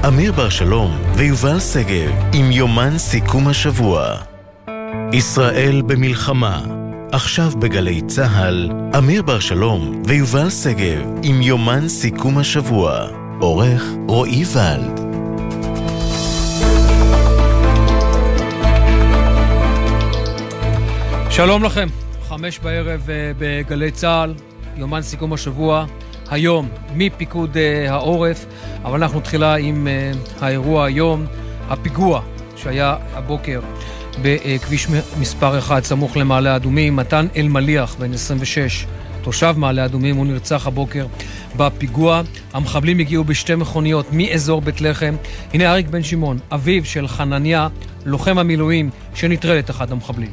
אמיר בר שלום ויובל סגב עם יומן סיכום השבוע. ישראל במלחמה. עכשיו בגלי צהל, אמיר בר שלום ויובל סגב עם יומן סיכום השבוע. עורך רועי ולד. שלום לכם, 5 בערב בגלי צהל, יומן סיכום השבוע, היום מפיקוד העורף, אבל אנחנו תחילה עם האירוע היום, הפיגוע שהיה הבוקר בכביש מספר 1 סמוך למעלה אדומים. מתן אלמליח בן 26, תושב מעלה אדומים, הוא נרצח הבוקר בפיגוע. המחבלים הגיעו בשתי מכוניות מאזור בית לחם. הנה אריק בן שמעון, אביו של חנניה, לוחם המילואים שנטרל את אחד המחבלים.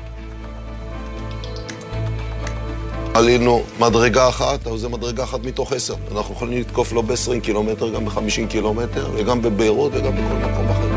עלינו מדרגה אחת, אבל זה מדרגה אחת מתוך 10. אנחנו יכולים לתקוף לא ב-20 קילומטר, גם ב-50 קילומטר, וגם בביירות וגם בכל מקום אחר.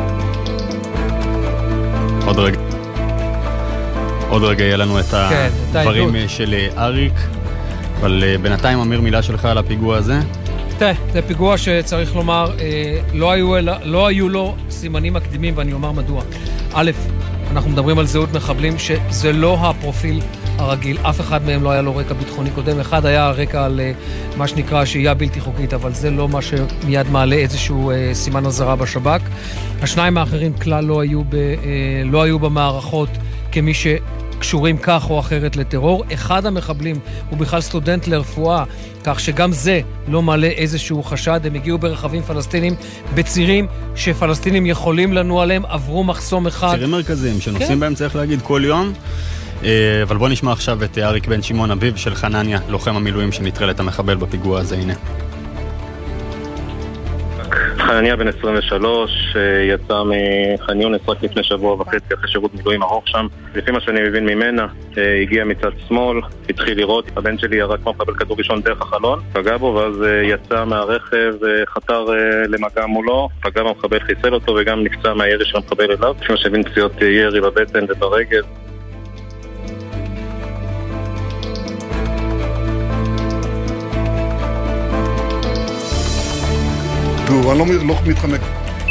עוד רגע יהיה לנו את הדברים של אריק, אבל בינתיים אמיר, מילה שלך על הפיגוע הזה. זה פיגוע שצריך לומר, לא היו לו סימנים מקדימים, ואני אומר מדוע. א', אנחנו מדברים על זהות מחבלים שזה לא הפרופיל הרגיל, אף אחד מהם לא היה לו רקע ביטחוני קודם, אחד היה רקע על מה שנקרא שהייה בלתי חוקית, אבל זה לא מה שמיד מעלה איזשהו סימן הזרה בשב"כ. השניים האחרים כלל לא היו במערכות כמי שקשורים כך או אחרת לטרור. אחד המחבלים הוא בכלל סטודנט לרפואה, כך שגם זה לא מעלה איזשהו חשד. הם הגיעו ברכבים פלסטינים, בצירים שפלסטינים יכולים לנוע עליהם, עברו מחסום אחד. צירים מרכזיים שנוסעים בהם, צריך להגיד, כל יום. אבל בוא נשמע עכשיו את אריק בן שמעון, אביו של חנניה, לוחם המילואים שנטרל את המחבל בפיגוע הזה. הנה. חנניה בן 23 יצא מח'אן יונס רק לפני שבוע וחצי אחרי שירות מילואים ארוך שם. לפי מה שאני מבין ממנה, הגיע מצד שמאל, התחיל לראות, הבן שלי ירק כמו מקבל כדור ראשון דרך החלון, פגע בו, ואז יצא מהרכב, חתר למגע מולו, פגע במחבל, חיסל אותו וגם נפצע מהירי של המחבל אליו. לפי מה שהבין, פציעות ירי בבטן וברגל. אני לא מתחמק.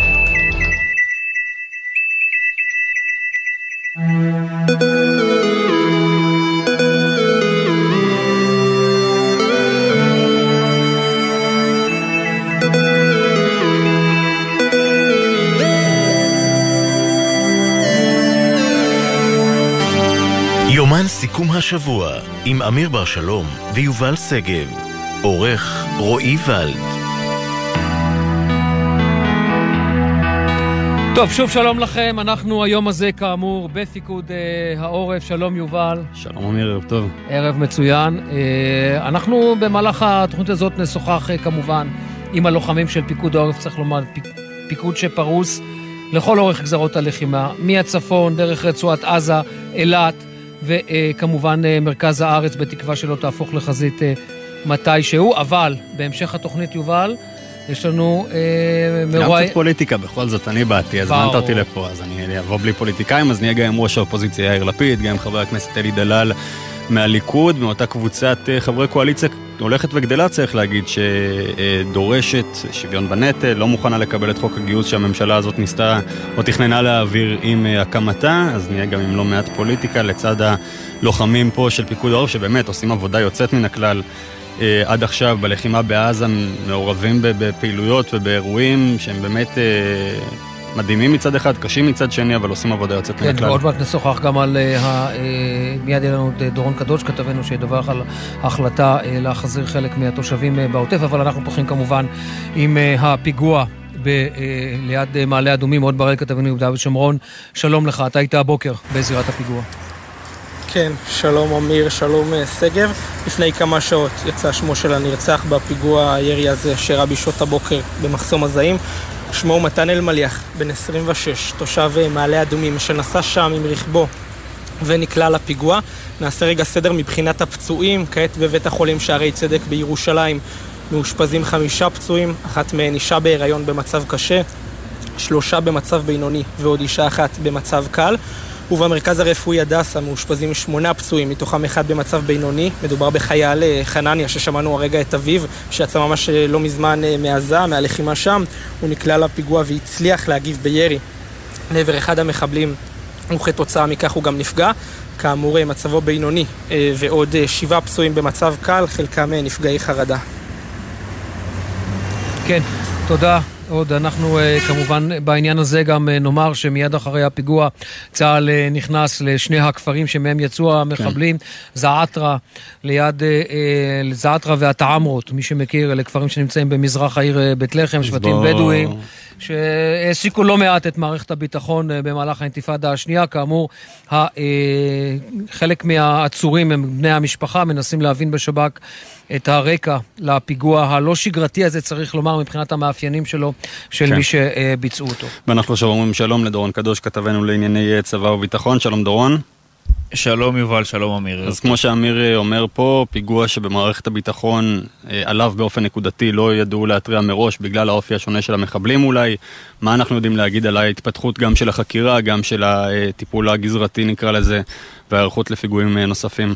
יומן סיכום השבוע עם אמיר בר שלום ויובל סגב. עורך רועי ולד. טוב, שוב שלום לכם, אנחנו היום הזה כאמור בפיקוד העורף. שלום יובל. שלום אמיר, ערב טוב. ערב מצוין. אנחנו במהלך התוכנית הזאת נשוחח כמובן עם הלוחמים של פיקוד העורף, צריך לומר, פיקוד שפרוס לכל אורך גזרות הלחימה, מהצפון, דרך רצועת עזה, אילת, וכמובן מרכז הארץ, בתקווה שלא תהפוך לחזית מתישהו. אבל בהמשך התוכנית יובל, יש לנו גם קצת פוליטיקה, בכל זאת אני באתי, אז הזמנת אותי לפה, אז אני אבוא בלי פוליטיקאים, אז נהיה גם עם ראש האופוזיציה יאיר לפיד, גם עם חבר הכנסת אלי דלל מהליכוד, מאותה קבוצת חברי קואליציה הולכת וגדלה, צריך להגיד, שדורשת שוויון בנטל, לא מוכנה לקבל את חוק הגיוס שהממשלה הזאת ניסתה או תכננה להעביר עם הקמתה, אז נהיה גם עם לא מעט פוליטיקה, לצד הלוחמים פה של פיקוד העורף, שבאמת עושים עבודה יוצאת מן הכלל, עד עכשיו בלחימה בעזה, מעורבים בפעילויות ובאירועים שהם באמת מדהימים מצד אחד, קשים מצד שני, אבל עושים עבודה יוצאת מן הכלל. כן, ועוד מעט נשוחח גם על מיד יהיה לנו דורון קדוש, כתבנו שידווח על ההחלטה להחזיר חלק מהתושבים בעוטף, אבל אנחנו פותחים כמובן עם הפיגוע ליד מעלה אדומים. עוד ברל כתבנו יהודה ושומרון, שלום לך, אתה היית הבוקר בזירת הפיגוע. כן, שלום אמיר, שלום סגב. לפני כמה שעות יצא שמו של הנרצח בפיגוע הירי הזה שאירע בשעות הבוקר במחסום הזעים. שמו הוא מתן אלמליח, בן 26, תושב מעלה אדומים, שנסע שם עם רכבו ונקלע לפיגוע. נעשה רגע סדר מבחינת הפצועים. כעת בבית החולים שערי צדק בירושלים מאושפזים 5 פצועים, אחת מהן אישה בהיריון במצב קשה, 3 במצב בינוני ועוד אישה אחת במצב קל. ובמרכז הרפואי הדסה מאושפזים 8 פצועים, מתוכם 1 במצב בינוני. מדובר בחייל חנניה ששמענו הרגע את אביו, שיצא ממש לא מזמן מעזה, מהלחימה שם. הוא נקלע לפיגוע והצליח להגיב בירי לעבר אחד המחבלים, וכתוצאה מכך הוא גם נפגע. כאמור, מצבו בינוני, ועוד 7 פצועים במצב קל, חלקם נפגעי חרדה. כן, תודה. עוד אנחנו כמובן בעניין הזה גם נאמר שמיד אחרי הפיגוע צה"ל נכנס לשני הכפרים שמהם יצאו המחבלים, זעתרה ליד זעתרה והתעמרות, מי שמכיר, אלה כפרים שנמצאים במזרח העיר בית לחם, שבטים בדואים שהעסיקו לא מעט את מערכת הביטחון במהלך האינתיפאדה השנייה. כאמור, חלק מהעצורים הם בני המשפחה, מנסים להבין בשב"כ את הרקע לפיגוע הלא שגרתי הזה, צריך לומר, מבחינת המאפיינים שלו, של מי שביצעו אותו. ואנחנו עכשיו אומרים שלום לדורון קדוש, כתבנו לענייני צבא וביטחון. שלום דורון. שלום יובל, שלום אמיר. אז כמו שאמיר אומר פה, פיגוע שבמערכת הביטחון עליו באופן נקודתי לא ידעו להתריע מראש בגלל האופי השונה של המחבלים אולי. מה אנחנו יודעים להגיד על ההתפתחות גם של החקירה, גם של הטיפול הגזרתי נקרא לזה, והערכות לפיגועים נוספים?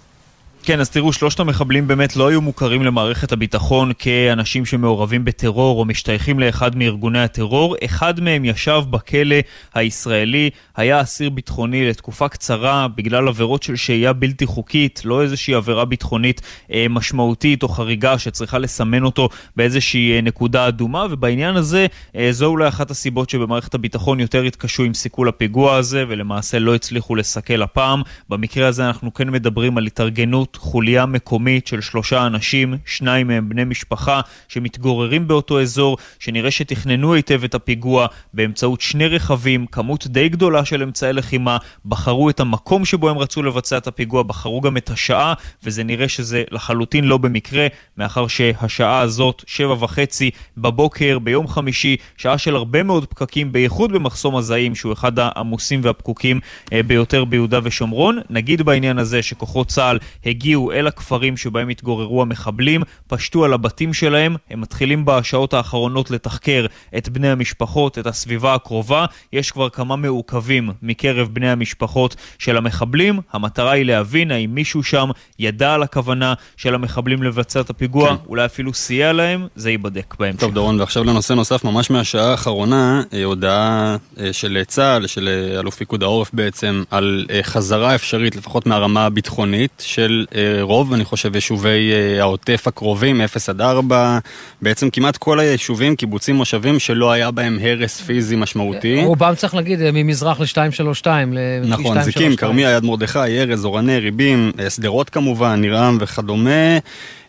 כן, אז תראו, 3 המחבלים באמת לא היו מוכרים למערכת הביטחון כאנשים שמעורבים בטרור או משתייכים לאחד מארגוני הטרור. אחד מהם ישב בכלא הישראלי, היה אסיר ביטחוני לתקופה קצרה בגלל עבירות של שהייה בלתי חוקית, לא איזושהי עבירה ביטחונית משמעותית או חריגה שצריכה לסמן אותו באיזושהי נקודה אדומה, ובעניין הזה זו אולי אחת הסיבות שבמערכת הביטחון יותר התקשו עם סיכול הפיגוע הזה ולמעשה לא הצליחו לסכל הפעם. במקרה הזה אנחנו כן מדברים על התארגנות חוליה מקומית של 3 אנשים, 2 מהם בני משפחה שמתגוררים באותו אזור, שנראה שתכננו היטב את הפיגוע באמצעות 2 רכבים, כמות די גדולה של אמצעי לחימה, בחרו את המקום שבו הם רצו לבצע את הפיגוע, בחרו גם את השעה, וזה נראה שזה לחלוטין לא במקרה, מאחר שהשעה הזאת 7:30 בבוקר ביום חמישי, שעה של הרבה מאוד פקקים, בייחוד במחסום הזעים, שהוא אחד העמוסים והפקוקים ביותר ביהודה ושומרון. נגיד בעניין הזה שכוחות צה"ל הגיעו אל הכפרים שבהם התגוררו המחבלים, פשטו על הבתים שלהם, הם מתחילים בשעות האחרונות לתחקר את בני המשפחות, את הסביבה הקרובה. יש כבר כמה מעוכבים מקרב בני המשפחות של המחבלים. המטרה היא להבין האם מישהו שם ידע על הכוונה של המחבלים לבצע את הפיגוע, אולי אפילו סייע להם, זה ייבדק בהמשך. טוב דורון, ועכשיו לנושא נוסף, ממש מהשעה האחרונה, הודעה של צה"ל, של אלוף פיקוד העורף בעצם, על חזרה אפשרית, לפחות מהרמה הביטחונית, של רוב, אני חושב, יישובי העוטף הקרובים, 0-4, בעצם כמעט כל היישובים, קיבוצים, מושבים, שלא היה בהם הרס פיזי משמעותי. רובם צריך להגיד, ממזרח ל-232. נכון, זיקים, קרמיה, יד מרדכי, ארז, אורנה, ריבים, סדרות כמובן, נירם וכדומה.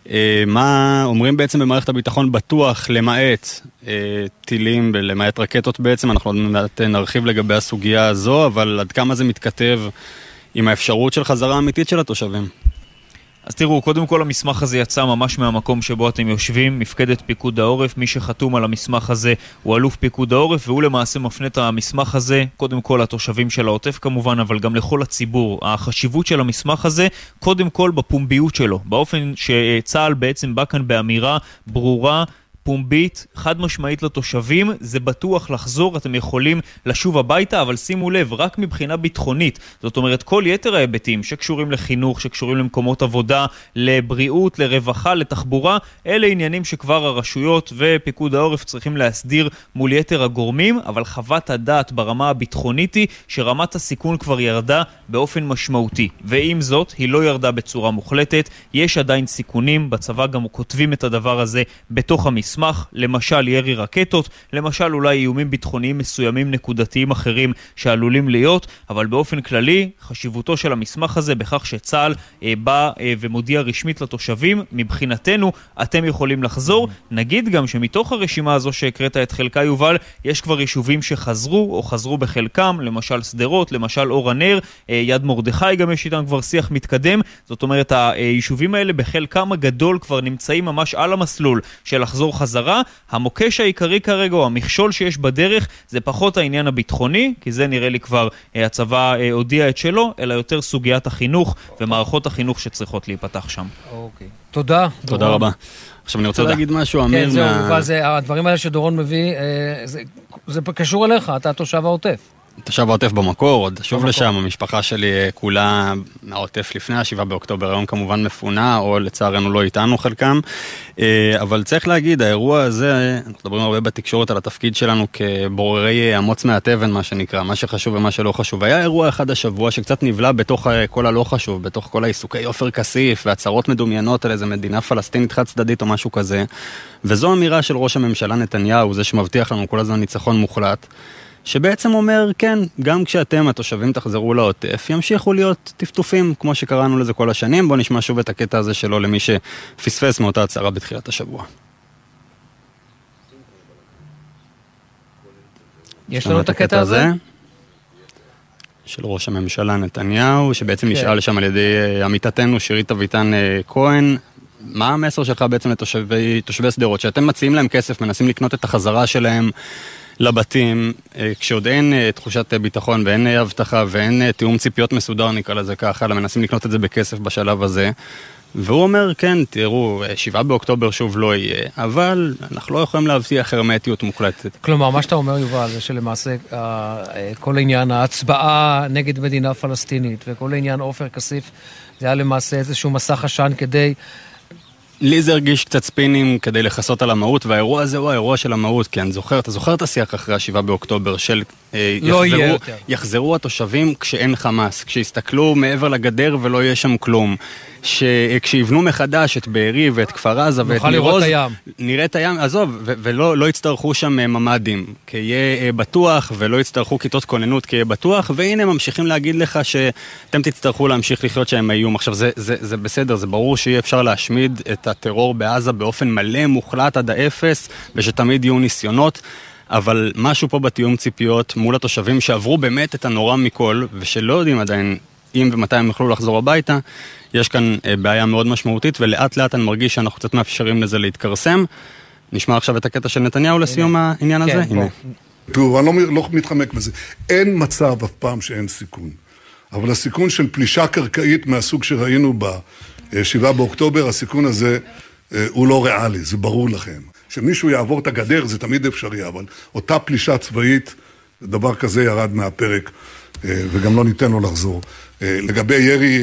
מה אומרים בעצם במערכת הביטחון בטוח למעט טילים ולמעט רקטות בעצם, אנחנו נרחיב לגבי הסוגיה הזו, אבל עד כמה זה מתכתב עם האפשרות של חזרה אמיתית של התושבים? אז תראו, קודם כל המסמך הזה יצא ממש מהמקום שבו אתם יושבים, מפקדת פיקוד העורף. מי שחתום על המסמך הזה הוא אלוף פיקוד העורף, והוא למעשה מפנה את המסמך הזה קודם כל לתושבים של העוטף כמובן, אבל גם לכל הציבור. החשיבות של המסמך הזה קודם כל בפומביות שלו, באופן שצה"ל בעצם בא כאן באמירה ברורה, פומבית, חד משמעית לתושבים, זה בטוח לחזור, אתם יכולים לשוב הביתה, אבל שימו לב, רק מבחינה ביטחונית, זאת אומרת כל יתר ההיבטים שקשורים לחינוך, שקשורים למקומות עבודה, לבריאות, לרווחה, לתחבורה, אלה עניינים שכבר הרשויות ופיקוד העורף צריכים להסדיר מול יתר הגורמים, אבל חוות הדעת ברמה הביטחונית היא שרמת הסיכון כבר ירדה באופן משמעותי, ועם זאת היא לא ירדה בצורה מוחלטת, יש עדיין סיכונים, בצבא גם כותבים את הדבר הזה בתוך המסמך, למשל ירי רקטות, למשל אולי איומים ביטחוניים מסוימים נקודתיים אחרים שעלולים להיות, אבל באופן כללי חשיבותו של המסמך הזה בכך שצה"ל בא ומודיע רשמית לתושבים, מבחינתנו אתם יכולים לחזור. נגיד גם שמתוך הרשימה הזו שהקראת את חלקה יובל, יש כבר יישובים שחזרו או חזרו בחלקם, למשל סדרות, למשל אור הנר, יד מרדכי גם יש איתם כבר שיח מתקדם, זאת אומרת היישובים האלה בחלקם הגדול כבר נמצאים ממש על המסלול של לחזור חזרה. המוקש העיקרי כרגע או המכשול שיש בדרך זה פחות העניין הביטחוני, כי זה נראה לי כבר הצבא הודיע את שלו, אלא יותר סוגיית החינוך ומערכות החינוך שצריכות להיפתח שם. אוקיי. תודה. תודה רבה. עכשיו אני רוצה להגיד משהו, אמיר. כן, זהו, הדברים האלה שדורון מביא, זה קשור אליך, אתה תושב העוטף. תושב העוטף במקור, עוד שוב לשם, המשפחה שלי כולה מהעוטף לפני ה7 באוקטובר, היום כמובן מפונה, או לצערנו לא איתנו חלקם, אבל צריך להגיד, האירוע הזה, אנחנו מדברים הרבה בתקשורת על התפקיד שלנו כבוררי אמוץ מהתבן, מה שנקרא, מה שחשוב ומה שלא חשוב. היה אירוע אחד השבוע שקצת נבלע בתוך כל הלא חשוב, בתוך כל העיסוקי עופר כסיף, והצהרות מדומיינות על איזה מדינה פלסטינית חד צדדית או משהו כזה, וזו אמירה של ראש הממשלה נתניהו, זה שמבטיח לנו כל הזמן ניצחון מוחלט, שבעצם אומר, כן, גם כשאתם, התושבים, תחזרו לעוטף, ימשיכו להיות טפטופים, כמו שקראנו לזה כל השנים. בואו נשמע שוב את הקטע הזה שלו למי שפספס מאותה הצהרה בתחילת השבוע. יש לנו את הקטע הזה? של ראש הממשלה נתניהו, שבעצם נשאל שם על ידי עמיתתנו שירית אביטן כהן. מה המסר שלך בעצם לתושבי סדרות, שאתם מציעים להם כסף, מנסים לקנות את החזרה שלהם לבתים, כשעוד אין תחושת ביטחון ואין הבטחה ואין תיאום ציפיות מסודר, נקרא לזה ככה, אלא מנסים לקנות את זה בכסף בשלב הזה. והוא אומר, כן, תראו, 7 באוקטובר שוב לא יהיה, אבל אנחנו לא יכולים להבטיח הרמטיות מוחלטת. כלומר, מה שאתה אומר, יובל, זה שלמעשה כל עניין ההצבעה נגד מדינה פלסטינית וכל עניין עופר כסיף, זה היה למעשה איזשהו מסך עשן כדי... לי זה הרגיש קצת ספינים כדי לחסות על המהות, והאירוע הזה הוא האירוע של המהות, כי אתה זוכר את השיח אחרי 7 באוקטובר של יחזרו התושבים כשאין חמאס, כשיסתכלו מעבר לגדר ולא יהיה שם כלום, כשיבנו מחדש את בארי ואת כפר עזה ואת נירוז, נראה את הים, עזוב, ולא יצטרכו שם ממדים, כי יהיה בטוח, ולא יצטרכו כיתות כוננות, כי יהיה בטוח, והנה ממשיכים להגיד לך שאתם תצטרכו להמשיך לחיות שהם איום. עכשיו, זה בסדר, זה ברור שיהיה אפשר להשמיד את הטרור בעזה באופן מלא, מוחלט עד האפס, ושתמיד יהיו ניסיונות, אבל משהו פה בתיאום ציפיות מול התושבים שעברו באמת את הנורא מכל, ושלא יודעים עדיין אם ומתי הם יוכלו לחזור הביתה, יש כאן בעיה מאוד משמעותית, ולאט לאט אני מרגיש שאנחנו קצת מאפשרים לזה להתקרסם. נשמע עכשיו את הקטע של נתניהו לסיום העניין הזה. הנה. תראו, אני לא מתחמק בזה. אין מצב אף פעם שאין סיכון. אבל הסיכון של פלישה קרקעית מהסוג שראינו ב-7 באוקטובר, הסיכון הזה הוא לא ריאלי, זה ברור לכם. שמישהו יעבור את הגדר זה תמיד אפשרי, אבל אותה פלישה צבאית, דבר כזה ירד מהפרק, וגם לא ניתן לו לחזור. לגבי ירי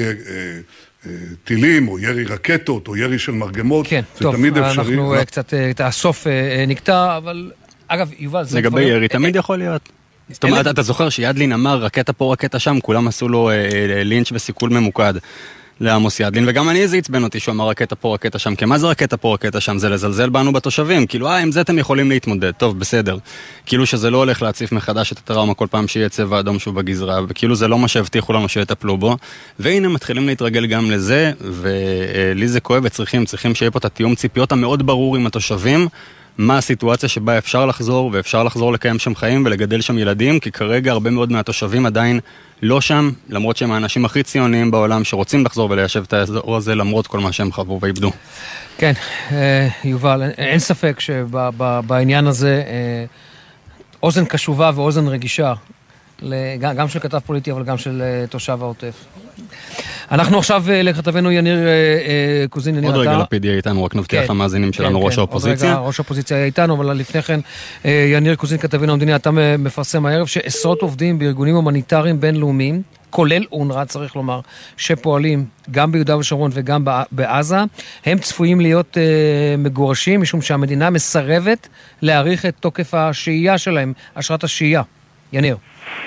טילים, או ירי רקטות, או ירי של מרגמות, כן, זה טוב, תמיד אפשרי. אנחנו קצת, את הסוף נקטע, אבל אגב, יובל, זה לגבי ירי, תמיד יכול להיות. זאת אומרת, אתה זוכר שידלין אמר, רקטה פה, רקטה שם, כולם עשו לו לינץ' וסיכול ממוקד לעמוס ידלין, וגם אני זה עצבן אותי שהוא אמר רקטה פה, רקטה שם, כי מה זה רקטה פה, רקטה שם? זה לזלזל בנו בתושבים, כאילו, עם זה אתם יכולים להתמודד, טוב, בסדר. כאילו שזה לא הולך להציף מחדש את הטראומה כל פעם שיהיה צבע אדום שהוא בגזרה, וכאילו זה לא מה שהבטיחו לנו שיטפלו בו, והנה מתחילים להתרגל גם לזה, ולי זה כואב, צריכים שיהיה פה את התיאום ציפיות המאוד ברור עם התושבים, מה הסיטואציה שבה אפשר לחזור, ואפשר לחזור לקיים שם חיים ולגדל שם ילדים, כי כרגע הרבה מאוד מהתושבים עדיין לא שם, למרות שהם האנשים הכי ציוניים בעולם שרוצים לחזור וליישב את האזור הזה, למרות כל מה שהם חוו ואיבדו. כן, יובל, אין ספק שבעניין הזה אוזן קשובה ואוזן רגישה, גם של כתב פוליטי, אבל גם של תושב העוטף. אנחנו עכשיו לכתבנו יניר קוזין. עוד רגע לפיד יהיה איתנו, רק נבטיח למאזינים שלנו ראש האופוזיציה. עוד רגע ראש האופוזיציה יהיה איתנו, אבל לפני כן יניר קוזין כתבנו המדיני, אתה מפרסם הערב שעשרות עובדים בארגונים הומניטריים בינלאומיים, כולל אונר"א, צריך לומר, שפועלים גם ביהודה ושומרון וגם בעזה, הם צפויים להיות מגורשים, משום שהמדינה מסרבת להאריך את תוקף השהייה שלהם, אשרת השהייה. יניר.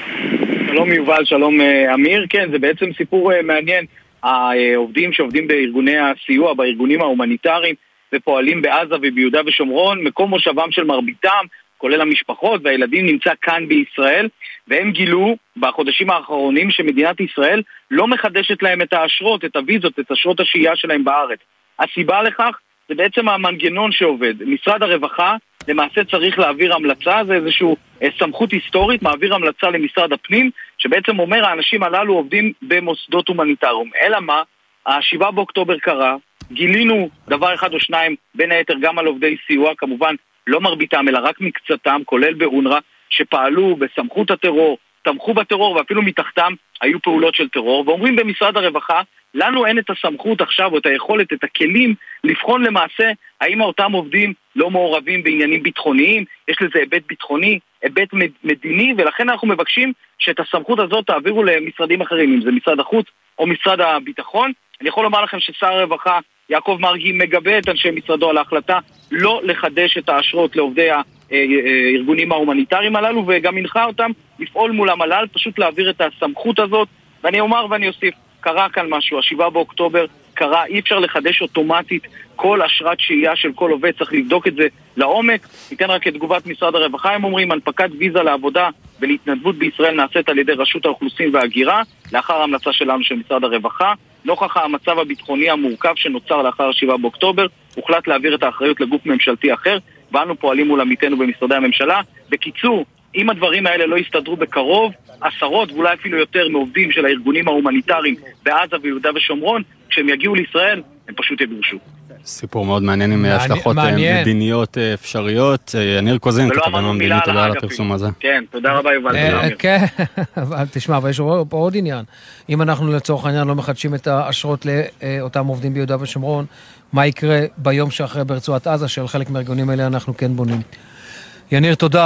שלום יובל, שלום אמיר. כן, זה בעצם סיפור מעניין. העובדים שעובדים בארגוני הסיוע, בארגונים ההומניטריים, ופועלים בעזה וביהודה ושומרון, מקום מושבם של מרביתם, כולל המשפחות והילדים, נמצא כאן בישראל, והם גילו בחודשים האחרונים שמדינת ישראל לא מחדשת להם את האשרות, את הוויזות, את אשרות השהייה שלהם בארץ. הסיבה לכך זה בעצם המנגנון שעובד. משרד הרווחה למעשה צריך להעביר המלצה, זה איזושהי סמכות היסטורית, מעביר המלצה למשרד הפנים, שבעצם אומר האנשים הללו עובדים במוסדות הומניטריים. אלא מה? 7 באוקטובר קרה, גילינו דבר אחד או שניים, בין היתר גם על עובדי סיוע, כמובן לא מרביתם אלא רק מקצתם, כולל באונר"א, שפעלו בסמכות הטרור, תמכו בטרור ואפילו מתחתם היו פעולות של טרור, ואומרים במשרד הרווחה לנו אין את הסמכות עכשיו, או את היכולת, את הכלים, לבחון למעשה האם אותם עובדים לא מעורבים בעניינים ביטחוניים, יש לזה היבט ביטחוני, היבט מדיני, ולכן אנחנו מבקשים שאת הסמכות הזאת תעבירו למשרדים אחרים, אם זה משרד החוץ או משרד הביטחון. אני יכול לומר לכם ששר הרווחה יעקב מרגי מגבה את אנשי משרדו על ההחלטה לא לחדש את האשרות לעובדי הארגונים ההומניטריים הללו, וגם הנחה אותם לפעול מול המל"ל, פשוט להעביר את הסמכות הזאת. ואני אומר ואני אוסיף, קרה כאן משהו, 7 באוקטובר קרה, אי אפשר לחדש אוטומטית כל אשרת שהייה של כל עובד, צריך לבדוק את זה לעומק. ניתן רק את תגובת משרד הרווחה, הם אומרים, הנפקת ויזה לעבודה ולהתנדבות בישראל נעשית על ידי רשות האוכלוסין וההגירה, לאחר ההמלצה שלנו של משרד הרווחה. נוכח המצב הביטחוני המורכב שנוצר לאחר 7 באוקטובר, הוחלט להעביר את האחריות לגוף ממשלתי אחר, ואנו פועלים מול עמיתנו במשרדי הממשלה. בקיצור, אם הדברים האלה לא יסתדרו בקרוב, עשרות ואולי אפילו יותר מעובדים של הארגונים ההומניטריים בעזה ויהודה ושומרון, כשהם יגיעו לישראל, הם פשוט יגורשו. סיפור מאוד מעניין עם השלכות מדיניות אפשריות. יניר קוזין, כתבנו המדיני, תודה על הפרסום הזה. כן, תודה רבה יובל. כן, אבל תשמע, אבל יש פה עוד עניין. אם אנחנו לצורך העניין לא מחדשים את האשרות לאותם עובדים ביהודה ושומרון, מה יקרה ביום שאחרי ברצועת עזה, של חלק מהארגונים האלה אנחנו כן בונים. יניר, תודה.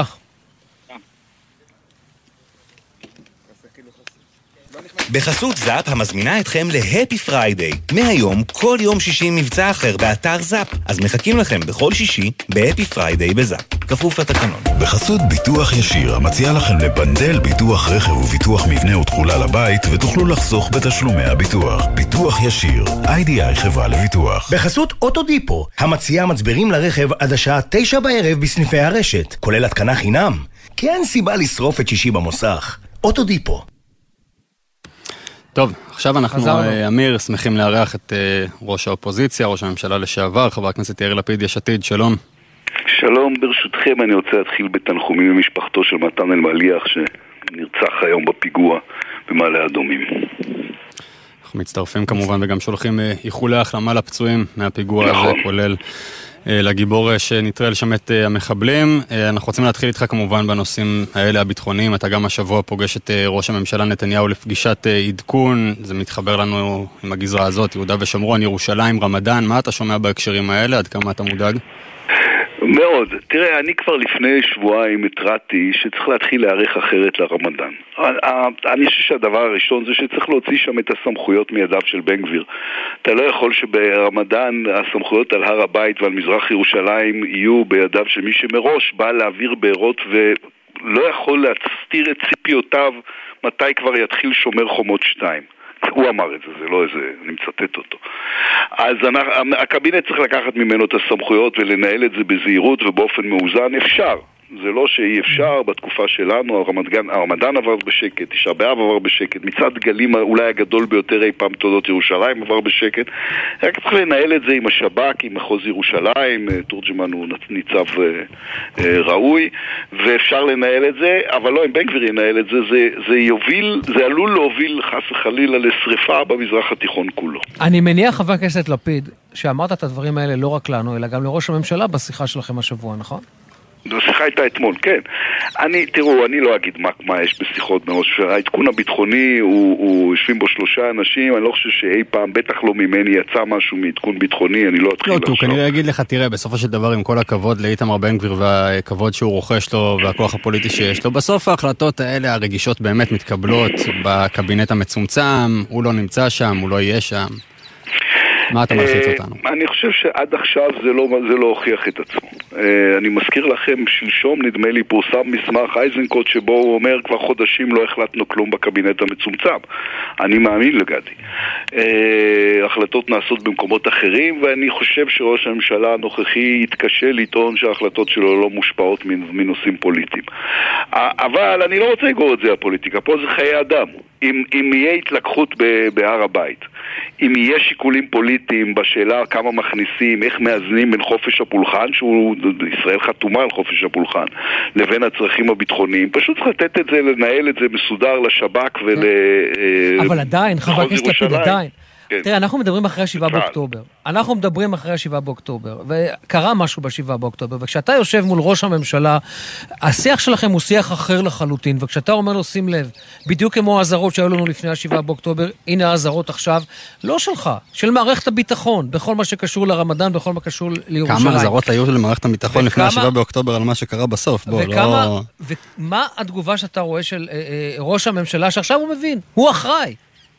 בחסות זאפ המזמינה אתכם להפי פריידיי. מהיום, כל יום שישי מבצע אחר באתר זאפ. אז מחכים לכם בכל שישי בהפי פריידיי בזאפ. כפוף לתקנון. בחסות ביטוח ישיר, המציע לכם לבנדל ביטוח רכב וביטוח מבנה ותכולה לבית, ותוכלו לחסוך בתשלומי הביטוח. ביטוח ישיר, איי-די-איי חברה לביטוח. בחסות אוטודיפו, המציע מצברים לרכב עד השעה 9 בערב בסניפי הרשת, כולל התקנה חינם. כי אין סיבה לשרוף את שישי במוסך. אוטודיפו. טוב, עכשיו אנחנו, אמיר, שמחים לארח את ראש האופוזיציה, ראש הממשלה לשעבר, חבר הכנסת יאיר לפיד, יש עתיד, שלום. שלום, ברשותכם אני רוצה להתחיל בתנחומים למשפחתו של מתן אלמליח שנרצח היום בפיגוע במעלה אדומים. אנחנו מצטרפים כמובן וגם שולחים איחולי החלמה לפצועים מהפיגוע הזה, כולל לגיבור שנטרל שם את המחבלים. אנחנו רוצים להתחיל איתך כמובן בנושאים האלה הביטחוניים. אתה גם השבוע פוגש את ראש הממשלה נתניהו לפגישת עדכון. זה מתחבר לנו עם הגזרה הזאת, יהודה ושומרון, ירושלים, רמדאן. מה אתה שומע בהקשרים האלה? עד כמה אתה מודאג? מאוד. תראה, אני כבר לפני שבועיים התרעתי שצריך להתחיל להיערך אחרת לרמדאן. אני חושב שהדבר הראשון זה שצריך להוציא שם את הסמכויות מידיו של בן גביר. אתה לא יכול שברמדאן הסמכויות על הר הבית ועל מזרח ירושלים יהיו בידיו של מי שמראש בא להעביר בעירות ולא יכול להסתיר את ציפיותיו מתי כבר יתחיל שומר חומות 2. הוא אמר את זה, זה לא איזה, אני מצטט אותו. אז הקבינט צריך לקחת ממנו את הסמכויות ולנהל את זה בזהירות ובאופן מאוזן. אפשר, זה לא שאי אפשר. בתקופה שלנו הרמדאן עבר בשקט, תשעה באב עבר בשקט, מצעד גלים אולי הגדול ביותר אי פעם תולדות ירושלים עבר בשקט. רק צריך לנהל את זה עם השב"כ, עם מחוז ירושלים, תורג'מן הוא ניצב ראוי, ואפשר לנהל את זה, אבל לא אם בן גביר ינהל את זה, זה עלול להוביל חס וחלילה לשריפה במזרח התיכון כולו. אני מניח, חבר הכנסת לפיד, שאמרת את הדברים האלה לא רק לנו, אלא גם לראש הממשלה בשיחה שלכם השבוע, נכון? השיחה הייתה אתמול, כן. תראו, אני לא אגיד מה יש בשיחות מראש. העדכון הביטחוני, יושבים בו 3 אנשים, אני לא חושב שאי פעם, בטח לא ממני יצא משהו מעדכון ביטחוני, אני לא אתחיל לחשוב. לא, כנראה אגיד לך, תראה, בסופו של דבר, עם כל הכבוד לאיתמר בן גביר והכבוד שהוא רוכש לו והכוח הפוליטי שיש לו, בסוף ההחלטות האלה, הרגישות באמת מתקבלות בקבינט המצומצם, הוא לא נמצא שם, הוא לא יהיה שם. מה אתה מלחיץ אותנו? אני חושב שעד עכשיו זה לא הוכיח את עצמו. אני מזכיר לכם, שלשום נדמה לי פורסם מסמך אייזנקוט שבו הוא אומר כבר חודשים לא החלטנו כלום בקבינט המצומצם. אני מאמין לגדי. החלטות נעשות במקומות אחרים, ואני חושב שראש הממשלה הנוכחי יתקשה לטעון שההחלטות שלו לא מושפעות מנושאים פוליטיים. אבל אני לא רוצה לגור את זה הפוליטיקה, פה זה חיי אדם. אם יהיה התלקחות בהר הבית, אם יהיה שיקולים פוליטיים בשאלה כמה מכניסים, איך מאזנים בין חופש הפולחן, ישראל חתומה על חופש הפולחן, לבין הצרכים הביטחוניים, פשוט צריך לתת את זה, לנהל את זה מסודר לשב"כ אבל עדיין, חבר הכנסת לפיד, תראה, אנחנו מדברים אחרי 7 באוקטובר. אנחנו מדברים אחרי 7 באוקטובר, וקרה משהו ב7 באוקטובר, וכשאתה יושב מול ראש הממשלה, השיח שלכם הוא שיח אחר לחלוטין, וכשאתה אומר לו, שים לב, בדיוק כמו האזהרות שהיו לנו לפני 7 באוקטובר, הנה האזהרות עכשיו, לא שלך, של מערכת הביטחון, בכל מה שקשור לרמדאן, בכל מה שקשור לירושלים. כמה האזהרות היו למערכת הביטחון לפני 7 באוקטובר על מה שקרה בסוף? ומה התגובה שאתה רואה של ראש הממשלה, שעכשיו הוא מבין, הוא אחראי.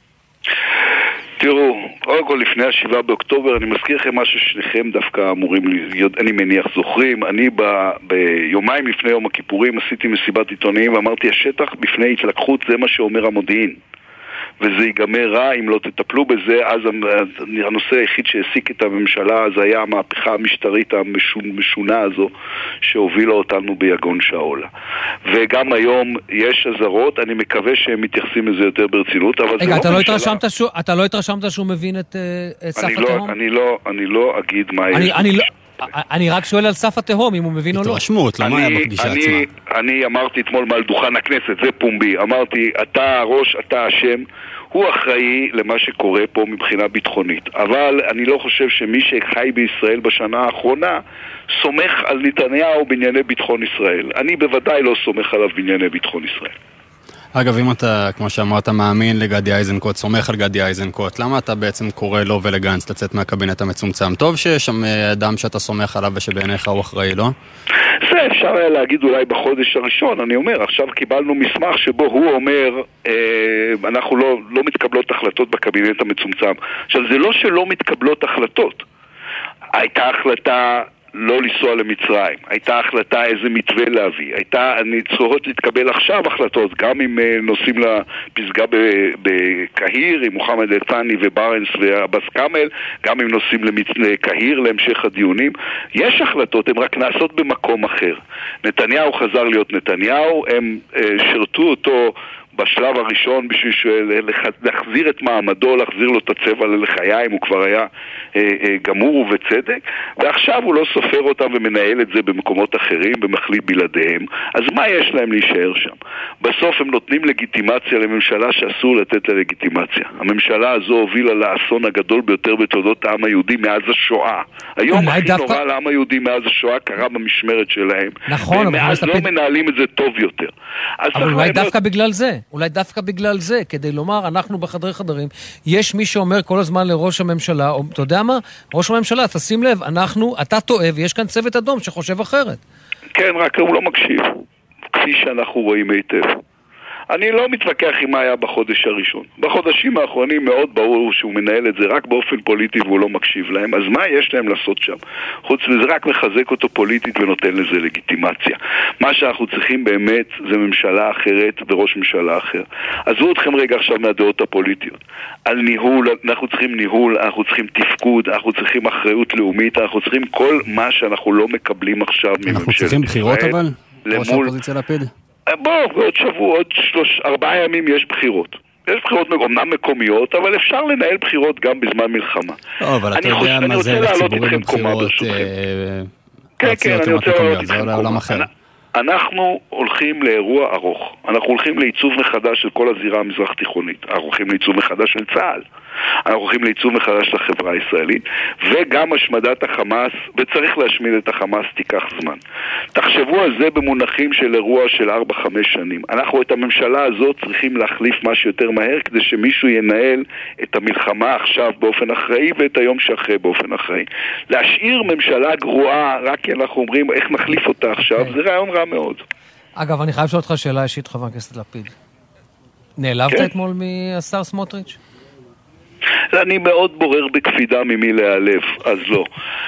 תראו, קודם כל לפני 7 באוקטובר, אני מזכיר לכם משהו ששניכם דווקא אמורים להיות, אני מניח זוכרים, אני ביומיים לפני יום הכיפורים עשיתי מסיבת עיתונאים ואמרתי, השטח בפני התלקחות זה מה שאומר המודיעין. וזה ייגמר רע אם לא תטפלו בזה. אז הנושא היחיד שהעסיק את הממשלה זה היה המהפכה המשטרית המשונה הזו שהובילה אותנו ביגון שאולה. וגם היום יש אזהרות, אני מקווה שהם מתייחסים לזה יותר ברצינות, אבל רגע, אתה לא התרשמת שהוא מבין את סף התהום? אני לא אגיד מה יש. אני רק שואל על סף התהום, אם הוא מבין או לא. התרשמות, למה היה בפגישה עצמה? אני אמרתי אתמול מעל דוכן הכנסת, זה פומבי, אמרתי, אתה הראש, אתה השם, הוא אחראי למה שקורה פה מבחינה ביטחונית. אבל אני לא חושב שמי שחי בישראל בשנה האחרונה סומך על נתניהו בענייני ביטחון ישראל. אני בוודאי לא סומך עליו בענייני ביטחון ישראל. אגב, אם אתה, כמו שאמרת, מאמין לגדי איזנקוט, סומך על גדי איזנקוט, למה אתה בעצם קורא לו ולגנץ לצאת מהקבינט המצומצם? טוב שיש שם אדם שאתה סומך עליו ושבעיניך הוא אחראי, לא? זה אפשר היה להגיד אולי בחודש הראשון, אני אומר, עכשיו קיבלנו מסמך שבו הוא אומר, אנחנו לא מתקבלות החלטות בקבינט המצומצם. עכשיו, זה לא שלא מתקבלות החלטות. הייתה החלטה לא לנסוע למצרים, הייתה החלטה איזה מתווה להביא, צריכות להתקבל עכשיו החלטות, גם אם נוסעים לפסגה בקהיר, עם מוחמד אל-תני וברנס ואבס קאמל, גם אם נוסעים לקהיר להמשך הדיונים. יש החלטות, הן רק נעשות במקום אחר. נתניהו חזר להיות נתניהו, הם שרתו אותו בשלב הראשון בשביל להחזיר את מעמדו, להחזיר לו את הצבע ללחיים, הוא כבר היה גמור ובצדק, ועכשיו הוא לא סופר אותם ומנהל את זה במקומות אחרים ומחליט בלעדיהם. אז מה יש להם להישאר שם? בסוף הם נותנים לגיטימציה לממשלה שאסור לתת לה לגיטימציה. הממשלה הזו הובילה לאסון הגדול ביותר בתולדות העם היהודי מאז השואה. היום הכי נורא לעם היהודי מאז השואה קרה במשמרת שלהם. נכון, ומאז לא מנהלים את זה טוב יותר. אבל אולי דווקא בגלל זה. אולי דווקא בגלל זה, כדי לומר, אנחנו בחדרי חדרים, יש מי שאומר כל הזמן לראש הממשלה, או, אתה יודע מה? ראש הממשלה, תשים לב, אתה טועה, ויש כאן צוות אדום שחושב אחרת. כן, רק הוא לא מקשיב, כפי שאנחנו רואים היטב. אני לא מתווכח עם מה היה בחודש הראשון. בחודשים האחרונים מאוד ברור שהוא מנהל את זה רק באופן פוליטי והוא לא מקשיב להם. אז מה יש להם לעשות שם? חוץ מזה רק מחזק אותו פוליטית ונותן לזה לגיטימציה. מה שאנחנו צריכים באמת זה ממשלה אחרת וראש ממשלה אחר. עזבו אתכם רגע עכשיו מהדעות הפוליטיות. על ניהול, אנחנו צריכים ניהול, אנחנו צריכים תפקוד, אנחנו צריכים אחריות לאומית, אנחנו צריכים כל מה שאנחנו לא מקבלים עכשיו מממשלת ישראל. אנחנו צריכים בחירות אבל? ראש האופוזיציה לפיד? בעוד שבוע, עוד 4 ימים יש בחירות. יש בחירות אומנם מקומיות, אבל אפשר לנהל בחירות גם בזמן מלחמה. אבל אתה יודע מה זה לציבורי בבחירות, כן, אני רוצה להעלות איתכם קומה. אנחנו הולכים לאירוע ארוך. אנחנו הולכים לעיצוב מחדש של כל הזירה המזרח תיכונית. אנחנו הולכים לעיצוב מחדש של צה"ל. אנחנו הולכים לעיצוב מחדש של החברה הישראלית. וגם השמדת החמאס, וצריך להשמיד את החמאס, תיקח זמן. תחשבו על זה במונחים של אירוע של 4-5 שנים. אנחנו את הממשלה הזאת צריכים להחליף משהו יותר מהר, כדי שמישהו ינהל את המלחמה עכשיו באופן אחראי, ואת היום שאחרי באופן אחראי. להשאיר ממשלה גרועה, רק כי אנחנו אומרים איך נחליף אותה עכשיו, זה רעיון רע מאוד. אגב, אני חייב לשאול אותך שאלה אישית, חבר הכנסת לפיד. נעלבת אתמול מהשר סמוטריץ'? אני מאוד בורר בקפידה ממי להיעלב, אז לא.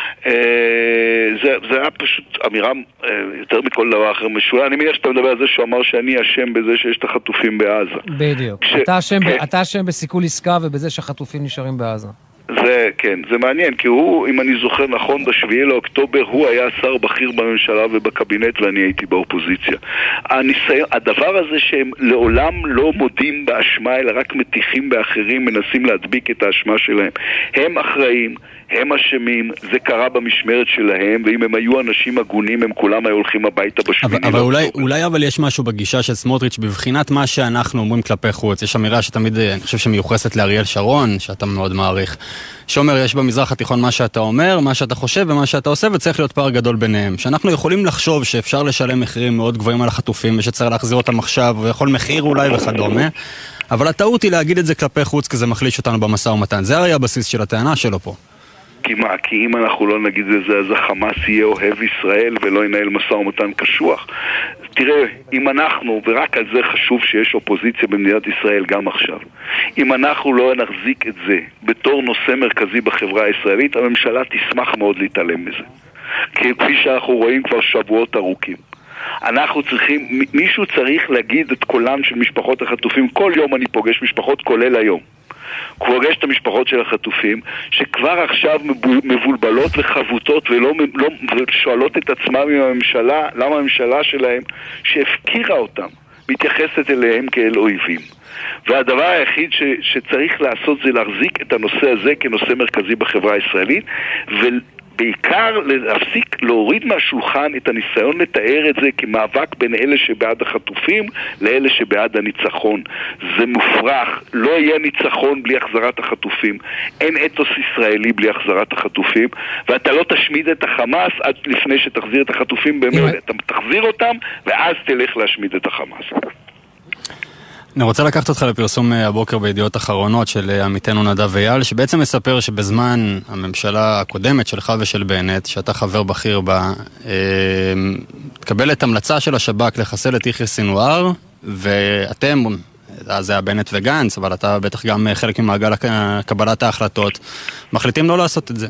זה היה פשוט אמירה יותר מכל דבר אחר משולה. אני מניח שאתה מדבר על זה שהוא אמר שאני אשם בזה שיש את החטופים בעזה. בדיוק. אתה אשם בסיכול עסקה ובזה שהחטופים נשארים בעזה. כן, זה מעניין, כי הוא, אם אני זוכר נכון, ב7 לאוקטובר הוא היה שר בכיר בממשלה ובקבינט ואני הייתי באופוזיציה. הדבר הזה שהם לעולם לא מודים באשמה, אלא רק מטיחים באחרים, מנסים להדביק את האשמה שלהם. הם אחראים, הם אשמים, זה קרה במשמרת שלהם, ואם הם היו אנשים הגונים, הם כולם היו הולכים הביתה בשמיני. אבל אולי יש משהו בגישה של סמוטריץ' בבחינת מה שאנחנו אומרים כלפי חוץ. יש אמירה שתמיד, אני חושב שמיוחסת לאריאל שרון, שאתה מאוד מעריך. שאומר, יש במזרח התיכון מה שאתה אומר, מה שאתה חושב ומה שאתה עושה, וצריך להיות פער גדול ביניהם. שאנחנו יכולים לחשוב שאפשר לשלם מחירים מאוד גבוהים על החטופים, ושצריך להחזיר אותם עכשיו, ויכול מחיר אולי וכדומה. אבל הטעות היא להגיד את זה כלפי חוץ, כי זה מחליש אותנו במשא ומתן. זה הרי הבסיס של הטענה שלו פה. כי אם אנחנו לא נגיד את זה, אז החמאס יהיה אוהב ישראל ולא ינהל משא ומתן קשוח. תראה, אם אנחנו, ורק על זה חשוב שיש אופוזיציה במדינת ישראל גם עכשיו, אם אנחנו לא נחזיק את זה בתור נושא מרכזי בחברה הישראלית, הממשלה תשמח מאוד להתעלם מזה. כפי שאנחנו רואים כבר שבועות ארוכים. אנחנו צריכים, מישהו צריך להגיד את קולם של משפחות החטופים. כל יום אני פוגש משפחות, כולל היום. פוגש את המשפחות של החטופים שכבר עכשיו מבולבלות וחבוטות ושואלות את עצמם עם הממשלה, למה הממשלה שלהם שהפקירה אותם מתייחסת אליהם כאל אויבים. והדבר היחיד שצריך לעשות זה להחזיק את הנושא הזה כנושא מרכזי בחברה הישראלית, בעיקר להפסיק להוריד מהשולחן את הניסיון לתאר את זה כמאבק בין אלה שבעד החטופים לאלה שבעד הניצחון. זה מופרך, לא יהיה ניצחון בלי החזרת החטופים, אין אתוס ישראלי בלי החזרת החטופים, ואתה לא תשמיד את החמאס עד לפני שתחזיר את החטופים באמת, אתה תחזיר אותם ואז תלך להשמיד את החמאס. אני רוצה לקחת אותך לפרסום הבוקר בידיעות אחרונות של עמיתנו נדב אייל, שבעצם מספר שבזמן הממשלה הקודמת שלך ושל בנט, שאתה חבר בכיר בה, תקבל את המלצה של השב"כ לחסל את יחיא סינואר, ואתם, אז זה היה בנט וגנץ, אבל אתה בטח גם חלק ממעגל קבלת ההחלטות, מחליטים לא לעשות את זה.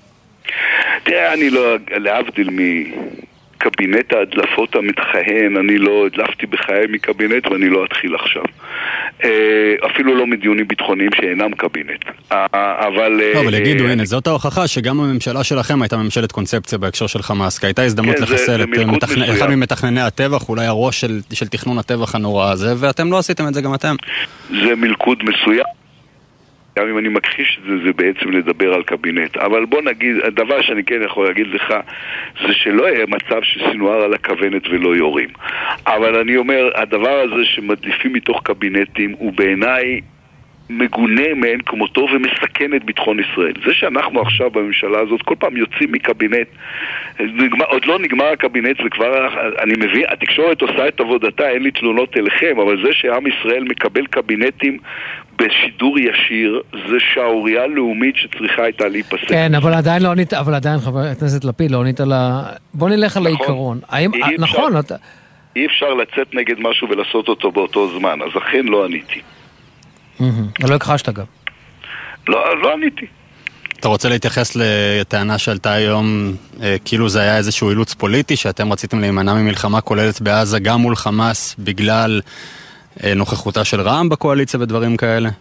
תראה, אני לא, להבדיל קבינט ההדלפות המתכהן, אני לא הדלפתי בחיי מקבינט ואני לא אתחיל עכשיו. אפילו לא מדיונים ביטחוניים שאינם קבינט. אבל יגידו, הנה, זאת ההוכחה שגם הממשלה שלכם הייתה ממשלת קונספציה בהקשר של חמאס, כי הייתה הזדמנות לחסל את אחד ממתכנני הטבח, אולי הראש של תכנון הטבח הנורא הזה, ואתם לא עשיתם את זה גם אתם. זה מלכוד מסוים. גם אם אני מכחיש את זה, זה בעצם לדבר על קבינט. אבל בוא נגיד, הדבר שאני כן יכול להגיד לך, זה שלא יהיה מצב שסינואר על הכוונת ולא יורים. אבל אני אומר, הדבר הזה שמדליפים מתוך קבינטים, הוא בעיניי מגונה מעין כמותו ומסכן את ביטחון ישראל. זה שאנחנו עכשיו בממשלה הזאת כל פעם יוצאים מקבינט, עוד לא נגמר הקבינט וכבר אני מבין, התקשורת עושה את עבודתה, אין לי תלונות אליכם, אבל זה שעם ישראל מקבל קבינטים בשידור ישיר, זה שעוריה לאומית שצריכה הייתה להיפסק. כן, אבל עדיין לא ענית, חבר הכנסת לפיד, לא ענית על בוא נלך על העיקרון. נכון, אי אפשר לצאת נגד משהו ולעשות אותו באותו זמן, אז אכן לא עניתי. לא הכחשת גם. לא עניתי. אתה רוצה להתייחס לטענה שעלתה היום, כאילו זה היה איזשהו אילוץ פוליטי, שאתם רציתם להימנע ממלחמה כוללת בעזה גם מול חמאס, בגלל נוכחותה של רע"מ בקואליציה ודברים כאלה?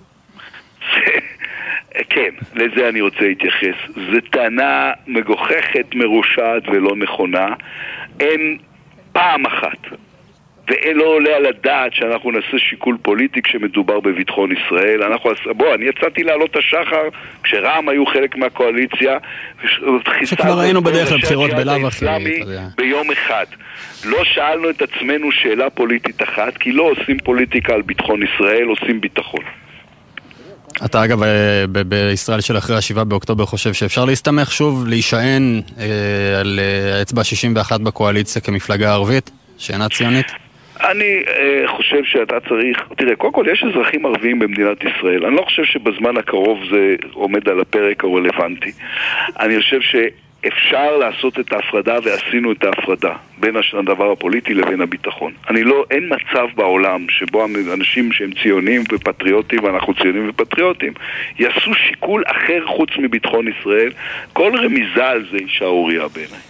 כן, לזה אני רוצה להתייחס. זו טענה מגוחכת, מרושעת ולא נכונה. אין פעם אחת ולא עולה על הדעת שאנחנו נעשה שיקול פוליטי כשמדובר בביטחון ישראל. אני יצאתי לעלות השחר כשרע"מ היו חלק מהקואליציה, שכבר היינו בדרך לבחירות בלאו הכי ביום אחד. לא שאלנו את עצמנו שאלה פוליטית אחת, כי לא עושים פוליטיקה על ביטחון ישראל, עושים ביטחון. אתה אגב בישראל של אחרי 7 באוקטובר חושב שאפשר להסתמך שוב, להישען על האצבע 61 בקואליציה כמפלגה ערבית שאינה ציונית? אני חושב שאתה צריך, תראה, קודם כל יש אזרחים ערביים במדינת ישראל, אני לא חושב שבזמן הקרוב זה עומד על הפרק הרלוונטי. אני חושב שאפשר לעשות את ההפרדה, ועשינו את ההפרדה בין הדבר הפוליטי לבין הביטחון. אין מצב בעולם שבו אנשים שהם ציונים ופטריוטים, ואנחנו ציונים ופטריוטים, יעשו שיקול אחר חוץ מביטחון ישראל. כל רמיזה על זה היא שערוריה בעיניי.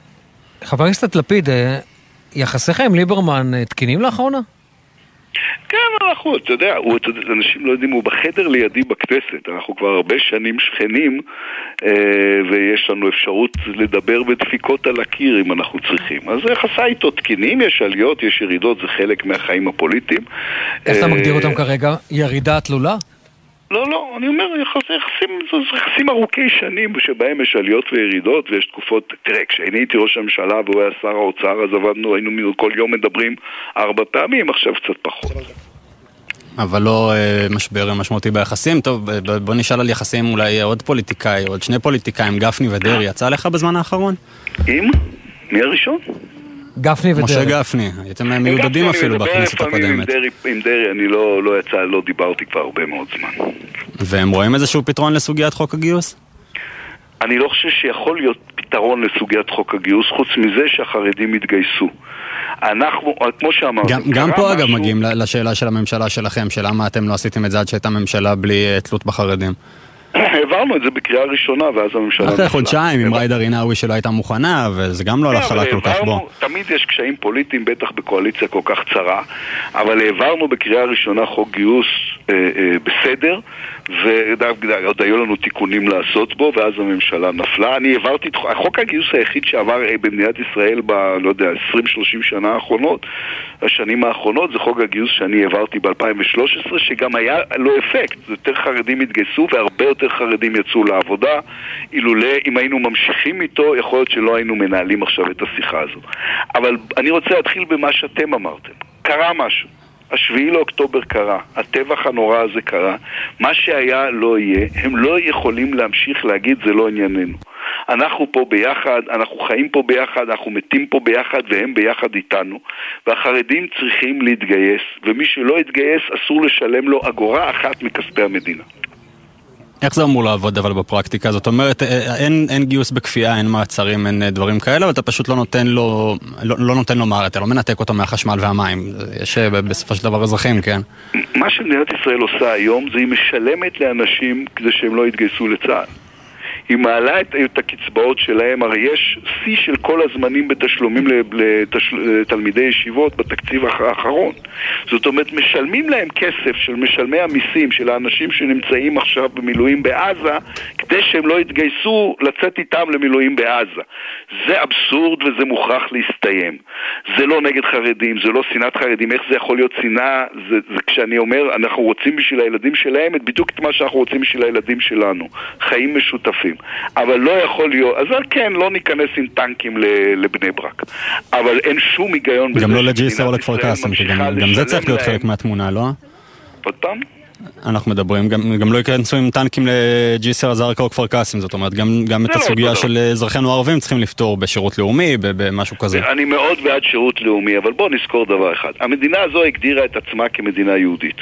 חבר הכנסת לפיד, יחסיך עם ליברמן תקינים לאחרונה? כן, אנחנו, אתה יודע, אנשים לא יודעים, הוא בחדר לידי בכנסת, אנחנו כבר הרבה שנים שכנים, ויש לנו אפשרות לדבר בדפיקות על הקיר אם אנחנו צריכים. אז יחסי איתו תקינים, יש עליות, יש ירידות, זה חלק מהחיים הפוליטיים. איך אתה מגדיר אותם כרגע? ירידה תלולה? לא, אני אומר, יחסים ארוכי שנים שבהם יש עליות וירידות ויש תקופות, תראה, כשאני הייתי ראש הממשלה והוא היה שר האוצר, אז היינו כל יום מדברים 4 פעמים, עכשיו קצת פחות. אבל לא משבר משמעותי ביחסים. טוב, בוא נשאל על יחסים אולי עוד פוליטיקאי, עוד 2 פוליטיקאים, גפני ודרי, יצא לך בזמן האחרון? מי הראשון? גפני ודרי. משה גפני, הייתם מיודדים אפילו בכנסת הקודמת. עם דרי אני לא דיברתי כבר הרבה מאוד זמן. והם רואים איזשהו פתרון לסוגיית חוק הגיוס? אני לא חושב שיכול להיות פתרון לסוגיית חוק הגיוס, חוץ מזה שהחרדים יתגייסו. אנחנו, כמו שאמרתי... גם פה אגב מגיעים לשאלה של הממשלה שלכם, של למה אתם לא עשיתם את זה עד שהייתה ממשלה בלי תלות בחרדים. העברנו את זה בקריאה ראשונה, ואז הממשלה... אחרי חודשיים עם ריידה רינאוי שלא הייתה מוכנה, וזה גם לא הלך חלק כל כך בו. תמיד יש קשיים פוליטיים, בטח בקואליציה כל כך צרה, אבל העברנו בקריאה ראשונה חוק גיוס בסדר, ועוד היו לנו תיקונים לעשות בו, ואז הממשלה נפלה. אני העברתי את החוק הגיוס היחיד שעבר במדינת ישראל לא יודע, 20-30 השנים האחרונות, זה חוק הגיוס שאני העברתי ב-2013, שגם היה לו אפקט. יותר חרדים התגייסו והרבה יותר חרדים יצאו לעבודה. אם היינו ממשיכים איתו, יכול להיות שלא היינו מנהלים עכשיו את השיחה הזו. אבל אני רוצה להתחיל במה שאתם אמרתם. קרה משהו. 7 לאוקטובר קרה, הטבח הנורא הזה קרה, מה שהיה לא יהיה, הם לא יכולים להמשיך להגיד זה לא ענייננו. אנחנו פה ביחד, אנחנו חיים פה ביחד, אנחנו מתים פה ביחד והם ביחד איתנו, והחרדים צריכים להתגייס, ומי שלא יתגייס אסור לשלם לו אגורה אחת מכספי המדינה. איך זה אמור לעבוד אבל בפרקטיקה? זאת אומרת, אין גיוס בכפייה, אין מעצרים, אין דברים כאלה, אבל אתה פשוט לא נותן לו מער, אתה לא מנתק אותו מהחשמל והמים. יש בסופו של דבר אזרחים, כן? מה שמדינת ישראל עושה היום זה היא משלמת לאנשים כדי שהם לא יתגייסו לצה"ל. היא מעלה את הקצבאות שלהם, הרי יש שיא של כל הזמנים בתשלומים לתלמידי ישיבות בתקציב האחרון. זאת אומרת, משלמים להם כסף של משלמי המיסים, של האנשים שנמצאים עכשיו במילואים בעזה, כדי שהם לא יתגייסו לצאת איתם למילואים בעזה. זה אבסורד וזה מוכרח להסתיים. זה לא נגד חרדים, זה לא שנאת חרדים. איך זה יכול להיות שנאה? זה כשאני אומר, אנחנו רוצים בשביל הילדים שלהם את בדיוק את מה שאנחנו רוצים בשביל הילדים שלנו. חיים משותפים. אבל לא יכול להיות, אז כן, לא ניכנס עם טנקים לבני ברק. אבל אין שום היגיון בזה. גם לא לג'יסר או לכפר קאסם, גם זה צריך להיות חלק מהתמונה, לא? עוד פעם? אנחנו מדברים, גם לא ייכנסו עם טנקים לג'יסר, הזרקה או כפר קאסם, זאת אומרת, גם את הסוגיה של אזרחינו הערבים צריכים לפתור בשירות לאומי, במשהו כזה. אני מאוד בעד שירות לאומי, אבל בואו נזכור דבר אחד. המדינה הזו הגדירה את עצמה כמדינה יהודית.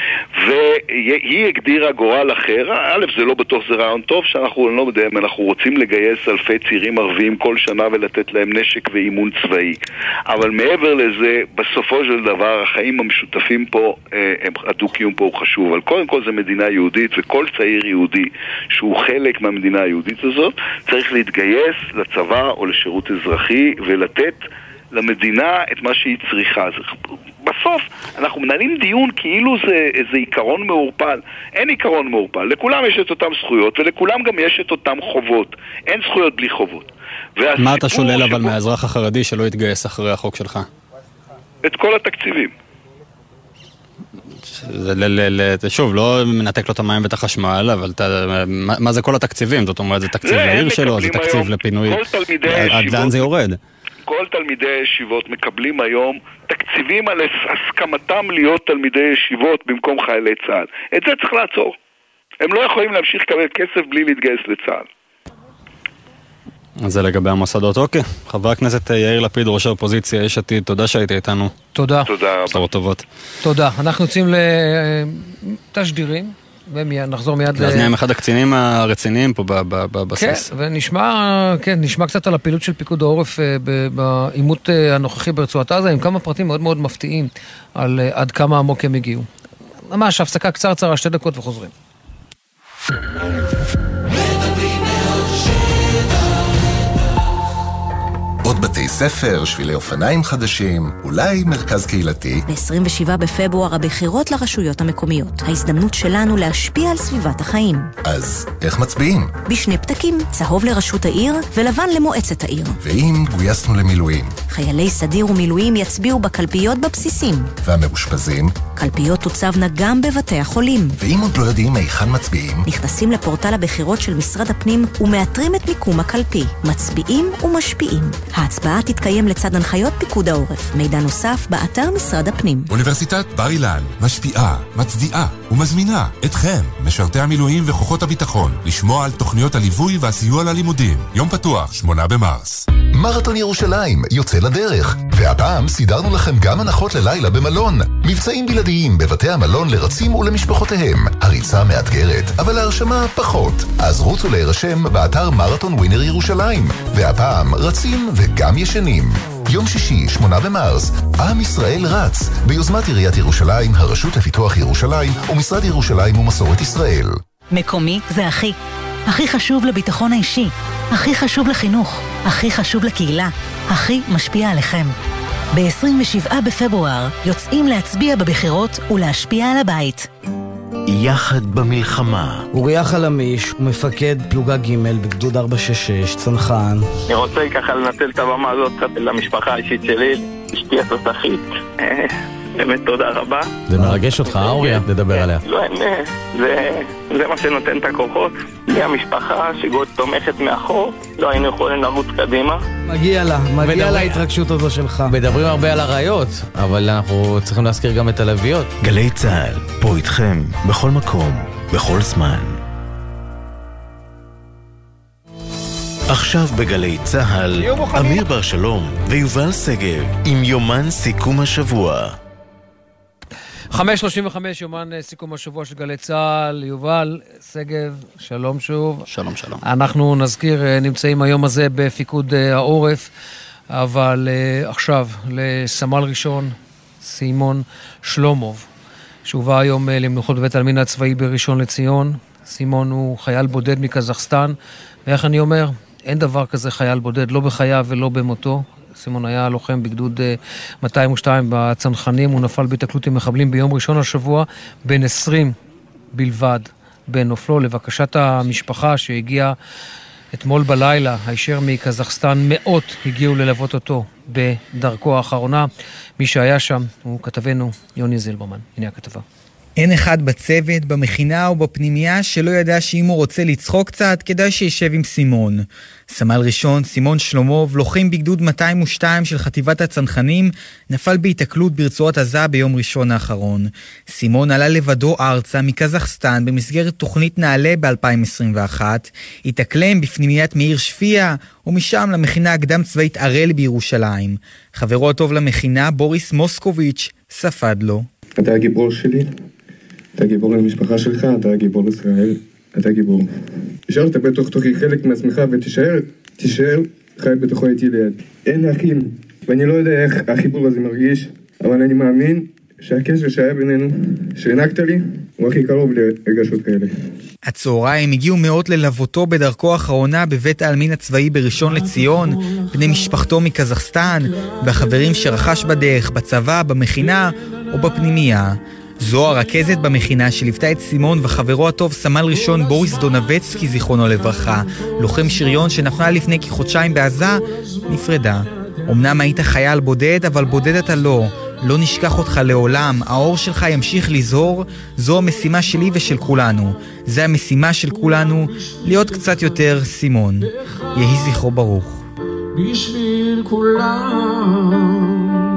והיא הגדירה גורל אחר. א', זה לא בטוח זה רעיון טוב שאנחנו לא יודעים, אנחנו רוצים לגייס אלפי צעירים ערבים כל שנה ולתת להם נשק ואימון צבאי, אבל מעבר לזה, בסופו של דבר החיים המשותפים פה, הדו-קיום פה הוא חשוב. אבל קודם כל זה מדינה יהודית, וכל צעיר יהודי שהוא חלק מהמדינה היהודית הזאת צריך להתגייס לצבא או לשירות אזרחי ולתת למדינה את מה שהיא צריכה. בסוף אנחנו מנהלים דיון כאילו זה עיקרון מעורפל. אין עיקרון מעורפל. לכולם יש את אותם זכויות, ולכולם גם יש את אותם חובות. אין זכויות בלי חובות. מה אתה שולל אבל מהאזרח החרדי שלא יתגייס אחרי החוק שלך? את כל התקציבים. שוב, לא מנתק לו את המים ואת החשמל, אבל מה זה כל התקציבים? זאת אומרת, זה תקציב לעיר שלו, זה תקציב לפינוי. עד לאן זה יורד? כל תלמידי ישיבות מקבלים היום תקציבים על הסכמתם להיות תלמידי ישיבות במקום חיילי צה"ל. את זה צריך לעצור. הם לא יכולים להמשיך לקבל כסף בלי להתגייס לצה"ל. אז זה לגבי המוסדות. אוקיי. חבר הכנסת יאיר לפיד, ראש האופוזיציה, יש עתיד, תודה שהיית איתנו. תודה. תודה. בשורות טובות. תודה. אנחנו יוצאים לתשדירים. ונחזור מיד אז נהיה אחד הקצינים הרציניים פה בבסיס. כן, ונשמע קצת על הפעילות של פיקוד העורף בעימות הנוכחי ברצועת עזה, עם כמה פרטים מאוד מאוד מפתיעים על עד כמה עמוק הם הגיעו. ממש הפסקה קצרצרה, 2 דקות וחוזרים. עוד עוד בתי ספר, שבילי אופניים חדשים, אולי מרכז קהילתי. ב-27 בפברואר הבחירות לרשויות המקומיות. ההזדמנות שלנו להשפיע על סביבת החיים. אז איך מצביעים? בשני פתקים, צהוב לרשות העיר ולבן למועצת העיר. ואם גויסנו למילואים? חיילי סדיר ומילואים יצביעו בקלפיות בבסיסים. והמאושפזים? קלפיות תוצבנה גם בבתי החולים. ואם עוד לא יודעים היכן מצביעים? נכנסים לפורטל הבחירות של משרד הפנים ומאתרים את מיקום הקלפי. מצביעים ומשפיעים. ההצבעה תתקיים לצד הנחיות פיקוד העורף. מידע נוסף באתר משרד הפנים. אוניברסיטת בר אילן משפיעה, מצדיעה ומזמינה אתכם, משרתי המילואים וכוחות הביטחון, לשמוע על תוכניות הליווי והסיוע ללימודים. יום פתוח, 8 במרס. מרתון ירושלים יוצא לדרך, והפעם סידרנו לכם גם הנחות ללילה במלון. מבצעים בלעדיים בבתי המלון לרצים ולמשפחותיהם. הריצה מאתגרת, אבל ההרשמה פחות. אז רוצו להירשם באתר מרתון ווינר ירושלים. והפעם רצים וגם ישנים. יום שישי, 8 במרס, עם ישראל רץ, ביוזמת עיריית ירושלים, הרשות לפיתוח ירושלים ומשרד ירושלים ומסורת ישראל. מקומי זה הכי. הכי חשוב לביטחון האישי, הכי חשוב לחינוך, הכי חשוב לקהילה, הכי משפיע עליכם. ב-27 בפברואר יוצאים להצביע בבחירות ולהשפיע על הבית. יחד במלחמה. אוריה חלמיש, מפקד פלוגה ג' בגדוד 466, צנחן. אני רוצה ככה לנצל את הבמה הזאת למשפחה האישית שלי, אשתי התותחית. באמת תודה רבה. זה מרגש אותך, אוריה, לדבר עליה. לא, זה מה שנותן את הכוחות. היא המשפחה שגוד תומכת מאחור, לא היינו יכולים לרוץ קדימה. מגיע לה ההתרגשות הזו שלך. מדברים הרבה על הרעיות, אבל אנחנו צריכים להזכיר גם את הלוויות. גלי צהל, פה איתכם, בכל מקום, בכל זמן. עכשיו בגלי צהל, אמיר בר שלום ויובל סגב עם יומן סיכום השבוע. 5:35 יומן סיכום השבוע של גלי צהל. יובל סגב, שלום שוב. שלום. אנחנו נזכיר, נמצאים היום הזה בפיקוד העורף, אבל עכשיו לסמל ראשון סימון שלומוב, שהובא היום למנוחות בבית העלמין הצבאי בראשון לציון. סימון הוא חייל בודד מקזחסטן, ואיך אני אומר, אין דבר כזה חייל בודד, לא בחייו ולא במותו. סימון היה לוחם בגדוד 202 בצנחנים, הוא נפל בהתקלות עם מחבלים ביום ראשון השבוע, בן 20 בלבד בנופלו. לבקשת המשפחה שהגיעה אתמול בלילה, הישר מקזחסטן, מאות הגיעו ללוות אותו בדרכו האחרונה. מי שהיה שם הוא כתבנו יוני זילברמן. הנה הכתבה. אין אחד בצוות, במכינה או בפנימייה שלא ידע שאם הוא רוצה לצחוק קצת, כדאי שישב עם סימון. סמל ראשון, סימון שלומוב, לוחם בגדוד 202 של חטיבת הצנחנים, נפל בהתקלות ברצועת עזה ביום ראשון האחרון. סימון עלה לבדו ארצה מקזחסטן במסגרת תוכנית נעלה ב-2021, התאקלם בפנימיית מאיר שפיה, ומשם למכינה הקדם צבאית הראל בירושלים. חברו הטוב למכינה, בוריס מוסקוביץ', ספד לו. אתה הגיבור שלי, אתה גיבור למשפחה שלך, אתה גיבור ישראל, אתה גיבור. השארת בתוך תוכי חלק מעצמך ותישאר חי בתוכו איתי ליד. אין לי אחים, ואני לא יודע איך החיבור הזה מרגיש, אבל אני מאמין שהקשר שהיה בינינו, שהענקת לי, הוא הכי קרוב לרגשות כאלה. הצהריים הגיעו מאות ללוותו בדרכו האחרונה בבית העלמין הצבאי בראשון לציון, בני משפחתו מקזחסטן, והחברים שרכש בדרך, בצבא, במכינה או בפנימייה. זו הרכזת במכינה שליוותה את סימון וחברו הטוב סמל ראשון בוריס דונבצקי זיכרונו לברכה, לוחם שריון שנפלה לפני כחודשיים בעזה, נפרדה. אמנם היית חייל בודד, אבל בודד אתה לא נשכח אותך לעולם, האור שלך ימשיך לזהור, זו המשימה שלי ושל כולנו. זה המשימה של כולנו, להיות קצת יותר סימון. יהי זכרו ברוך. בשביל כולם.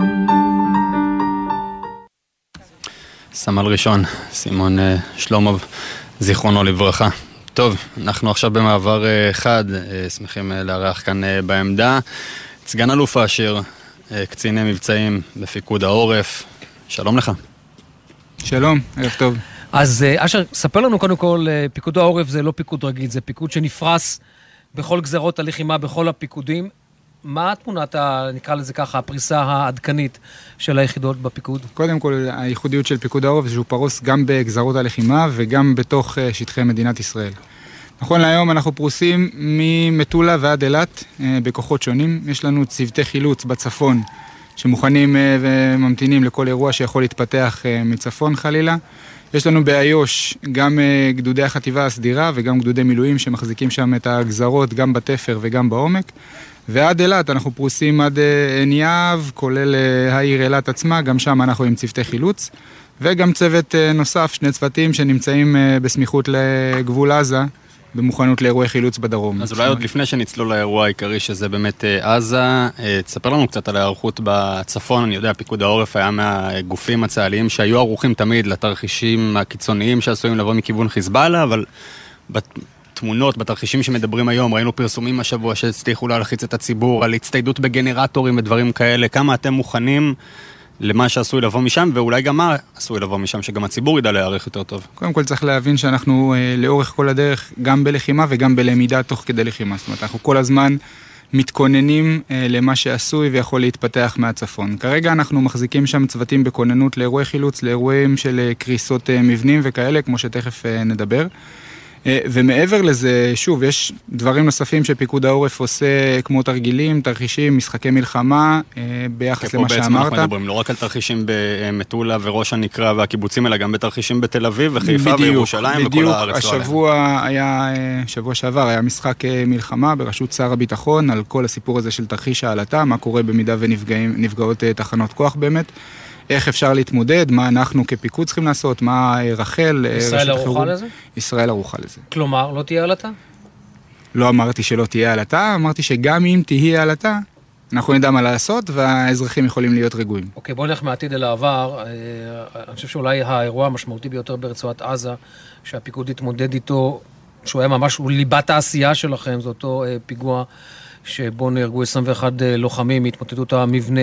סמל ראשון, סימון שלומוב, זיכרונו לברכה. טוב, אנחנו עכשיו במעבר אחד, שמחים לארח כאן בעמדה. סגן אלוף אשר, קציני מבצעים בפיקוד העורף, שלום לך. שלום, ערב טוב. אז אשר, ספר לנו קודם כל, פיקוד העורף זה לא פיקוד רגיל, זה פיקוד שנפרס בכל גזרות הלחימה, בכל הפיקודים. מה התמונת, נקרא לזה ככה, הפריסה העדכנית של היחידות בפיקוד? קודם כל, הייחודיות של פיקוד העורף זה שהוא פרוס גם בגזרות הלחימה וגם בתוך שטחי מדינת ישראל. נכון להיום אנחנו פרוסים ממטולה ועד אילת בכוחות שונים. יש לנו צוותי חילוץ בצפון שמוכנים וממתינים לכל אירוע שיכול להתפתח מצפון חלילה. יש לנו באיו"ש גם גדודי החטיבה הסדירה וגם גדודי מילואים שמחזיקים שם את הגזרות גם בתפר וגם בעומק. ועד אילת אנחנו פרוסים עד עין יהב, כולל העיר אילת עצמה, גם שם אנחנו עם צוותי חילוץ. וגם צוות נוסף, שני צוותים שנמצאים בסמיכות לגבול עזה, במוכנות לאירועי חילוץ בדרום. אז אולי עוד לפני שנצלול לאירוע העיקרי שזה באמת עזה, תספר לנו קצת על ההיערכות בצפון. אני יודע, פיקוד העורף היה מהגופים הצה"ליים שהיו ערוכים תמיד לתרחישים הקיצוניים שעשויים לבוא מכיוון חיזבאללה, אבל בתמונות, בתרחישים שמדברים היום, ראינו פרסומים השבוע שהצליחו להלחיץ את הציבור על הצטיידות בגנרטורים ודברים כאלה. כמה אתם מוכנים למה שעשוי לבוא משם, ואולי גם מה עשוי לבוא משם, שגם הציבור ידע להעריך יותר טוב? קודם כל צריך להבין שאנחנו לאורך כל הדרך, גם בלחימה וגם בלמידה תוך כדי לחימה. זאת אומרת, אנחנו כל הזמן מתכוננים למה שעשוי ויכול להתפתח מהצפון. כרגע אנחנו מחזיקים שם צוותים בכוננות לאירועי חילוץ, לאירועים של קריסות מבנים וכאלה, כמו שתכף נדבר. ומעבר לזה, שוב, יש דברים נוספים שפיקוד העורף עושה, כמו תרגילים, תרחישים, משחקי מלחמה, ביחס למה שאמרת. פה בעצם אנחנו מדברים לא רק על תרחישים במטולה וראש הנקרה והקיבוצים, אלא גם בתרחישים בתל אביב וחיפה וירושלים וכל הארץ. השבוע היה, שבוע שעבר היה משחק מלחמה בראשות שר הביטחון, על כל הסיפור הזה של תרחיש העלתה, מה קורה במידה ונפגעות תחנות כוח באמת. איך אפשר להתמודד, מה אנחנו כפיקוד צריכים לעשות, מה רחל... ישראל ערוכה לזה? ישראל ערוכה לזה. כלומר, לא תהיה עלתה? לא אמרתי שלא תהיה עלתה, אמרתי שגם אם תהיה עלתה, אנחנו נדע מה לעשות, והאזרחים יכולים להיות רגועים. אוקיי, בואו נלך מעתיד אל העבר. אני חושב שאולי האירוע המשמעותי ביותר ברצועת עזה, שהפיקוד התמודד איתו, שהוא היה ממש, הוא ליבת העשייה שלכם, זה אותו פיגוע שבו נהרגו 21 לוחמים מהתמוטטות המבנה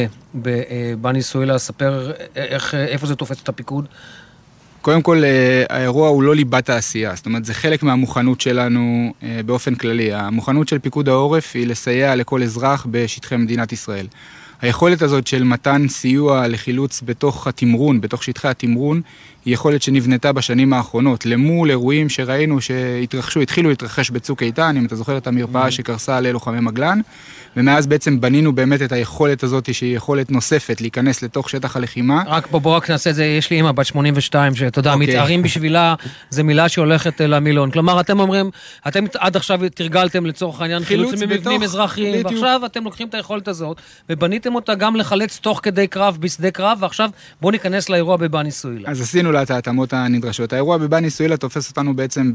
בבני סוילה. ספר איפה זה תופס את הפיקוד? קודם כל, האירוע הוא לא ליבת העשייה, זאת אומרת, זה חלק מהמוכנות שלנו באופן כללי. המוכנות של פיקוד העורף היא לסייע לכל אזרח בשטחי מדינת ישראל. היכולת הזאת של מתן סיוע לחילוץ בתוך התמרון, בתוך שטחי התמרון, היא יכולת שנבנתה בשנים האחרונות, למול אירועים שראינו שהתרחשו, התחילו להתרחש בצוק איתן, אם אתה זוכר את המרפאה שקרסה ללוחמי מגלן, ומאז בעצם בנינו באמת את היכולת הזאת, שהיא יכולת נוספת להיכנס לתוך שטח הלחימה. רק בוא רק נעשה את זה, יש לי אמא בת 82, שאתה יודע, מתארים בשבילה, זה מילה שהולכת למילון. כלומר, אתם אומרים, אתם עד עכשיו תרגלתם לצורך העניין חילוץ מבנים אזרחיים, ועכשיו אתם לוקחים את היכולת הזאת, ובניתם אותה גם לחלץ תוך כדי קרב, בשדה קרב, ועכשיו בוא ניכנס לאירוע בבני סוילה. אז עשינו לה את ההתאמות הנדרשות. האירוע בבני סוילה תופס אותנו בעצם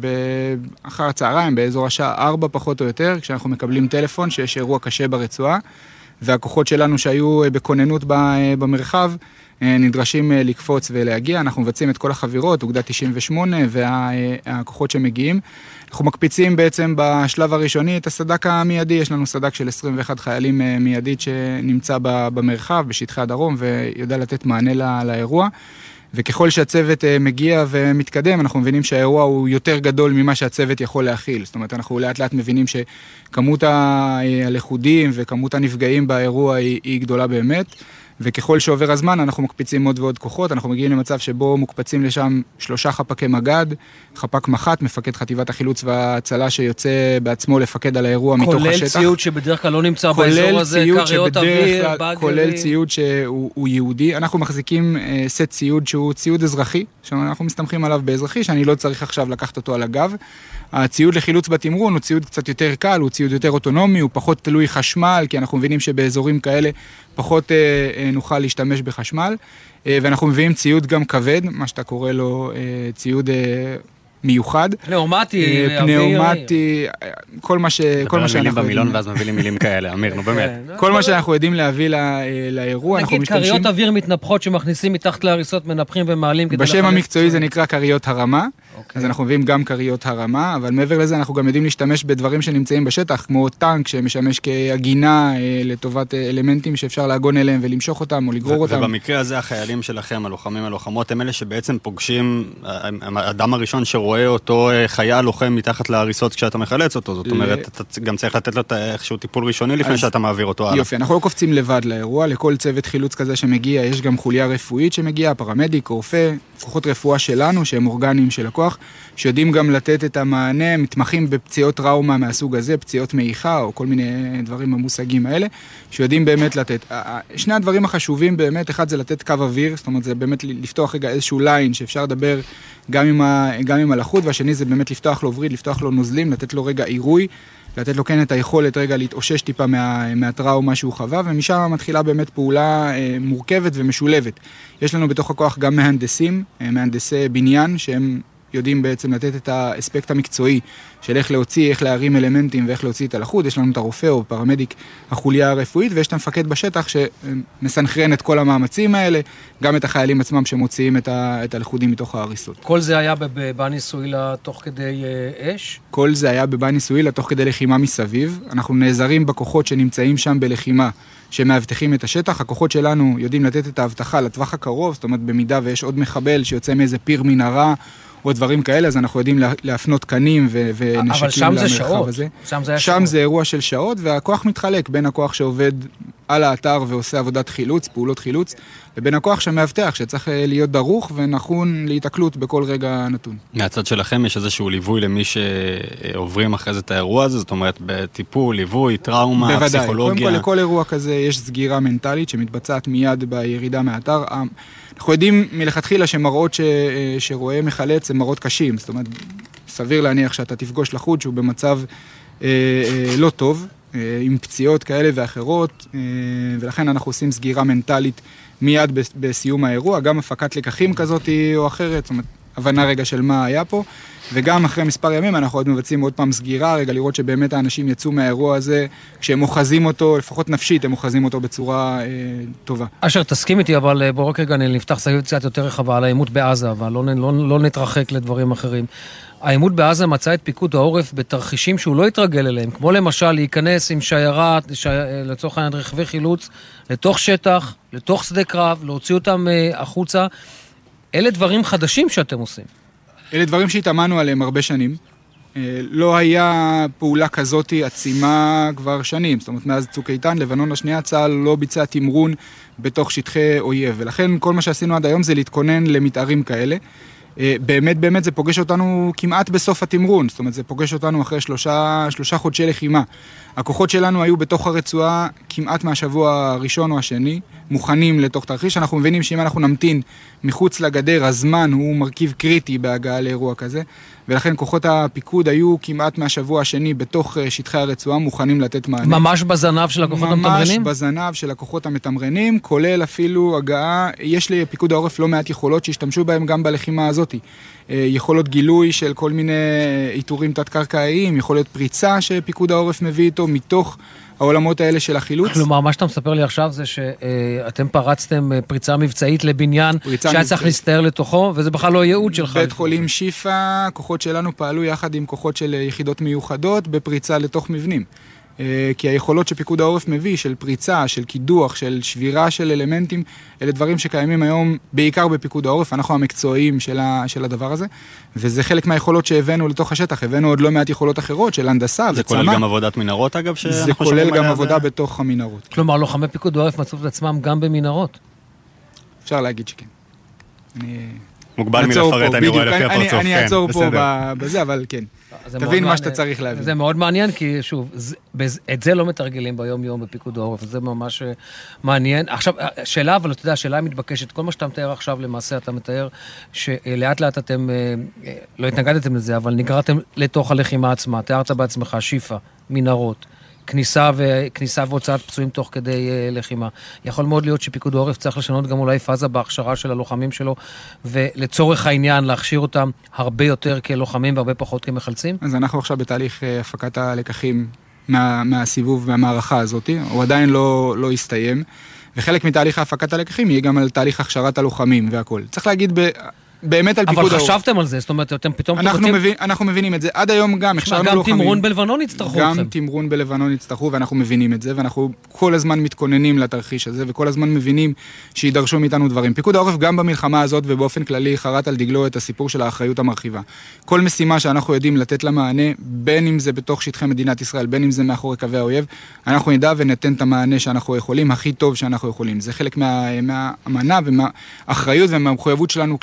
אחר הצהריים, באזור השעה 4 פחות או יותר, כשאנחנו מקבלים טלפון שיש אירוע קשה ברצועה, והכוחות שלנו שהיו בכוננות במרחב, נדרשים לקפוץ ולהגיע. אנחנו מבצעים את כל החבירות, אוגדה 98 והכוחות שמגיעים. אנחנו מקפיצים בעצם בשלב הראשוני את הסדק המיידי, יש לנו סדק של 21 חיילים מיידית שנמצא במרחב, בשטחי הדרום, ויודע לתת מענה לאירוע. וככל שהצוות מגיע ומתקדם, אנחנו מבינים שהאירוע הוא יותר גדול ממה שהצוות יכול להכיל. זאת אומרת, אנחנו לאט לאט מבינים שכמות הלכודים וכמות הנפגעים באירוע היא גדולה באמת, וככל שעובר הזמן אנחנו מקפיצים עוד ועוד כוחות, אנחנו מגיעים למצב שבו מוקפצים לשם 3 חפקי מג"ד, חפק מח"ט, מפקד חטיבת החילוץ וההצלה שיוצא בעצמו לפקד על האירוע מתוך השטח. כולל ציוד שבדרך כלל לא נמצא באזור הזה, קריות אוויר, בגרי. כולל ציוד שהוא יהודי. אנחנו מחזיקים סט ציוד שהוא ציוד אזרחי, שאנחנו מסתמכים עליו באזרחי, שאני לא צריך עכשיו לקחת אותו על הגב. הציוד לחילוץ בתמרון הוא ציוד קצת יותר קל, הוא ציוד יותר אוטונומי, הוא פחות תלוי חשמל, כי אנחנו מבינים שבאזורים כאלה פחות נוכל להשתמש בחשמל, ואנחנו מביאים ציוד גם כבד, מה שאתה קורא לו ציוד מיוחד. פנאומטי, כל מה שאנחנו מילים במילון ואז מביא מילים כאלה, אמיר, נו באמת. כל מה שאנחנו יודעים להביא לאירוע, אנחנו משתמשים... נגיד קריות אוויר מתנפחות שמכניסים מתחת להריסות, מנפחים ומעלים. בשם המקצועי זה נקרא קריות הרמה, אז אנחנו מביאים גם קריות הרמה, אבל מעבר לזה אנחנו גם יודעים להשתמש בדברים שנמצאים בשטח, כמו טנק שמשמש כהגינה לטובת אלמנטים שאפשר להגון אליהם ולמשוך אותם או לגרור אותם. ובמקרה הזה החיילים שלכם, הלוחמים, הלוחמות, הם אלה שבעצם פוגשים, האדם הראשון שרואה אותו חייל לוחם מתחת להריסות כשאתה מחלץ אותו, זאת אומרת, אתה גם צריך לתת לו איזשהו טיפול ראשוני לפני שאתה מעביר אותו הלאה. יופי, אנחנו לא קופצים לבד לאירוע, לכל צוות חילוץ כזה שמגיע, יש גם חוליה רפואית שמגיעה, פרמדיק, רופא, כוחות רפואה שלנו, שהם אורגנים של הכוח, שיודעים גם לתת את המענה, מתמחים בפציעות טראומה מהסוג הזה, פציעות מעיכה, או כל מיני דברים המושגים האלה, שיודעים באמת לתת. שני הדברים החשובים באמת, אחד זה לתת קו אוויר, זאת אומרת, זה באמת לפתוח רגע איזשהו ליין, שאפשר לדבר גם עם הלחות, והשני זה באמת לפתוח לו וריד, לפתוח לו נוזלים, לתת לו רגע עירוי, לתת לו כן את היכולת רגע להתאושש טיפה מהטראומה שהוא חווה, ומשם מתחילה באמת פעולה מורכבת ומשולבת. יש לנו בתוך הכוח גם מהנדסים, מהנדסי בניין, שהם יודעים בעצם לתת את האספקט המקצועי של איך להוציא, איך להרים אלמנטים ואיך להוציא את הלחות. יש לנו את הרופא או פרמדיק החוליה הרפואית, ויש את המפקד בשטח שמסנכרן את כל המאמצים האלה, גם את החיילים עצמם שמוציאים את הלכודים מתוך ההריסות. כל זה היה בבני סואילה תוך כדי אש? כל זה היה בבני סואילה תוך כדי לחימה מסביב. אנחנו נעזרים בכוחות שנמצאים שם בלחימה, שמאבטחים את השטח. הכוחות שלנו יודעים לתת את ההבטחה לטווח הקרוב, זאת אומרת במידה ויש עוד מחבל שיוצא מאיזה פיר מנהרה, או דברים כאלה, אז אנחנו יודעים להפנות קנים ונשקים למרחב הזה. שם זה אירוע של שעות, והכוח מתחלק בין הכוח שעובד על האתר ועושה עבודת חילוץ, פעולות חילוץ, לבין הכוח שמאבטח, שצריך להיות דרוך ונכון להתקלות בכל רגע נתון. מהצד שלכם יש איזשהו ליווי למי שעוברים אחרי זה את האירוע הזה, זאת אומרת, בטיפול, ליווי, טראומה, פסיכולוגיה. בוודאי, קודם כל לכל אירוע כזה יש סגירה מנטלית שמתבצעת מיד בירידה מהאתר. אנחנו יודעים מלכתחילה שמראות שרואה מחלץ הם מראות קשים, זאת אומרת, סביר להניח שאתה תפגוש לחוד שהוא במצב לא טוב, עם פציעות כאלה ואחרות, ולכן אנחנו עושים סגירה מנטלית מיד בסיום האירוע, גם הפקת לקחים כזאת או אחרת, זאת אומרת, הבנה רגע של מה היה פה, וגם אחרי מספר ימים אנחנו עוד מבצעים עוד פעם סגירה, רגע לראות שבאמת האנשים יצאו מהאירוע הזה, כשהם אוחזים אותו, לפחות נפשית, הם אוחזים אותו בצורה טובה. אשר, תסכים איתי, אבל בואו רק רגע נפתח סביב קצת יותר רחבה על העימות בעזה, אבל לא נתרחק לדברים אחרים. העימות בעזה מצא את פיקוד העורף בתרחישים שהוא לא התרגל אליהם, כמו למשל להיכנס עם שיירה, לצורך העניין רכבי חילוץ, לתוך שטח, לתוך שדה קרב, להוציא אותם החוצה. אלה דברים חדשים שאתם עושים. אלה דברים שהתאמנו עליהם הרבה שנים. לא היה פעולה כזאת עצימה כבר שנים. זאת אומרת, מאז צוק איתן, לבנון השנייה, צה"ל לא ביצע תמרון בתוך שטחי אויב. ולכן כל מה שעשינו עד היום זה להתכונן למתארים כאלה. באמת זה פוגש אותנו כמעט בסוף התמרון, זאת אומרת זה פוגש אותנו אחרי שלושה חודשי לחימה. הכוחות שלנו היו בתוך הרצועה כמעט מהשבוע הראשון או השני, מוכנים לתוך תרחיש. אנחנו מבינים שאם אנחנו נמתין מחוץ לגדר, הזמן הוא מרכיב קריטי בהגעה לאירוע כזה, ולכן כוחות הפיקוד היו כמעט מהשבוע השני בתוך שטחי הרצועה, מוכנים לתת מענה. ממש בזנב של הכוחות המתמרנים? ממש בזנב של הכוחות המתמרנים, כולל אפילו הגעה, יש לי פיקוד העורף לא מעט יכולות שהשתמשו בהם גם בלחימה הזאת. יכולות גילוי של כל מיני איתורים תת-קרקעיים, יכולת פריצה שפיקוד העורף מביא איתו מתוך העולמות האלה של החילוץ. כלומר, מה שאתה מספר לי עכשיו זה שאתם פרצתם פריצה מבצעית לבניין שהיה צריך להסתער לתוכו, וזה בכלל לא ייעוד שלך. בית חולים שיפה, כוחות שלנו פעלו יחד עם כוחות של יחידות מיוחדות בפריצה לתוך מבנים. כי היכולות שפיקוד העורף מביא, של פריצה, של קידוח, של שבירה של אלמנטים, אלה דברים שקיימים היום בעיקר בפיקוד העורף, אנחנו המקצועיים של הדבר הזה, וזה חלק מהיכולות שהבאנו לתוך השטח, הבאנו עוד לא מעט יכולות אחרות של הנדסה וצמא. זה כולל גם עבודת מנהרות אגב? זה כולל גם עבודה בתוך המנהרות. כלומר, לוחמי פיקוד העורף מצאו את עצמם גם במנהרות? אפשר להגיד שכן. מוגבל מלפרט, אני רואה לפי הפרצוף. אני אעצור פה בזה, אבל כן. תבין מה שאתה צריך להבין. זה מאוד מעניין, כי שוב, את זה לא מתרגלים ביום יום בפיקוד העורף, זה ממש מעניין. עכשיו, שאלה, אבל אתה יודע, השאלה המתבקשת, כל מה שאתה מתאר עכשיו, למעשה אתה מתאר שלאט לאט אתם, לא התנגדתם לזה, אבל נגררתם לתוך הלחימה עצמה, תיארת בעצמך, שיפה, מנהרות, כניסה והוצאת פצועים תוך כדי לחימה. יכול מאוד להיות שפיקוד העורף צריך לשנות גם אולי פאזה בהכשרה של הלוחמים שלו, ולצורך העניין להכשיר אותם הרבה יותר כלוחמים והרבה פחות כמחלצים? אז אנחנו עכשיו בתהליך הפקת הלקחים מהסיבוב והמערכה הזאת, הוא עדיין לא הסתיים, וחלק מתהליך הפקת הלקחים יהיה גם על תהליך הכשרת הלוחמים והכל. צריך להגיד באמת על פיקוד העורף. אבל חשבתם על זה, זאת אומרת, אתם פתאום... אנחנו מבינים את זה. עד היום גם הכשרנו לוחמים. גם תמרון בלבנון יצטרכו אתכם. גם תמרון בלבנון יצטרכו, ואנחנו מבינים את זה, ואנחנו כל הזמן מתכוננים לתרחיש הזה, וכל הזמן מבינים שידרשו מאיתנו דברים. פיקוד העורף גם במלחמה הזאת, ובאופן כללי חרט על דגלו את הסיפור של האחריות המרחיבה. כל משימה שאנחנו יודעים לתת לה מענה, בין אם זה בתוך שטחי מדינת ישראל, בין אם זה מאחורי קווי האויב, אנחנו נדע וניתן את המענה שאנחנו יכולים, הכי טוב שאנחנו יכולים. זה חלק מהאמנה ומהאחריות ומהמחויבות שלנו כלפי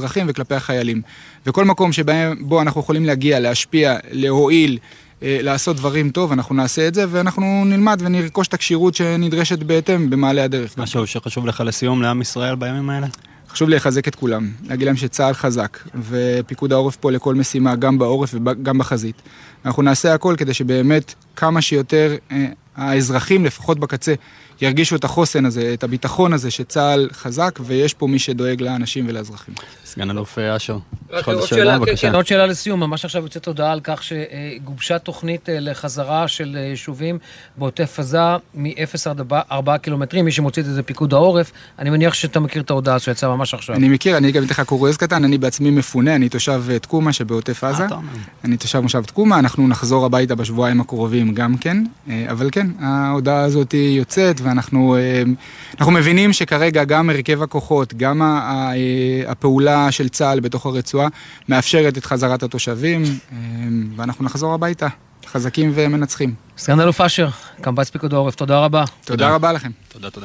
האזרחים וכלפי החיילים. וכל מקום שבו אנחנו יכולים להגיע, להשפיע, להועיל, לעשות דברים טוב, אנחנו נעשה את זה, ואנחנו נלמד ונרכוש את הקשירות שנדרשת בהתאם במעלה הדרך. משהו שחשוב לך לסיום לעם ישראל בימים האלה? חשוב לחזק את כולם, להגיד להם שצה"ל חזק, ופיקוד העורף פה לכל משימה, גם בעורף וגם בחזית. אנחנו נעשה הכל כדי שבאמת כמה שיותר האזרחים, לפחות בקצה, ירגישו את החוסן הזה, את הביטחון הזה שצה"ל חזק, ויש פה מי שדואג לאנשים ולאזרחים. סגן אלוף אשר. עוד שאלה לסיום, ממש עכשיו יוצאת הודעה על כך שגובשה תוכנית לחזרה של יישובים בעוטף עזה מ-0 עד 4 קילומטרים, מי שמוציא את זה פיקוד העורף. אני מניח שאתה מכיר את ההודעה שיצאה ממש עכשיו. אני מכיר, אני גם אתן לך קוריוז קטן, אני בעצמי מפונה, אני תושב תקומה שבעוטף עזה. אני תושב מושב תקומה, אנחנו נחזור הביתה בשבועיים הקרובים גם כן, אבל כן, ההודעה הזאת יוצאת, ואנחנו מבינים שכרגע גם הרכב הכוחות, גם הפעולה של צה"ל בתוך הרצועה, מאפשרת את חזרת התושבים, ואנחנו נחזור הביתה, חזקים ומנצחים. סגן אלוף אשר, קמב"ץ פיקוד העורף, תודה רבה. תודה רבה לכם. תודה.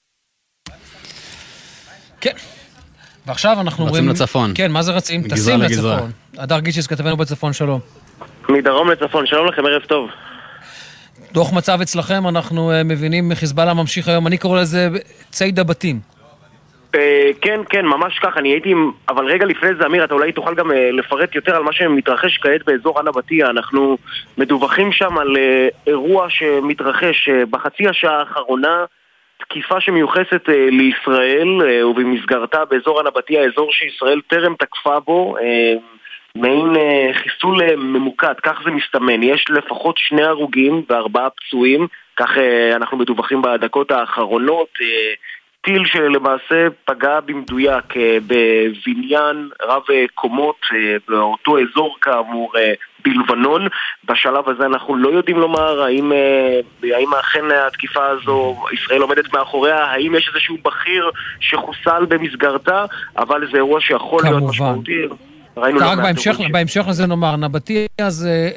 כן. ועכשיו אנחנו רצים לצפון. כן, מה זה רצים? טסים לצפון. הדר גיצ'יס, כתבנו בצפון, שלום. מדרום לצפון, שלום לכם, ערב טוב. דוח מצב אצלכם, אנחנו מבינים, חיזבאללה ממשיך היום, אני קורא לזה ציד הבתים. כן, ממש כך, אני הייתי, אבל רגע לפני זה, אמיר, אתה אולי תוכל גם לפרט יותר על מה שמתרחש כעת באזור ענבתיה. אנחנו מדווחים שם על אירוע שמתרחש בחצי השעה האחרונה, תקיפה שמיוחסת לישראל, ובמסגרתה באזור ענבתיה, האזור שישראל טרם תקפה בו, מעין חיסול ממוקד, כך זה מסתמן. יש לפחות 2 הרוגים ו4 פצועים, כך אנחנו מדווחים בדקות האחרונות. טיל שלמעשה פגע במדויק בבניין רב קומות באותו אזור כאמור בלבנון. בשלב הזה אנחנו לא יודעים לומר האם אכן התקיפה הזו ישראל עומדת מאחוריה, האם יש איזשהו בכיר שחוסל במסגרתה, אבל זה אירוע שיכול להיות משמעותי. רק בהמשך לזה נאמר, נבטיה זה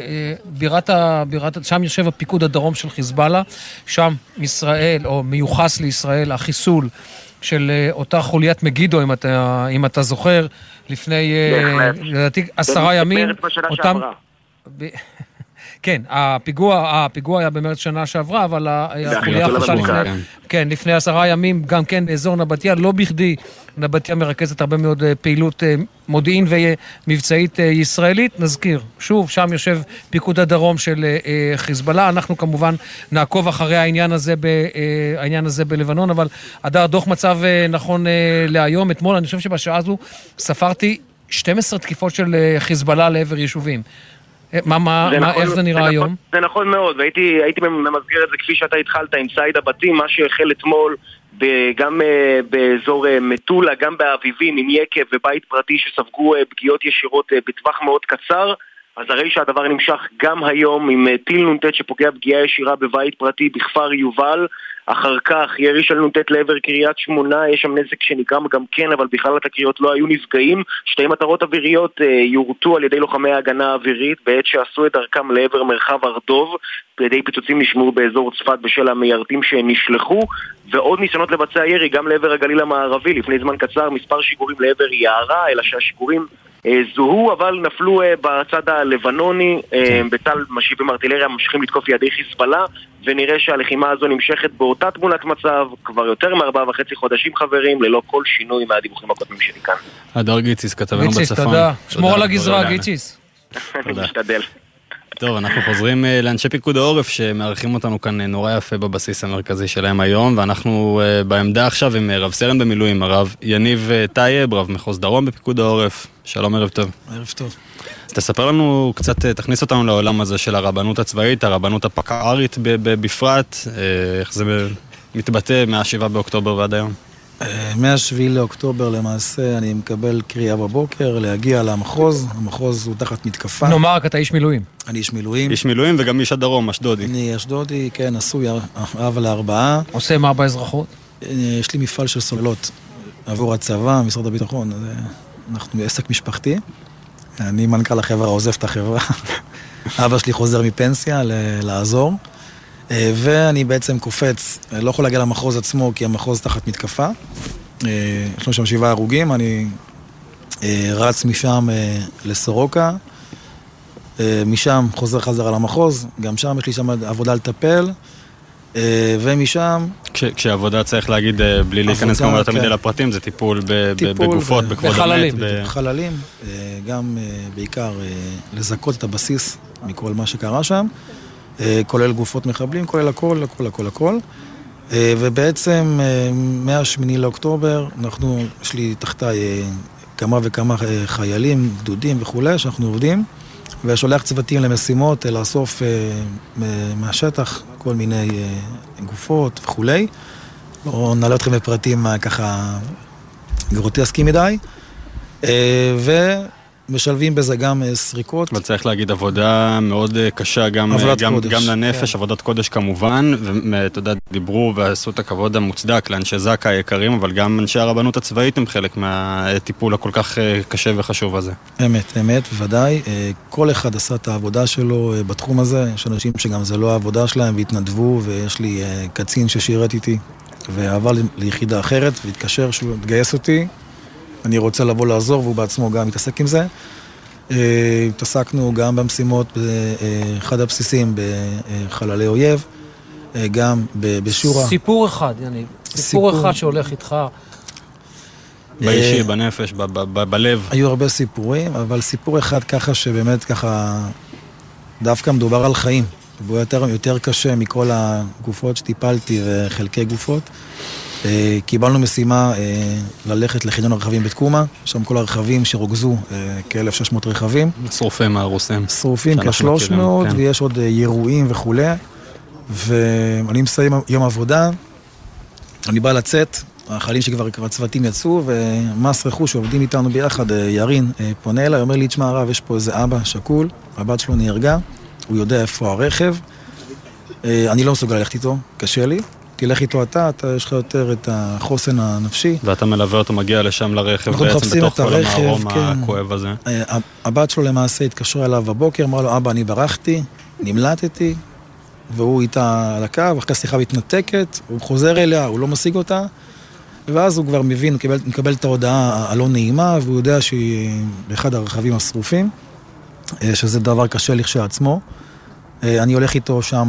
שם יושב הפיקוד הדרום של חיזבאללה, שם ישראל, או מיוחס לישראל, החיסול של אותה חוליית מגידו, אם אתה זוכר, לפני 10 ימים. אותם... כן, הפיגוע היה במרץ שנה שעברה, אבל החוליה חושה לפני 10 ימים, גם כן באזור נבטיה, לא בכדי נבטיה מרכזת הרבה מאוד פעילות מודיעין ומבצעית ישראלית. נזכיר, שוב, שם יושב פיקוד הדרום של חיזבאללה, אנחנו כמובן נעקוב אחרי העניין הזה בלבנון, אבל עדר דוח מצב נכון להיום. אתמול, אני חושב שבשעה הזו ספרתי 12 תקיפות של חיזבאללה לעבר יישובים. איך זה נראה היום? זה נכון מאוד, והייתי ממסגר את זה כפי שאתה התחלת עם ציד הבתים, מה שהחל אתמול גם באזור מטולה, גם באביבים עם יקב ובית פרטי שספגו פגיעות ישירות בטווח מאוד קצר. אז הרי שהדבר נמשך גם היום עם טיל נ"ט שפוגע פגיעה ישירה בבית פרטי בכפר יובל. אחר כך ירי של נ"ט לעבר קריית שמונה, יש שם נזק שנגרם גם כן, אבל בכלל התקריות לא היו נפגעים. 2 מטרות אוויריות יורטו על ידי לוחמי ההגנה האווירית בעת שעשו את דרכם לעבר מרחב ארדוב. בידי פיצוצים נשמעו באזור צפת בשל המיירטים שנשלחו, ועוד ניסיונות לבצע ירי גם לעבר הגליל המערבי. לפני זמן קצר מספר שיגורים לעבר יערה, אלא שהשיגורים זוהו, אבל נפלו בצד הלבנוני. בצה"ל משיבים ארטילריה ממשיכים לתקוף יעדי חיזבאללה, ונראה שהלחימה הזו נמשכת באותה תמונת מצב כבר יותר מ4.5 חודשים, חברים, ללא כל שינוי מהדיווחים הקודמים שלי כאן. הדר גיציס, כתבנו בצפון. גיציס, תודה. שמור על הגזרה, גיציס. אני משתדל. טוב, אנחנו חוזרים לאנשי פיקוד העורף שמארחים אותנו כאן נורא יפה בבסיס המרכזי שלהם היום, ואנחנו בעמדה עכשיו עם רב סרן במילואים, הרב יניב טייב, רב מחוז דרום בפיקוד העורף. שלום, ערב טוב. ערב טוב. תספר לנו קצת, תכניס אותנו לעולם הזה של הרבנות הצבאית, הרבנות הפקערית בפרט, איך זה מתבטא מה-7 באוקטובר ועד היום? מה-7 לאוקטובר למעשה אני מקבל קריאה בבוקר להגיע למחוז, המחוז הוא תחת מתקפה. נאמר, אתה איש מילואים. אני איש מילואים. איש מילואים וגם איש הדרום, אשדודי. אני אשדודי, כן, עשוי 4/4. עושה מה באזרחות? יש לי מפעל של סוללות עבור הצבא, משרד הביטחון, אנחנו בעסק משפחתי. אני מנכ"ל החברה, עוזב את החברה. אבא שלי חוזר מפנסיה לעזור. ואני בעצם קופץ, לא יכול להגיע למחוז עצמו כי המחוז תחת מתקפה. יש לנו שם 7 הרוגים, אני רץ משם לסורוקה, משם חוזר חזרה למחוז, גם שם יש לי שם עבודה לטפל, ומשם... כשעבודה צריך להגיד, בלי להיכנס כמובן יותר מדי לפרטים, זה טיפול בגופות, בכבוד המת. בחללים, גם בעיקר לזכות את הבסיס מכל מה שקרה שם, כולל גופות מחבלים, כולל הכל. ובעצם מה-8 לאוקטובר, יש לי תחתיי כמה וכמה חיילים, גדודים וכו', שאנחנו עובדים, ושולח צוותים למשימות, לאסוף מהשטח כל מיני גופות וכו'. לא נעלה אתכם בפרטים ככה גרוטסקיים מדי, ומשלבים בזה גם סריקות. וצריך להגיד עבודה מאוד קשה, גם לנפש, עבודת קודש כמובן, ואתה יודע, דיברו ועשו את הכבוד המוצדק לאנשי זק"א היקרים, אבל גם אנשי הרבנות הצבאית הם חלק מהטיפול הכל כך קשה וחשוב הזה. אמת, בוודאי. כל אחד עשה את העבודה שלו בתחום הזה. יש אנשים שגם זה לא העבודה שלהם והתנדבו, ויש לי קצין ששירת איתי ועבר ליחידה אחרת והתקשר שהוא התגייס אותי. אני רוצה לבוא לעזור, והוא בעצמו גם מתעסק עם זה. התעסקנו גם במשימות באחד הבסיסים בחללי אויב, גם בשורה. סיפור אחד, יניב. סיפור אחד שהולך איתך. באישי, בנפש, בלב. היו הרבה סיפורים, אבל סיפור אחד ככה שבאמת ככה דווקא מדובר על חיים. והוא יותר קשה מכל הגופות שטיפלתי וחלקי גופות. קיבלנו משימה ללכת לחניון הרכבים בתקומה, שם כל הרכבים שרוגזו, כ-1,600 רכבים. שרופים הרוסים. שרופים כ-300, ויש עוד ירועים וכו'. ואני מסיים יום עבודה, אני בא לצאת, החיילים שכבר הצוותים יצאו, ומס רכוש שעובדים איתנו ביחד, ירין פונה אליי, אומר לי, תשמע הרב, יש פה איזה אבא שקול, הבת שלו נהרגה, הוא יודע איפה הרכב, אני לא מסוגל ללכת איתו, קשה לי. תלך איתו אתה יש לך יותר את החוסן הנפשי. ואתה מלווה אותו, מגיע לשם לרכב, בעצם בתוך כל המערום הכואב הזה. הבת שלו למעשה התקשרה אליו בבוקר, אמרה לו, אבא, אני ברחתי, נמלטתי, והוא איתה על הקו, אחרי כך שיחה מתנתקת, הוא חוזר אליה, הוא לא משיג אותה, ואז הוא כבר מבין, מקבל את ההודעה הלא נעימה, והוא יודע שהיא באחד הרכבים השרופים, שזה דבר קשה לכשעצמו. אני הולך איתו שם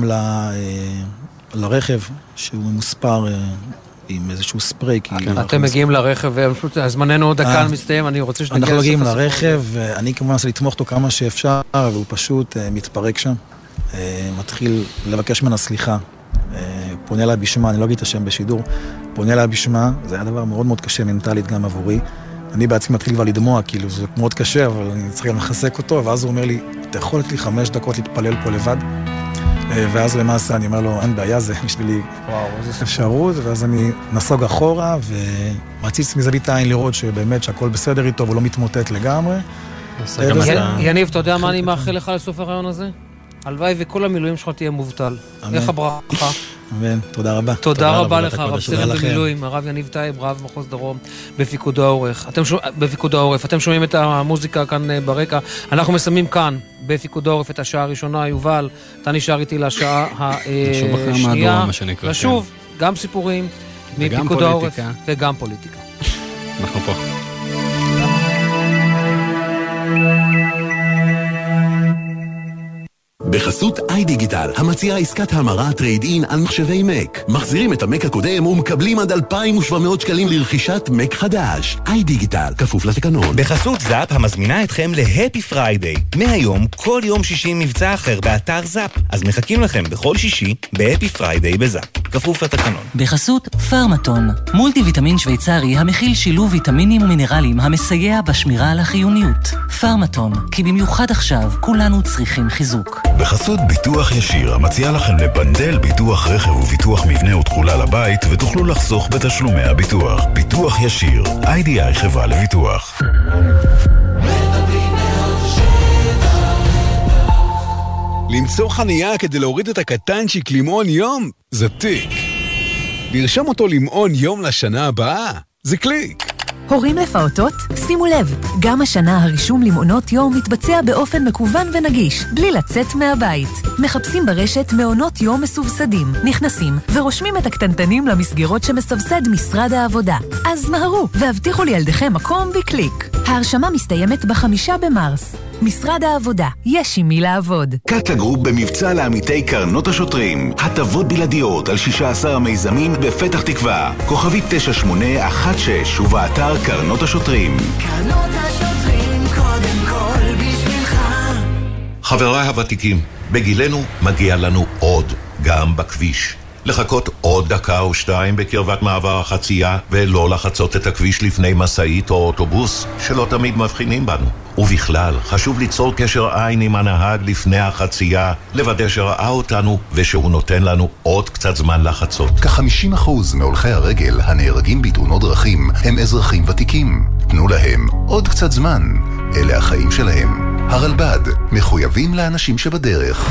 לרכב, שהוא מוספר עם איזשהו ספרי. אתם מגיעים לרכב, הזמננו עוד דקה מסתיים, אני רוצה שתגיע לסוף אנחנו מגיעים לרכב, ואני כמובן מנסה לתמוך אותו כמה שאפשר, והוא פשוט מתפרק שם, מתחיל לבקש ממנה סליחה, פונה אליי בשמה, אני לא אגיד את השם בשידור, פונה אליי בשמה, זה היה דבר מאוד מאוד קשה מנטלית גם עבורי, אני בעצמי מתחיל כבר לדמוע, כאילו זה מאוד קשה, אבל אני צריך גם לחזק אותו, ואז הוא אומר לי, אתה יכול לתת לי 5 דקות להתפלל פה לבד? ואז למעשה אני אומר לו, אין בעיה, זה בשבילי אפשרות, ואז אני נסוג אחורה, ומציץ מזווית העין לראות שבאמת שהכל בסדר איתו, והוא לא מתמוטט לגמרי. יניב, אתה יודע מה אני מאחל לך לסוף הרעיון הזה? הלוואי וכל המילואים שלך תהיה מובטל. איך הברכה? אמן, תודה רבה. תודה רבה לך, רב סרן במילואים, הרב יניב טייב, רב מחוז דרום בפיקוד העורף. אתם שומעים את המוזיקה כאן ברקע. אנחנו מסיימים כאן בפיקוד העורף את השעה הראשונה. יובל, אתה נשאר איתי לשעה השנייה. לשוב, גם סיפורים מפיקוד העורף וגם פוליטיקה. אנחנו פה. בחסות איי-דיגיטל, המציעה עסקת המרה טרייד-אין על מחשבי מק. מחזירים את המק הקודם ומקבלים עד 2,700 שקלים לרכישת מק חדש. איי-דיגיטל, כפוף לתקנון. בחסות זאפ, המזמינה אתכם להפי פריידיי. מהיום, כל יום שישי מבצע אחר באתר זאפ. אז מחכים לכם בכל שישי בהפי פריידיי בזאפ. כפוף לתקנון. בחסות פרמטון, מולטי ויטמין שוויצרי המכיל שילוב ויטמינים ומינרלים המסייע בשמירה על החיוניות. פרמטון, כי במיוחד עכשיו כולנו צריכים חיזוק. בחסות ביטוח ישיר, המציע לכם לבנדל ביטוח רכב וביטוח מבנה ותכולה לבית, ותוכלו לחסוך בתשלומי הביטוח. ביטוח ישיר, IDI חברה לביטוח. למצוא חנייה כדי להוריד את הקטנצ'יק למעון יום? זה תיק. לרשום אותו למעון יום לשנה הבאה? זה קליק. הורים לפעוטות? שימו לב, גם השנה הרישום למעונות יום מתבצע באופן מקוון ונגיש, בלי לצאת מהבית. מחפשים ברשת מעונות יום מסובסדים, נכנסים ורושמים את הקטנטנים למסגרות שמסבסד משרד העבודה. אז מהרו והבטיחו לילדיכם מקום בקליק. ההרשמה מסתיימת ב5 במרס. משרד העבודה, יש עם מי לעבוד. קטלה גרופ במבצע לעמיתי קרנות השוטרים. הטבות בלעדיות על 16 מיזמים בפתח תקווה. כוכבית 9816 ובאתר קרנות השוטרים. קרנות השוטרים קודם כל בשבילך. חבריי הוותיקים, בגילנו מגיע לנו עוד, גם בכביש. לחכות עוד דקה או שתיים בקרבת מעבר החצייה ולא לחצות את הכביש לפני מסעית או אוטובוס שלא תמיד מבחינים בנו. ובכלל, חשוב ליצור קשר עין עם הנהג לפני החצייה, לוודא שראה אותנו ושהוא נותן לנו עוד קצת זמן לחצות. כ-50% מהולכי הרגל הנהרגים בתאונות דרכים הם אזרחים ותיקים. תנו להם עוד קצת זמן. אלה החיים שלהם. הרלב"ד, מחויבים לאנשים שבדרך.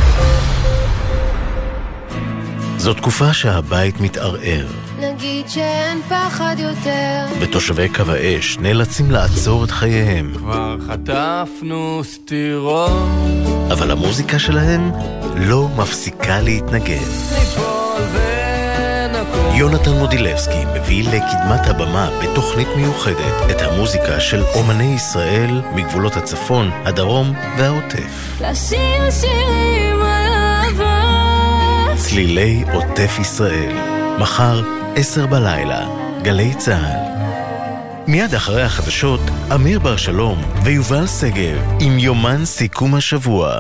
זו תקופה שהבית מתערער. נגיד שאין פחד יותר. ותושבי קו האש נאלצים לעצור את חייהם. כבר חטפנו סתירות. אבל המוזיקה שלהם לא מפסיקה להתנגד. ליפול ונקום. יונתן מודילבסקי מביא לקדמת הבמה בתוכנית מיוחדת את המוזיקה של אומני ישראל מגבולות הצפון, הדרום והעוטף. לשיר שירים על אהבה. צלילי עוטף ישראל, מחר 10 בלילה, גלי צהל. מיד אחרי החדשות, אמיר בר שלום ויובל סגב עם יומן סיכום השבוע.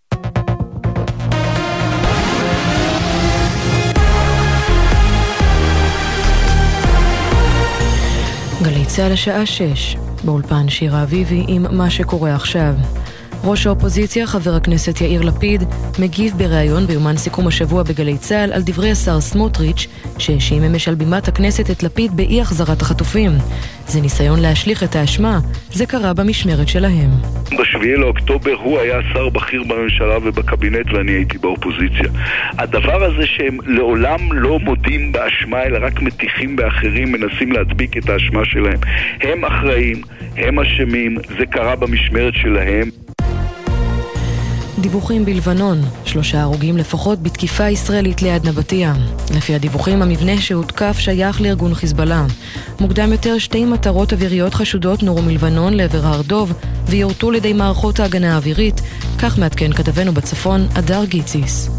גלי צהל השעה 6, באולפן שירה אביבי עם מה שקורה עכשיו. ראש האופוזיציה, חבר הכנסת יאיר לפיד, מגיב בריאיון ביומן סיכום השבוע בגלי צהל על דברי השר סמוטריץ' שהאשים אמש על בימת הכנסת את לפיד באי החזרת החטופים. זה ניסיון להשליך את האשמה, זה קרה במשמרת שלהם. ב7 לאוקטובר הוא היה שר בכיר בממשלה ובקבינט ואני הייתי באופוזיציה. הדבר הזה שהם לעולם לא מודים באשמה אלא רק מטיחים באחרים, מנסים להדביק את האשמה שלהם. הם אחראים, הם אשמים, זה קרה במשמרת שלהם. דיווחים בלבנון, 3 הרוגים לפחות בתקיפה ישראלית ליד נבטיה. לפי הדיווחים, המבנה שהותקף שייך לארגון חיזבאללה. מוקדם יותר 2 מטרות אוויריות חשודות נורו מלבנון לעבר הר דוב ויורטו לידי מערכות ההגנה האווירית, כך מעדכן כתבנו בצפון, אדר גיציס.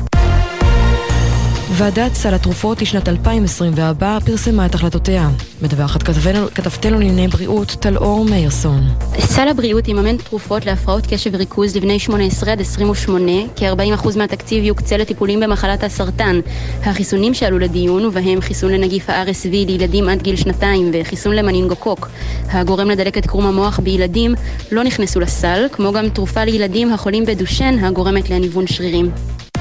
ועדת סל התרופות לשנת 2024 פרסמה את החלטותיה. מדווחת כתבתנו לענייני בריאות טל-אור מאירסון. סל הבריאות יממן תרופות להפרעות קשב וריכוז לבני 18 עד 28, כ-40% מהתקציב יוקצה לטיפולים במחלת הסרטן. החיסונים שעלו לדיון, ובהם חיסון לנגיף ה-RSV לילדים עד גיל 2 וחיסון למנינגוקוק, הגורם לדלקת קרום המוח בילדים, לא נכנסו לסל, כמו גם תרופה לילדים החולים בדושן, הגורמת לניוון שרירים.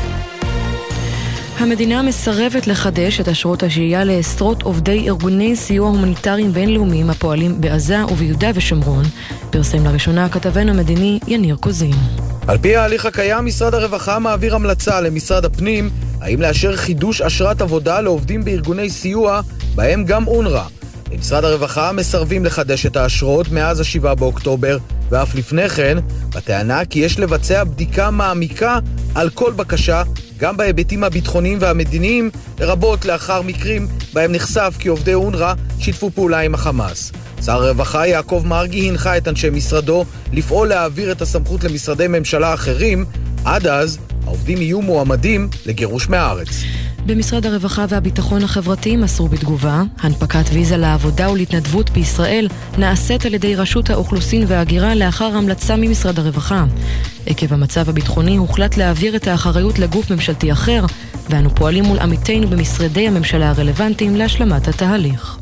המדינה מסרבת לחדש את אשרות השהייה לעשרות עובדי ארגוני סיוע הומניטריים בינלאומיים הפועלים בעזה וביהודה ושומרון, פרסם לראשונה כתבנו המדיני יניר קוזין. על פי ההליך הקיים, משרד הרווחה מעביר המלצה למשרד הפנים האם לאשר חידוש אשרת עבודה לעובדים בארגוני סיוע, בהם גם אונר"א. למשרד הרווחה מסרבים לחדש את האשרות מאז 7 באוקטובר, ואף לפני כן, בטענה כי יש לבצע בדיקה מעמיקה על כל בקשה, גם בהיבטים הביטחוניים והמדיניים, לרבות לאחר מקרים בהם נחשף כי עובדי אונר"א שיתפו פעולה עם החמאס. שר הרווחה יעקב מרגי הנחה את אנשי משרדו לפעול להעביר את הסמכות למשרדי ממשלה אחרים, עד אז העובדים יהיו מועמדים לגירוש מהארץ. במשרד הרווחה והביטחון החברתי מסרו בתגובה, הנפקת ויזה לעבודה ולהתנדבות בישראל נעשית על ידי רשות האוכלוסין וההגירה לאחר המלצה ממשרד הרווחה. עקב המצב הביטחוני הוחלט להעביר את האחריות לגוף ממשלתי אחר, ואנו פועלים מול עמיתינו במשרדי הממשלה הרלוונטיים להשלמת התהליך.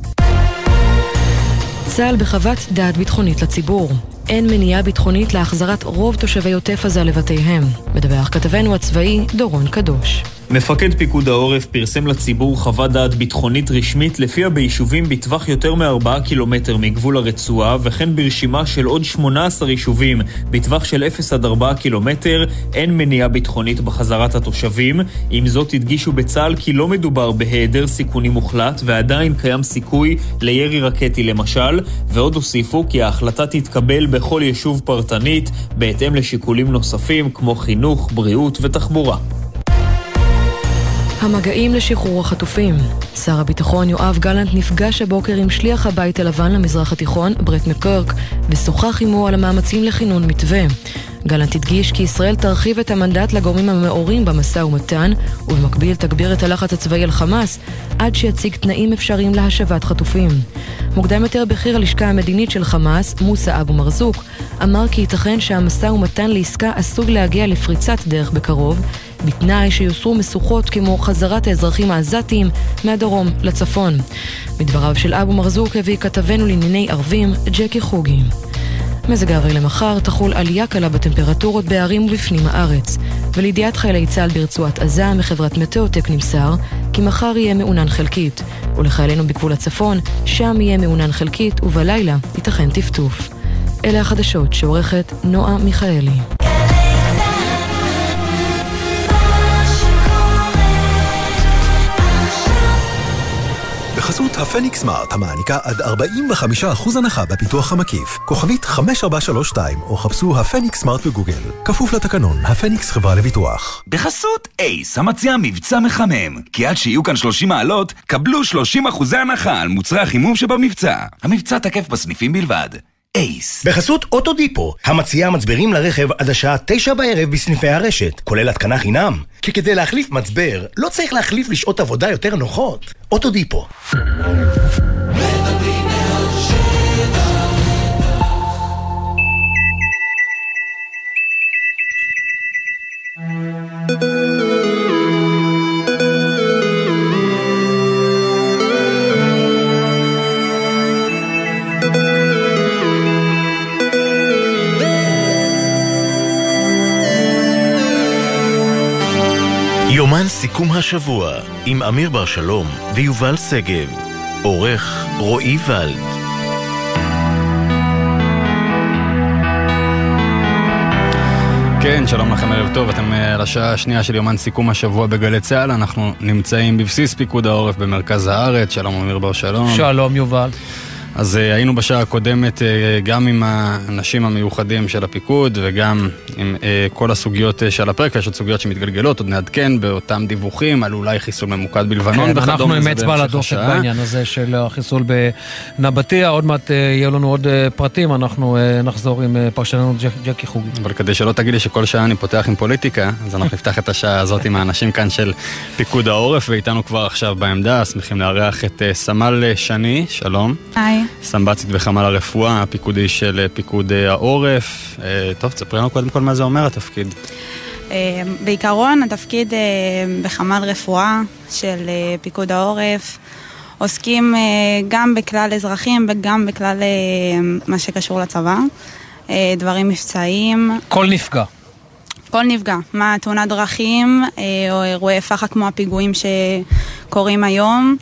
צה"ל בחוות דעת ביטחונית לציבור. אין מניעה ביטחונית להחזרת רוב תושבי עוטף עזה לבתיהם. מדווח כתבנו הצבאי דורון קדוש. מפקד פיקוד העורף פרסם לציבור חוות דעת ביטחונית רשמית לפיה ביישובים בטווח יותר מ4 קילומטר מגבול הרצועה וכן ברשימה של עוד 18 יישובים בטווח של 0 עד 4 קילומטר אין מניעה ביטחונית בחזרת התושבים. עם זאת הדגישו בצה"ל כי לא מדובר בהיעדר סיכוני מוחלט ועדיין קיים סיכוי לירי רקטי למשל, ועוד הוסיפו כי ההחלטה תתקבל בכל יישוב פרטנית בהתאם לשיקולים נוספים כמו חינוך, בריאות ותחבורה. המגעים לשחרור החטופים. שר הביטחון יואב גלנט נפגש הבוקר עם שליח הבית הלבן למזרח התיכון, ברט מקרק, ושוחח עמו על המאמצים לכינון מתווה. גלנט הדגיש כי ישראל תרחיב את המנדט לגורמים המעורים במשא ומתן, ובמקביל תגביר את הלחץ הצבאי על חמאס, עד שיציג תנאים אפשריים להשבת חטופים. מוקדם יותר בכיר הלשכה המדינית של חמאס, מוסא אבו מרזוק, אמר כי ייתכן שהמשא ומתן לעסקה עשוי להגיע לפריצת דרך בקרוב, בתנאי שיוסרו משוכות כמו חזרת האזרחים העזתיים מהדרום לצפון. מדבריו של אבו מרזוק הביא כתבנו לענייני ערבים, ג'קי חוגי. מזג האוויר למחר תחול עלייה קלה בטמפרטורות בערים ובפנים הארץ. ולידיעת חיילי צה"ל ברצועת עזה מחברת מטאוטק נמסר כי מחר יהיה מעונן חלקית, ולחיילינו בגבול הצפון שם יהיה מעונן חלקית ובלילה ייתכן טפטוף. אלה החדשות שעורכת נועה מיכאלי. בחסות הפניקס סמארט, המעניקה עד 45% הנחה בפיתוח המקיף. כוכבית 5432, או חפשו הפניקס סמארט בגוגל. כפוף לתקנון, הפניקס חברה לביטוח. בחסות אייס, המציע מבצע מחמם. כי עד שיהיו כאן 30 מעלות, קבלו 30% הנחה על מוצרי החימום שבמבצע. המבצע תקף בסניפים בלבד. אייס. בחסות אוטודיפו, המציעה מצברים לרכב עד השעה 9 בערב בסניפי הרשת, כולל התקנה חינם. כי כדי להחליף מצבר, לא צריך להחליף לשעות עבודה יותר נוחות. אוטודיפו. יומן סיכום השבוע עם אמיר בר שלום ויובל סגב. עורך רועי ולד. כן, שלום לכם, ערב טוב. אתם על השעה השנייה של יומן סיכום השבוע בגלי צה"ל. אנחנו נמצאים בבסיס פיקוד העורף במרכז הארץ. שלום אמיר בר שלום. שלום יובל. אז היינו בשעה הקודמת גם עם האנשים המיוחדים של הפיקוד וגם עם כל הסוגיות של הפרק. יש עוד סוגיות שמתגלגלות, עוד נעדכן באותם דיווחים על אולי חיסול ממוקד בלבנון. כן, אנחנו עם אצבע על הדופק בעניין הזה של החיסול בנבטיה. עוד מעט יהיו לנו עוד פרטים, אנחנו נחזור עם פרשננו ג'קי חוגי. אבל כדי שלא תגיד לי שכל שעה אני פותח עם פוליטיקה, אז אנחנו נפתח את השעה הזאת עם האנשים כאן של פיקוד העורף, ואיתנו כבר עכשיו בעמדה, שמחים לארח את סמל שני, שלום. היי. סמב"צית בחמ"ל הרפואה, הפיקודי של פיקוד העורף. טוב, תספרי לנו קודם כל מה זה אומר התפקיד. בעיקרון התפקיד בחמ"ל רפואה של פיקוד העורף עוסקים גם בכלל אזרחים וגם בכלל מה שקשור לצבא, דברים מבצעיים. כל נפגע. כל נפגע, מה תאונת דרכים או אירועי פח"ע כמו הפיגועים שקורים היום.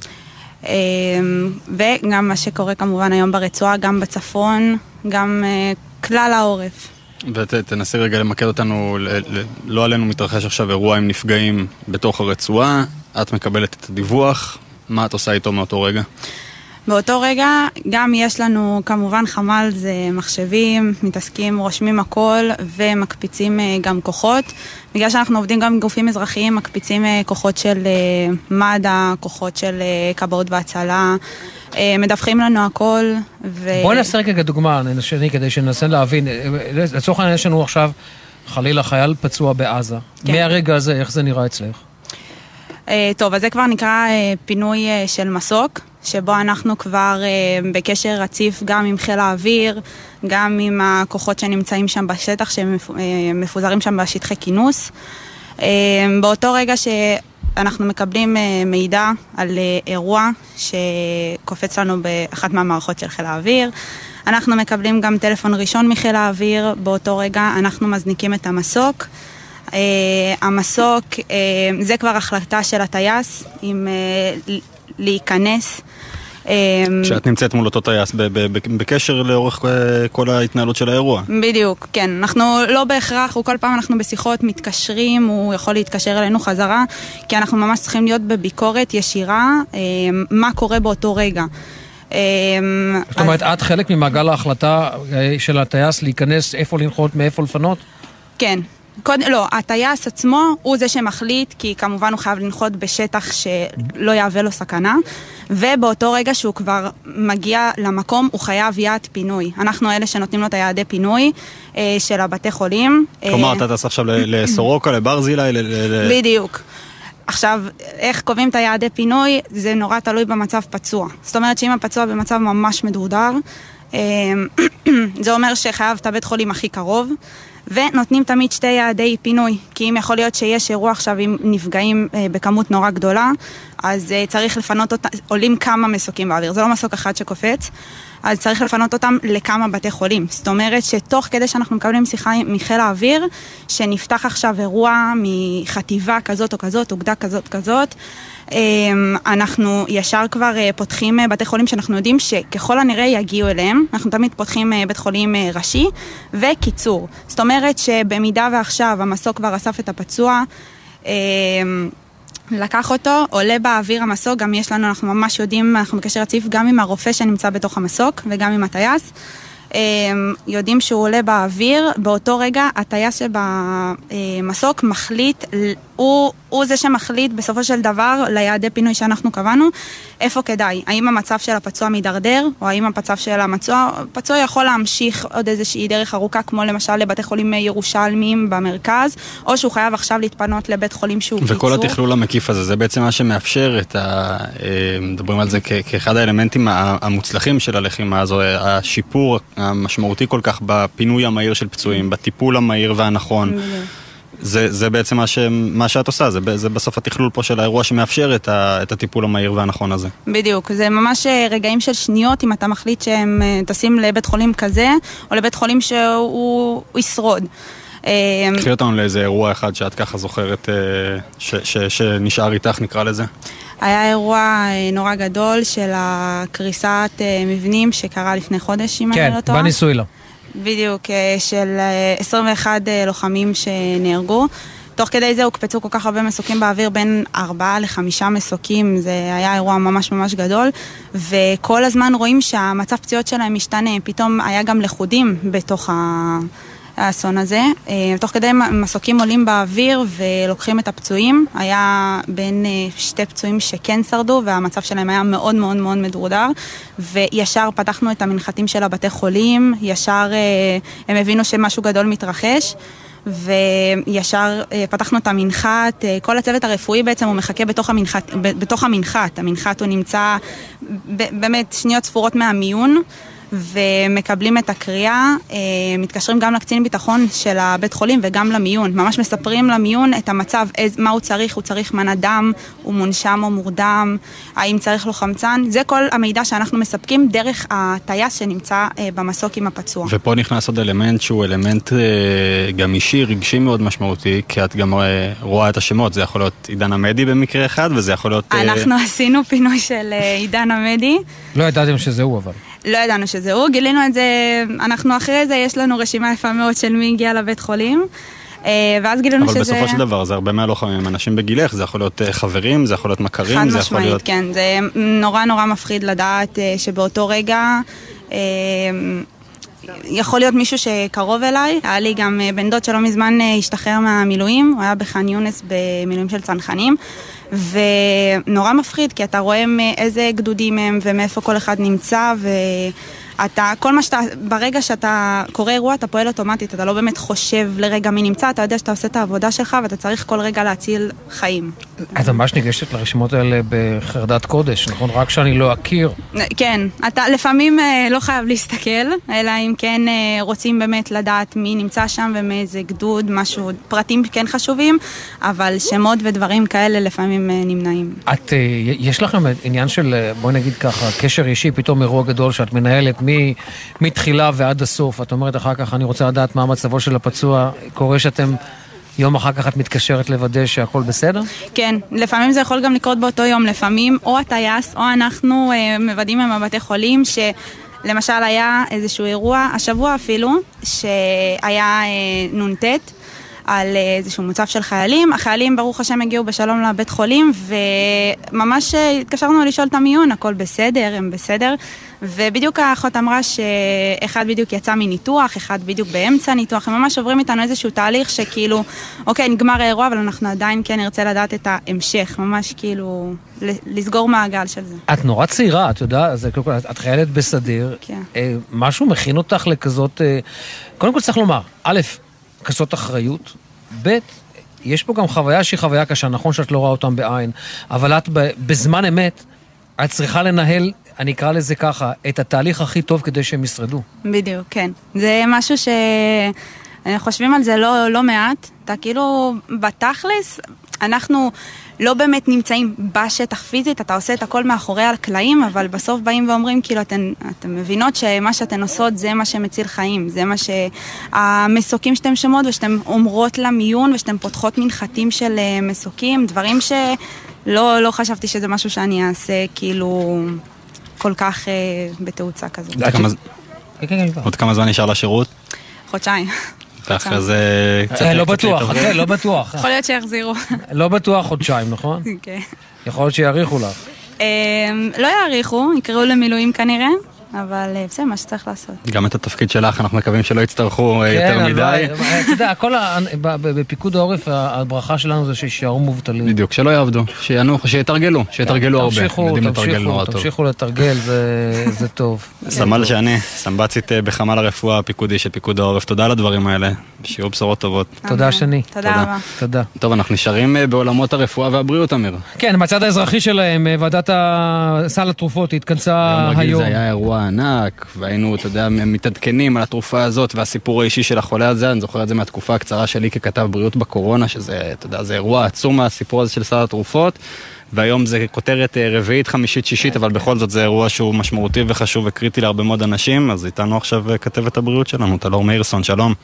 וגם מה שקורה כמובן היום ברצועה, גם בצפון, גם כלל העורף. ותנסי רגע למקד אותנו, לא עלינו מתרחש עכשיו אירוע עם נפגעים בתוך הרצועה, את מקבלת את הדיווח, מה את עושה איתו מאותו רגע? באותו רגע גם יש לנו כמובן חמ"ל, זה מחשבים, מתעסקים, רושמים הכל ומקפיצים גם כוחות. בגלל שאנחנו עובדים גם עם גופים אזרחיים, מקפיצים כוחות של מד"א, כוחות של כבאות והצלה, מדווחים לנו הכל. בואי נעשה רגע דוגמה שני כדי שננסה להבין. לצורך העניין יש לנו עכשיו חלילה חייל פצוע בעזה. כן. מהרגע הזה איך זה נראה אצלך? טוב, אז זה כבר נקרא פינוי של מסוק, שבו אנחנו כבר בקשר רציף גם עם חיל האוויר, גם עם הכוחות שנמצאים שם בשטח, שמפוזרים שם בשטחי כינוס. באותו רגע שאנחנו מקבלים מידע על אירוע שקופץ לנו באחת מהמערכות של חיל האוויר, אנחנו מקבלים גם טלפון ראשון מחיל האוויר, באותו רגע אנחנו מזניקים את המסוק. המסוק, זה כבר החלטה של הטייס, אם להיכנס. שאת נמצאת מול אותו טייס בקשר לאורך כל ההתנהלות של האירוע. בדיוק, כן. אנחנו לא בהכרח, וכל פעם אנחנו בשיחות מתקשרים, הוא יכול להתקשר אלינו חזרה, כי אנחנו ממש צריכים להיות בביקורת ישירה, מה קורה באותו רגע. זאת אומרת, את חלק ממעגל ההחלטה של הטייס להיכנס איפה לנחות, מאיפה לפנות? כן. לא, הטייס עצמו הוא זה שמחליט, כי כמובן הוא חייב לנחות בשטח שלא יהווה לו סכנה, ובאותו רגע שהוא כבר מגיע למקום, הוא חייב יעד פינוי. אנחנו אלה שנותנים לו את היעדי פינוי של הבתי חולים. כלומר, אתה טס עכשיו לסורוקה, לברזילי, בדיוק. עכשיו, איך קובעים את היעדי פינוי, זה נורא תלוי במצב פצוע. זאת אומרת שאם הפצוע במצב ממש מדורדר, זה אומר שחייב את הבית חולים הכי קרוב, ונותנים תמיד שתי יעדי פינוי, כי אם יכול להיות שיש אירוע עכשיו עם נפגעים בכמות נורא גדולה, אז צריך לפנות אותם, עולים כמה מסוקים באוויר, זה לא מסוק אחד שקופץ, אז צריך לפנות אותם לכמה בתי חולים. זאת אומרת שתוך כדי שאנחנו מקבלים שיחה מחיל האוויר, שנפתח עכשיו אירוע מחטיבה כזאת או כזאת, אוגדה כזאת כזאת, אנחנו ישר כבר פותחים בתי חולים שאנחנו יודעים שככל הנראה יגיעו אליהם. אנחנו תמיד פותחים בית חולים ראשי וקיצור. זאת אומרת שבמידה ועכשיו המסוק כבר אסף את הפצוע, לקח אותו, עולה באוויר המסוק, גם יש לנו, אנחנו ממש יודעים, אנחנו בקשר רציף גם עם הרופא שנמצא בתוך המסוק וגם עם הטייס, יודעים שהוא עולה באוויר, באותו רגע הטייס שבמסוק מחליט, הוא זה שמחליט בסופו של דבר ליעדי פינוי שאנחנו קבענו, איפה כדאי, האם המצב של הפצוע מדרדר, או האם המצב של הפצוע יכול להמשיך עוד איזושהי דרך ארוכה, כמו למשל לבתי חולים ירושלמיים במרכז, או שהוא חייב עכשיו להתפנות לבית חולים שהוא קיצור. וכל התכלול המקיף הזה, זה בעצם מה שמאפשר את מדברים על זה כאחד האלמנטים המוצלחים של הלחימה הזו, השיפור המשמעותי כל כך בפינוי המהיר של פצועים, בטיפול המהיר והנכון. זה בעצם מה שאת עושה, זה בסוף התכלול פה של האירוע שמאפשר את הטיפול המהיר והנכון הזה. בדיוק, זה ממש רגעים של שניות אם אתה מחליט שהם תשים לבית חולים כזה, או לבית חולים שהוא ישרוד. קחי אותנו לאיזה אירוע אחד שאת ככה זוכרת שנשאר איתך, נקרא לזה. היה אירוע נורא גדול של הקריסת מבנים שקרה לפני חודש, אם אני לא טועה. כן, בניסוי לו. בדיוק, של 21 לוחמים שנהרגו. תוך כדי זה הוקפצו כל כך הרבה מסוקים באוויר, בין 4 ל5 מסוקים, זה היה אירוע ממש ממש גדול, וכל הזמן רואים שהמצב פציעות שלהם משתנה, פתאום היה גם לחודים בתוך האסון הזה. תוך כדי מסוקים עולים באוויר ולוקחים את הפצועים, היה בין 2 פצועים שכן שרדו, והמצב שלהם היה מאוד מאוד מאוד מדורדר, וישר פתחנו את המנחתים של הבתי חולים, ישר הם הבינו שמשהו גדול מתרחש, וישר פתחנו את המנחת, כל הצוות הרפואי בעצם הוא מחכה בתוך המנחת, המנחת הוא נמצא באמת שניות ספורות מהמיון, ומקבלים את הקריאה, מתקשרים גם לקצין ביטחון של הבית חולים וגם למיון, ממש מספרים למיון את המצב, מה הוא צריך מנת דם, הוא מונשם או מורדם, האם צריך לו חמצן, זה כל המידע שאנחנו מספקים דרך הטייס שנמצא במסוק עם הפצוע. ופה נכנס עוד אלמנט שהוא אלמנט גם אישי, רגשי מאוד משמעותי, כי את גם רואה את השמות, זה יכול להיות עידן עמדי במקרה אחד, וזה יכול להיות... אנחנו עשינו פינוי של עידן עמדי. לא ידעתם שזה הוא אבל. לא ידענו שזה הוא, גילינו את זה, אנחנו אחרי זה, יש לנו רשימה יפה מאוד של מי הגיע לבית חולים, ואז גילינו שזה... אבל בסופו של דבר, זה הרבה מהלוחמים, אנשים בגילך, זה יכול להיות חברים, זה יכול להיות מכרים, זה יכול להיות... כן, זה נורא נורא מפחיד לדעת שבאותו רגע יכול להיות מישהו שקרוב אליי, היה לי גם בן דוד שלא מזמן השתחרר מהמילואים, הוא היה בח'אן יונס במילואים של צנחנים, ונורא מפחיד, כי אתה רואה איזה גדודים הם ומאיפה כל אחד נמצא, ואתה, כל מה שאתה, ברגע שאתה קורא אירוע, אתה פועל אוטומטית, אתה לא באמת חושב לרגע מי נמצא, אתה יודע שאתה עושה את העבודה שלך, ואתה צריך כל רגע להציל חיים. את ממש ניגשת לרשימות האלה בחרדת קודש, נכון? רק שאני לא אכיר. כן, אתה לפעמים לא חייב להסתכל, אלא אם כן רוצים באמת לדעת מי נמצא שם ומאיזה גדוד, משהו, פרטים כן חשובים, אבל שמות ודברים כאלה לפעמים נמנעים. יש לכם עניין של, בוא נגיד ככה, קשר אישי, פתאום אירוע גדול שאת מנהלת מתחילה ועד הסוף, את אומרת אחר כך, אני רוצה לדעת מה מצבו של הפצוע, קורה שאתם יום אחר כך את מתקשרת לוודא שהכל בסדר? כן, לפעמים זה יכול גם לקרות באותו יום, לפעמים או הטייס או אנחנו מוודאים עם הבתי חולים שלמשל היה איזשהו אירוע, השבוע אפילו, שהיה נונטט על איזשהו מוצב של חיילים, החיילים ברוך השם הגיעו בשלום לבית חולים וממש התקשרנו לשאול את המיון, הכל בסדר, הם בסדר, ובדיוק האחות אמרה שאחד בדיוק יצא מניתוח, אחד בדיוק באמצע ניתוח, הם ממש עוברים איתנו איזשהו תהליך שכאילו, אוקיי, נגמר האירוע, אבל אנחנו עדיין כן נרצה לדעת את ההמשך, ממש כאילו לסגור מעגל של זה. את נורא צעירה, את יודעת, את חיילת בסדיר, כן. משהו מכין אותך לכזאת, קודם כל צריך לומר, א', כזאת אחריות, ב', יש פה גם חוויה שהיא חוויה קשה, נכון שאת לא רואה אותם בעין, אבל את בזמן אמת, את צריכה לנהל, אני אקרא לזה ככה, את התהליך הכי טוב כדי שהם ישרדו. בדיוק, כן. זה משהו חושבים על זה לא מעט. אתה כאילו, בתכלס, אנחנו לא באמת נמצאים בשטח פיזית, אתה עושה את הכל מאחורי הקלעים, אבל בסוף באים ואומרים, כאילו, אתן מבינות שמה שאתן עושות זה מה שמציל חיים, זה מה שהמסוקים שאתם שמות ושאתם אומרות למיון ושאתם פותחות מנחתים של מסוקים, דברים שלא חשבתי שזה משהו שאני אעשה כאילו כל כך בתאוצה כזאת. עוד כמה זמן נשאר לשירות? חודשיים. ואחרי זה לא בטוח, לא בטוח. יכול להיות שיחזירו. לא בטוח חודשיים, נכון? כן. יכול להיות שיעריכו לך. לא יעריכו, יקראו למילואים כנראה, אבל זה מה שצריך לעשות. גם את התפקיד שלך, אנחנו מקווים שלא יצטרכו יותר מדי. אתה יודע, הכל בפיקוד העורף, הברכה שלנו זה שישארו מובטלים. בדיוק, שלא יעבדו, שיתרגלו הרבה. תמשיכו לתרגל, זה טוב. סמל שאני, סמבצית בחמ"ל הרפואה הפיקודי של פיקוד העורף, תודה על הדברים האלה, שיהיו בשורות טובות. תודה שני. תודה רבה. תודה. טוב, אנחנו נשארים בעולמות הרפואה והבריאות, אמיר. כן, מהצד האזרחי שלהם, ועדת סל התרופות התכנסה היום. זה היה אירוע ענק, והיינו, אתה יודע, מתעדכנים על התרופה הזאת והסיפור האישי של החולה הזה. אני זוכר את זה מהתקופה הקצרה שלי ככתב בריאות בקורונה, שזה, אתה יודע, זה אירוע עצום מהסיפור הזה של סל התרופות, והיום זה כותרת רביעית, חמישית, שישית, אבל בכל זאת זה אירוע שהוא משמעותי וחשוב וקריטי להרבה מאוד אנשים. אז איתנו עכשיו כתבת הבריאות שלנו, טלור מאירסון, שלום.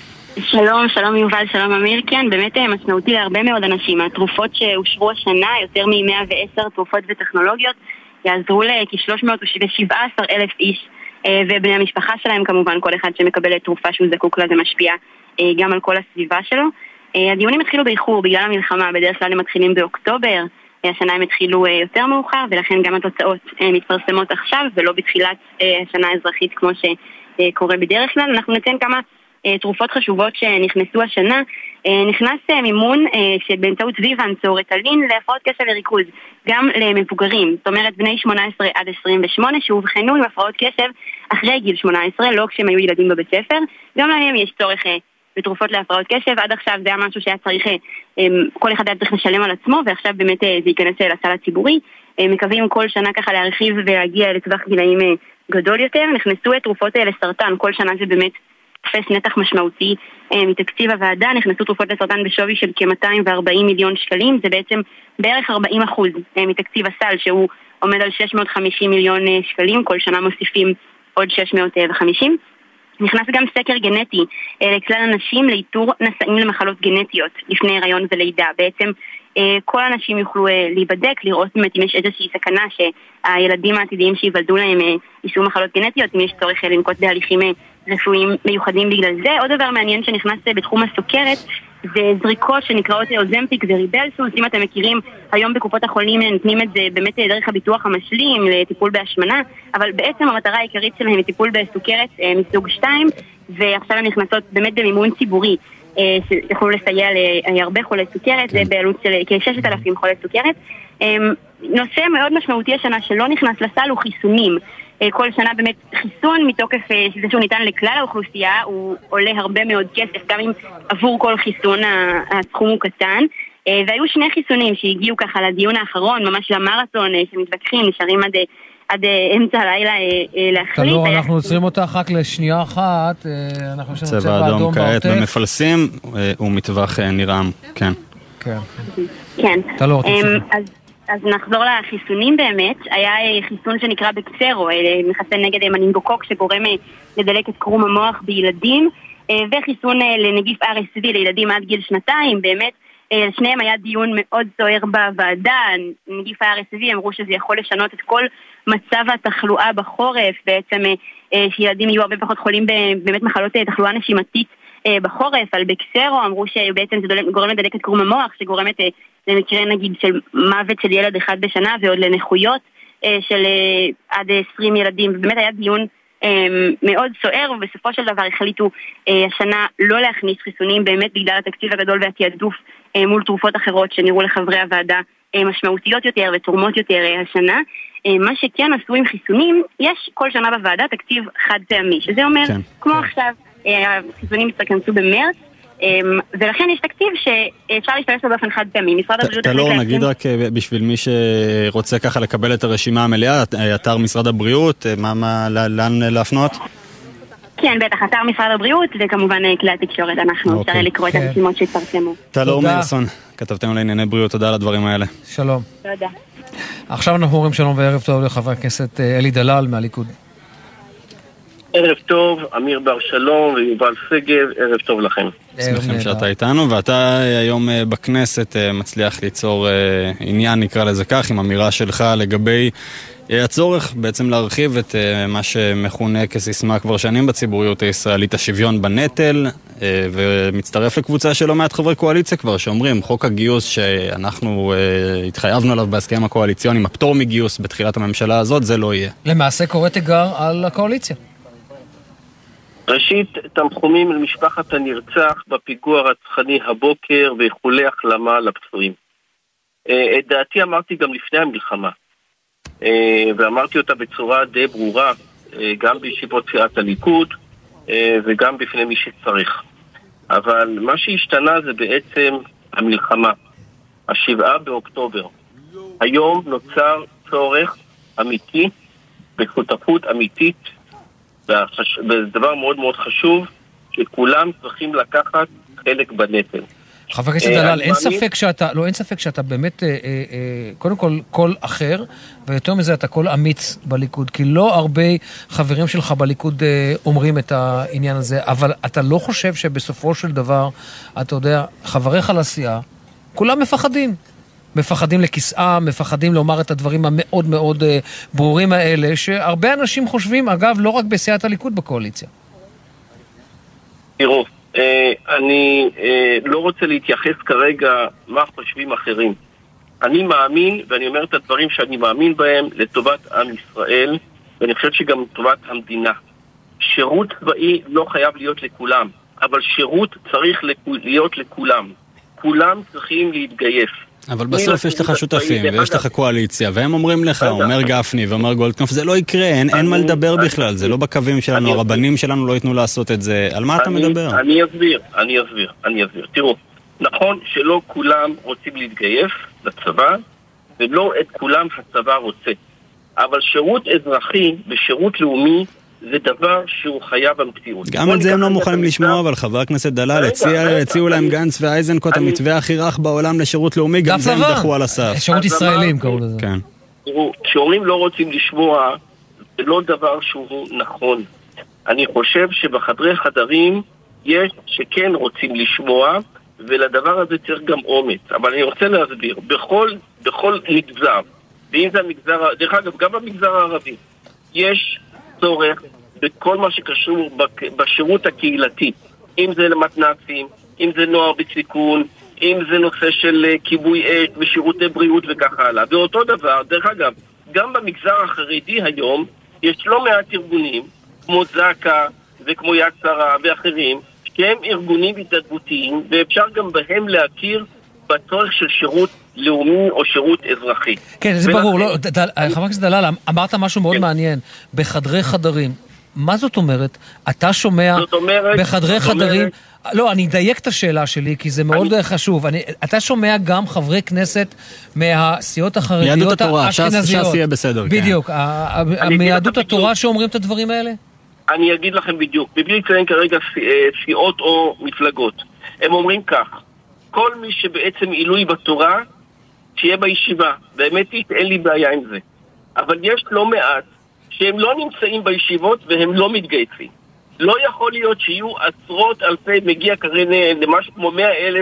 שלום יובל, שלום אמיר. כן, באמת משמעותי להרבה מאוד אנשים. התרופות שאושרו השנה, יותר מ-110 תרופות וטכנולוגיות, יעזרו לכ-317,000 איש, ובני המשפחה שלהם כמובן, כל אחד שמקבל את תרופה שהוא זקוק לה, זה משפיע גם על כל הסביבה שלו. הדיונים התחילו באיחור בגלל המלחמה, בדרך כלל הם מתחילים באוקטובר, השנה הם התחילו יותר מאוחר, ולכן גם התוצאות מתפרסמות עכשיו, ולא בתחילת השנה האזרחית כמו שקורה בדרך כלל. אנחנו נציין כמה תרופות חשובות שנכנסו השנה. נכנס מימון שבאמצעות ויוונס או ריטלין להפרעות קשב וריכוז, גם למבוגרים, זאת אומרת בני 18 עד 28 שהובחנו עם הפרעות קשב אחרי גיל 18, לא כשהם היו ילדים בבית ספר, גם להם יש צורך בתרופות להפרעות קשב. עד עכשיו זה היה משהו שהיה צריך, כל אחד היה צריך לשלם על עצמו, ועכשיו באמת זה ייכנס לסל הציבורי. מקווים כל שנה ככה להרחיב ולהגיע לטווח גילאים גדול יותר. נכנסו תרופות לסרטן, כל שנה זה באמת תופס נתח משמעותי מתקציב הוועדה. נכנסו תרופות לסרטן בשווי של כ-240 מיליון שקלים, זה בעצם בערך 40% מתקציב הסל, שהוא עומד על 650 מיליון שקלים, כל שנה מוסיפים עוד 650. נכנס גם סקר גנטי לכלל אנשים לאיתור נשאים למחלות גנטיות לפני הריון ולידה. בעצם כל האנשים יוכלו להיבדק, לראות באמת אם יש איזושהי סכנה שהילדים העתידיים שיוולדו להם יישאו מחלות גנטיות, אם יש צורך לנקוט בהליכים רפואיים מיוחדים בגלל זה. עוד דבר מעניין שנכנס בתחום הסוכרת זה זריקות שנקראות אוזמפיק וריבלסוס. אם אתם מכירים, היום בקופות החולים נותנים את זה באמת דרך הביטוח המשלים לטיפול בהשמנה, אבל בעצם המטרה העיקרית שלהם היא טיפול בסוכרת מסוג 2, ועכשיו הן נכנסות באמת במימון ציבורי שיכולו לסייע להרבה חולי סוכרת, זה בעלות של כ-6,000 חולי סוכרת. נושא מאוד משמעותי השנה שלא נכנס לסל הוא חיסונים. כל שנה באמת חיסון מתוקף זה שהוא ניתן לכלל האוכלוסייה, הוא עולה הרבה מאוד כסף, גם אם עבור כל חיסון הסכום הוא קטן. והיו שני חיסונים שהגיעו ככה לדיון האחרון, ממש למרתון, שמתווכחים, נשארים עד אמצע הלילה להחליט. תלור, אנחנו עוצרים אותך רק לשנייה אחת, אנחנו יש לנו צבע אדום כעת במפלסים, הוא מטווח נרעם, כן. כן. תלור, אז נחזור לחיסונים באמת. היה חיסון שנקרא בקסרו, מחסן נגד מנינגוקוק שגורם לדלקת קרום המוח בילדים, וחיסון לנגיף RSV לילדים עד גיל 2. באמת, שניהם היה דיון מאוד סוער בוועדה. נגיף RSV אמרו שזה יכול לשנות את כל מצב התחלואה בחורף, בעצם שילדים יהיו הרבה פחות חולים באמת מחלות תחלואה נשימתית בחורף. על בקסרו אמרו שבעצם זה גורם לדלקת קרום המוח, שגורמת למקרה נגיד של מוות של ילד אחד בשנה ועוד לנכויות. של עד 20 ילדים, ובאמת היה דיון מאוד סוער, ובסופו של דבר החליטו השנה לא להכניס חיסונים, באמת בגלל התקציב הגדול והתיעדוף מול תרופות אחרות שנראו לחברי הוועדה משמעותיות יותר ותורמות יותר השנה. מה שכן עשו עם חיסונים, יש כל שנה בוועדה תקציב חד פעמי, שזה אומר, כמו עכשיו, החיסונים יתכנסו במרץ, ולכן יש תקציב שאפשר להשתמש לו באופן חד פעמי. משרד הבריאות... תלור, נגיד רק בשביל מי שרוצה ככה לקבל את הרשימה המלאה, אתר משרד הבריאות, לאן להפנות? כן, בטח, אתר משרד הבריאות, וכמובן כלי התקשורת, אנחנו אפשר לקרוא את הרשימות שהתפרסמו. תלור מאירסון, כתבתנו לענייני בריאות, תודה על הדברים האלה. שלום. תודה. עכשיו אנחנו אומרים שלום וערב טוב לחבר הכנסת אלי דלל מהליכוד. ערב טוב, אמיר בר שלום ויובל סגב, ערב טוב לכם. שמחים שאתה איתנו, ואתה היום בכנסת מצליח ליצור עניין, נקרא לזה כך, עם אמירה שלך לגבי הצורך בעצם להרחיב את מה שמכונה כסיסמה כבר שנים בציבוריות הישראלית, השוויון בנטל, ומצטרף לקבוצה שלא מעט חברי קואליציה כבר שאומרים, חוק הגיוס שאנחנו התחייבנו עליו בהסכם הקואליציוני, הפטור מגיוס בתחילת הממשלה הזאת, זה לא יהיה. למעשה קורא תיגר על הקואליציה. ראשית, תנחומים למשפחת הנרצח בפיגוע הרצחני הבוקר ואיחולי החלמה לפצועים. את דעתי אמרתי גם לפני המלחמה, ואמרתי אותה בצורה די ברורה, גם בישיבות סיעת הליכוד וגם בפני מי שצריך. אבל מה שהשתנה זה בעצם המלחמה. 7 באוקטובר. היום נוצר צורך אמיתי בשותפות אמיתית, וזה דבר מאוד מאוד חשוב, שכולם צריכים לקחת חלק בנטל. חבר הכנסת דלל, אין ספק שאתה באמת, קודם כל קול אחר, ויותר מזה אתה קול אמיץ בליכוד, כי לא הרבה חברים שלך בליכוד אומרים את העניין הזה, אבל אתה לא חושב שבסופו של דבר, אתה יודע, חבריך לסיעה, כולם מפחדים לכיסאה, מפחדים לומר את הדברים המאוד מאוד ברורים האלה, שהרבה אנשים חושבים, אגב, לא רק בסיעת הליכוד בקואליציה. תראו, אני לא רוצה להתייחס כרגע מה חושבים אחרים. אני מאמין, ואני אומר את הדברים שאני מאמין בהם, לטובת עם ישראל, ואני חושב שגם לטובת המדינה. שירות צבאי לא חייב להיות לכולם, אבל שירות צריך להיות לכולם. כולם צריכים להתגייס. אבל בסוף יש לך שותפים, ויש לך קואליציה, והם אומרים לך, אומר גפני ואומר גולדקנופ, זה לא יקרה, אין מה לדבר בכלל, זה לא בקווים שלנו, הרבנים שלנו לא ייתנו לעשות את זה, על מה אתה מדבר? אני אסביר. תראו, נכון שלא כולם רוצים להתגייס לצבא, ולא את כולם הצבא רוצה, אבל שירות אזרחי ושירות לאומי, זה דבר שהוא חייב המציאות. גם על זה הם לא מוכנים לשמוע, אבל חבר הכנסת דלל הציעו להם גנץ ואייזנקוט המתווה הכי רך בעולם לשירות לאומי, גם זה הם דחו על הסף. שירות ישראלים קראו לזה. כן. תראו, כשהורים לא רוצים לשמוע, זה לא דבר שהוא נכון. אני חושב שבחדרי חדרים יש שכן רוצים לשמוע, ולדבר הזה צריך גם אומץ. אבל אני רוצה להסביר, בכל מגזר, ואם זה המגזר, דרך אגב, גם במגזר הערבי, יש צורך בכל מה שקשור בשירות הקהילתי, אם זה למתנ"צים, אם זה נוער בסיכון, אם זה נושא של כיבוי אש ושירותי בריאות וכך הלאה. ואותו דבר, דרך אגב, גם במגזר החרדי היום יש לא מעט ארגונים כמו זק"א וכמו יד שרה ואחרים, שהם ארגונים התנדבותיים, ואפשר גם בהם להכיר בצורך של שירות לאומי או שירות אזרחי. כן, זה ברור. חבר הכנסת דלל, אמרת משהו מאוד מעניין. בחדרי חדרים. מה זאת אומרת? אתה שומע בחדרי חדרים... לא, אני אדייק את השאלה שלי, כי זה מאוד חשוב. אתה שומע גם חברי כנסת מהסיעות החרדיות האשכנזיות. ש"ס יהיה בסדר. בדיוק. מיהדות התורה שאומרים את הדברים האלה? אני אגיד לכם בדיוק. מבלי לציין כרגע סיעות או מפלגות. הם אומרים כך. כל מי שבעצם עילוי בתורה, שיהיה בישיבה. באמת אין לי בעיה עם זה. אבל יש לא מעט שהם לא נמצאים בישיבות והם לא מתגייסים. לא יכול להיות שיהיו עשרות אלפי, מגיע כזה למשהו כמו 100,000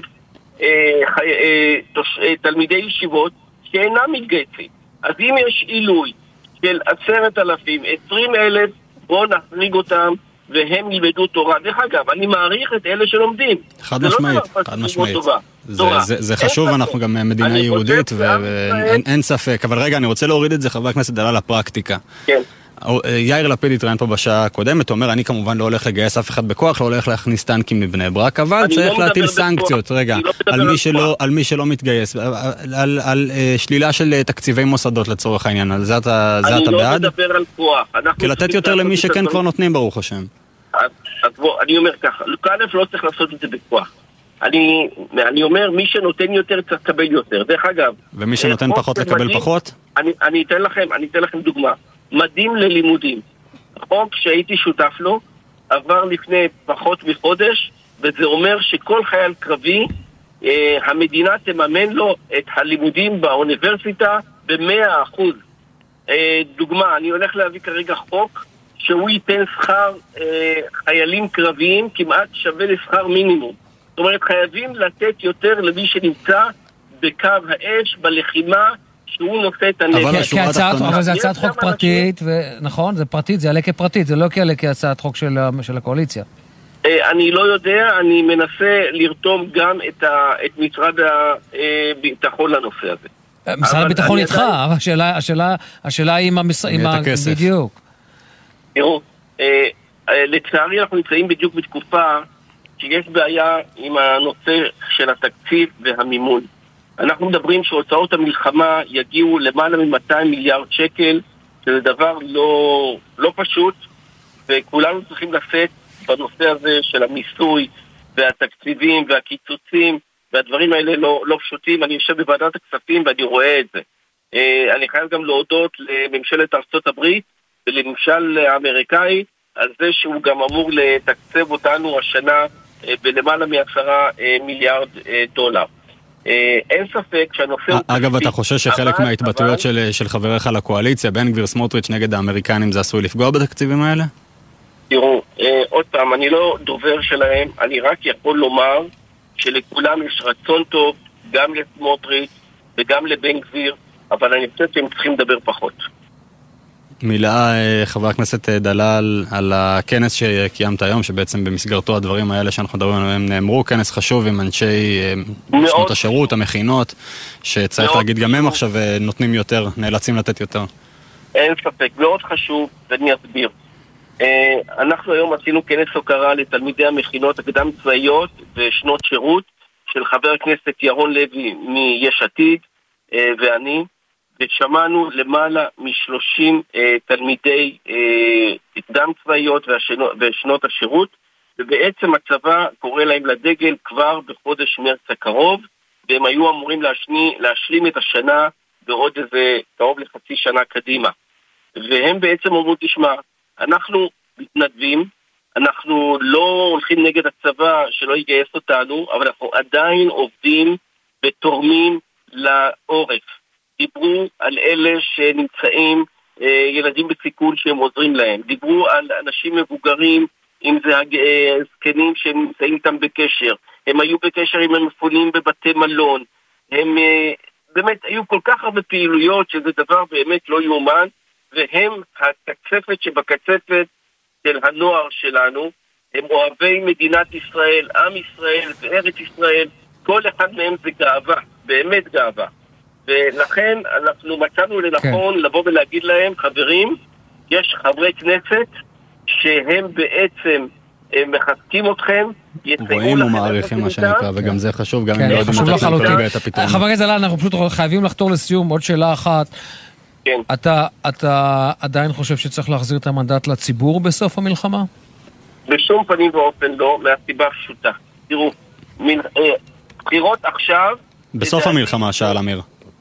תלמידי ישיבות שאינם מתגייסים. אז אם יש עילוי של 10,000, 20,000, בואו נחריג אותם והם ילמדו תורה. דרך אגב, אני מעריך את אלה שלומדים. חד משמעית, חד משמעית. זה חשוב, אנחנו גם מדינה יהודית, ואין ספק. אבל רגע, אני רוצה להוריד את זה, חבר הכנסת דלל, לפרקטיקה. כן. יאיר לפיד התראיין פה בשעה הקודמת, אומר, אני כמובן לא הולך לגייס אף אחד בכוח, לא הולך להכניס טנקים מבני ברק, אבל צריך להטיל סנקציות, רגע, על מי שלא מתגייס, על שלילה של תקציבי מוסדות לצורך העניין, על זה אתה בעד? אני לא מדבר על כוח. כי לתת יותר למי שכן כבר נותנים, ברוך השם. אז בוא, אני אומר ככה, א' לא צריך לעשות את זה בכוח. אני אומר, מי שנותן יותר צריך לקבל יותר. דרך אגב, ומי שנותן פחות לקבל פחות? אני אתן לכם דוגמה. מדים ללימודים. החוק שהייתי שותף לו עבר לפני פחות מחודש, וזה אומר שכל חייל קרבי, המדינה תממן לו את הלימודים באוניברסיטה ב100%. דוגמה, אני הולך להביא כרגע חוק שהוא ייתן שכר חיילים קרביים כמעט שווה לשכר מינימום. זאת אומרת, חייבים לתת יותר למי שנמצא בקו האש, בלחימה, שהוא נושא את הנגד. אבל זה הצעת חוק פרטית, נכון? זה פרטית, זה יעלה כפרטית, זה לא יעלה כהצעת חוק של הקואליציה. אני לא יודע, אני מנסה לרתום גם את משרד הביטחון לנושא הזה. משרד הביטחון איתך, אבל השאלה היא עם בדיוק. תראו, לצערי אנחנו נמצאים בדיוק בתקופה שיש בעיה עם הנושא של התקציב והמימון. אנחנו מדברים שהוצאות המלחמה יגיעו למעלה מ-200 מיליארד שקל, שזה דבר לא פשוט, וכולנו צריכים לשאת בנושא הזה של המיסוי והתקציבים והקיצוצים, והדברים האלה לא פשוטים. אני יושב בוועדת הכספים ואני רואה את זה. אני חייב גם להודות לממשלת ארצות הברית ולממשל האמריקאי על זה שהוא גם אמור לתקצב אותנו השנה בלמעלה מ10 מיליארד דולר. אין ספק שהנושא... אגב, אתה חושב שחלק מההתבטאויות של חבריך לקואליציה, בן גביר סמוטריץ' נגד האמריקנים, זה עשוי לפגוע בתקציבים האלה? תראו, עוד פעם, אני לא דובר שלהם, אני רק יכול לומר שלכולם יש רצון טוב, גם לסמוטריץ' וגם לבן גביר, אבל אני חושב שהם צריכים לדבר פחות. מילה, חבר הכנסת דלל, על הכנס שקיימת היום, שבעצם במסגרתו הדברים האלה שאנחנו מדברים עליהם נאמרו, כנס חשוב עם אנשי שנות השירות, המכינות, שצריך להגיד גם הם עכשיו נותנים יותר, נאלצים לתת יותר. אין ספק, מאוד חשוב, ואני אסביר. אנחנו היום עשינו כנס הוקרה לתלמידי המכינות הקדם צבאיות ושנות שירות, של חבר הכנסת ירון לוי מיש עתיד ואני, ושמענו למעלה מ30 תלמידי קדם צבאיות ושנות השירות, ובעצם הצבא קורא להם לדגל כבר בחודש מרץ הקרוב, והם היו אמורים להשלים את השנה בעוד איזה קרוב לחצי שנה קדימה. והם בעצם אמרו, תשמע, אנחנו מתנדבים, אנחנו לא הולכים נגד הצבא שלא יגייס אותנו, אבל אנחנו עדיין עובדים ותורמים לעורף. דיברו על אלה שנמצאים, ילדים בסיכון שהם עוזרים להם. דיברו על אנשים מבוגרים, אם זה הזקנים שהם נמצאים איתם בקשר. הם היו בקשר עם המפונים בבתי מלון. הם באמת היו כל כך הרבה פעילויות שזה דבר באמת לא יאומן, והם הקצפת שבקצפת של הנוער שלנו. הם אוהבי מדינת ישראל, עם ישראל וארץ ישראל. כל אחד מהם זה גאווה, באמת גאווה. ולכן אנחנו מצאנו לנכון לבוא ולהגיד להם, חברים, יש חברי כנסת שהם בעצם מחזקים אתכם, רואים ומעריכים מה שנקרא, וגם זה חשוב, גם אם לא יודעים את כרגע את הפתרון. חבר הכנסת דלל, אנחנו פשוט חייבים לחתור לסיום, עוד שאלה אחת. אתה עדיין חושב שצריך להחזיר את המנדט לציבור בסוף המלחמה? בשום פנים ואופן לא, מהסיבה פשוטה. תראו, בחירות עכשיו... בסוף המלחמה, שאל אמיר.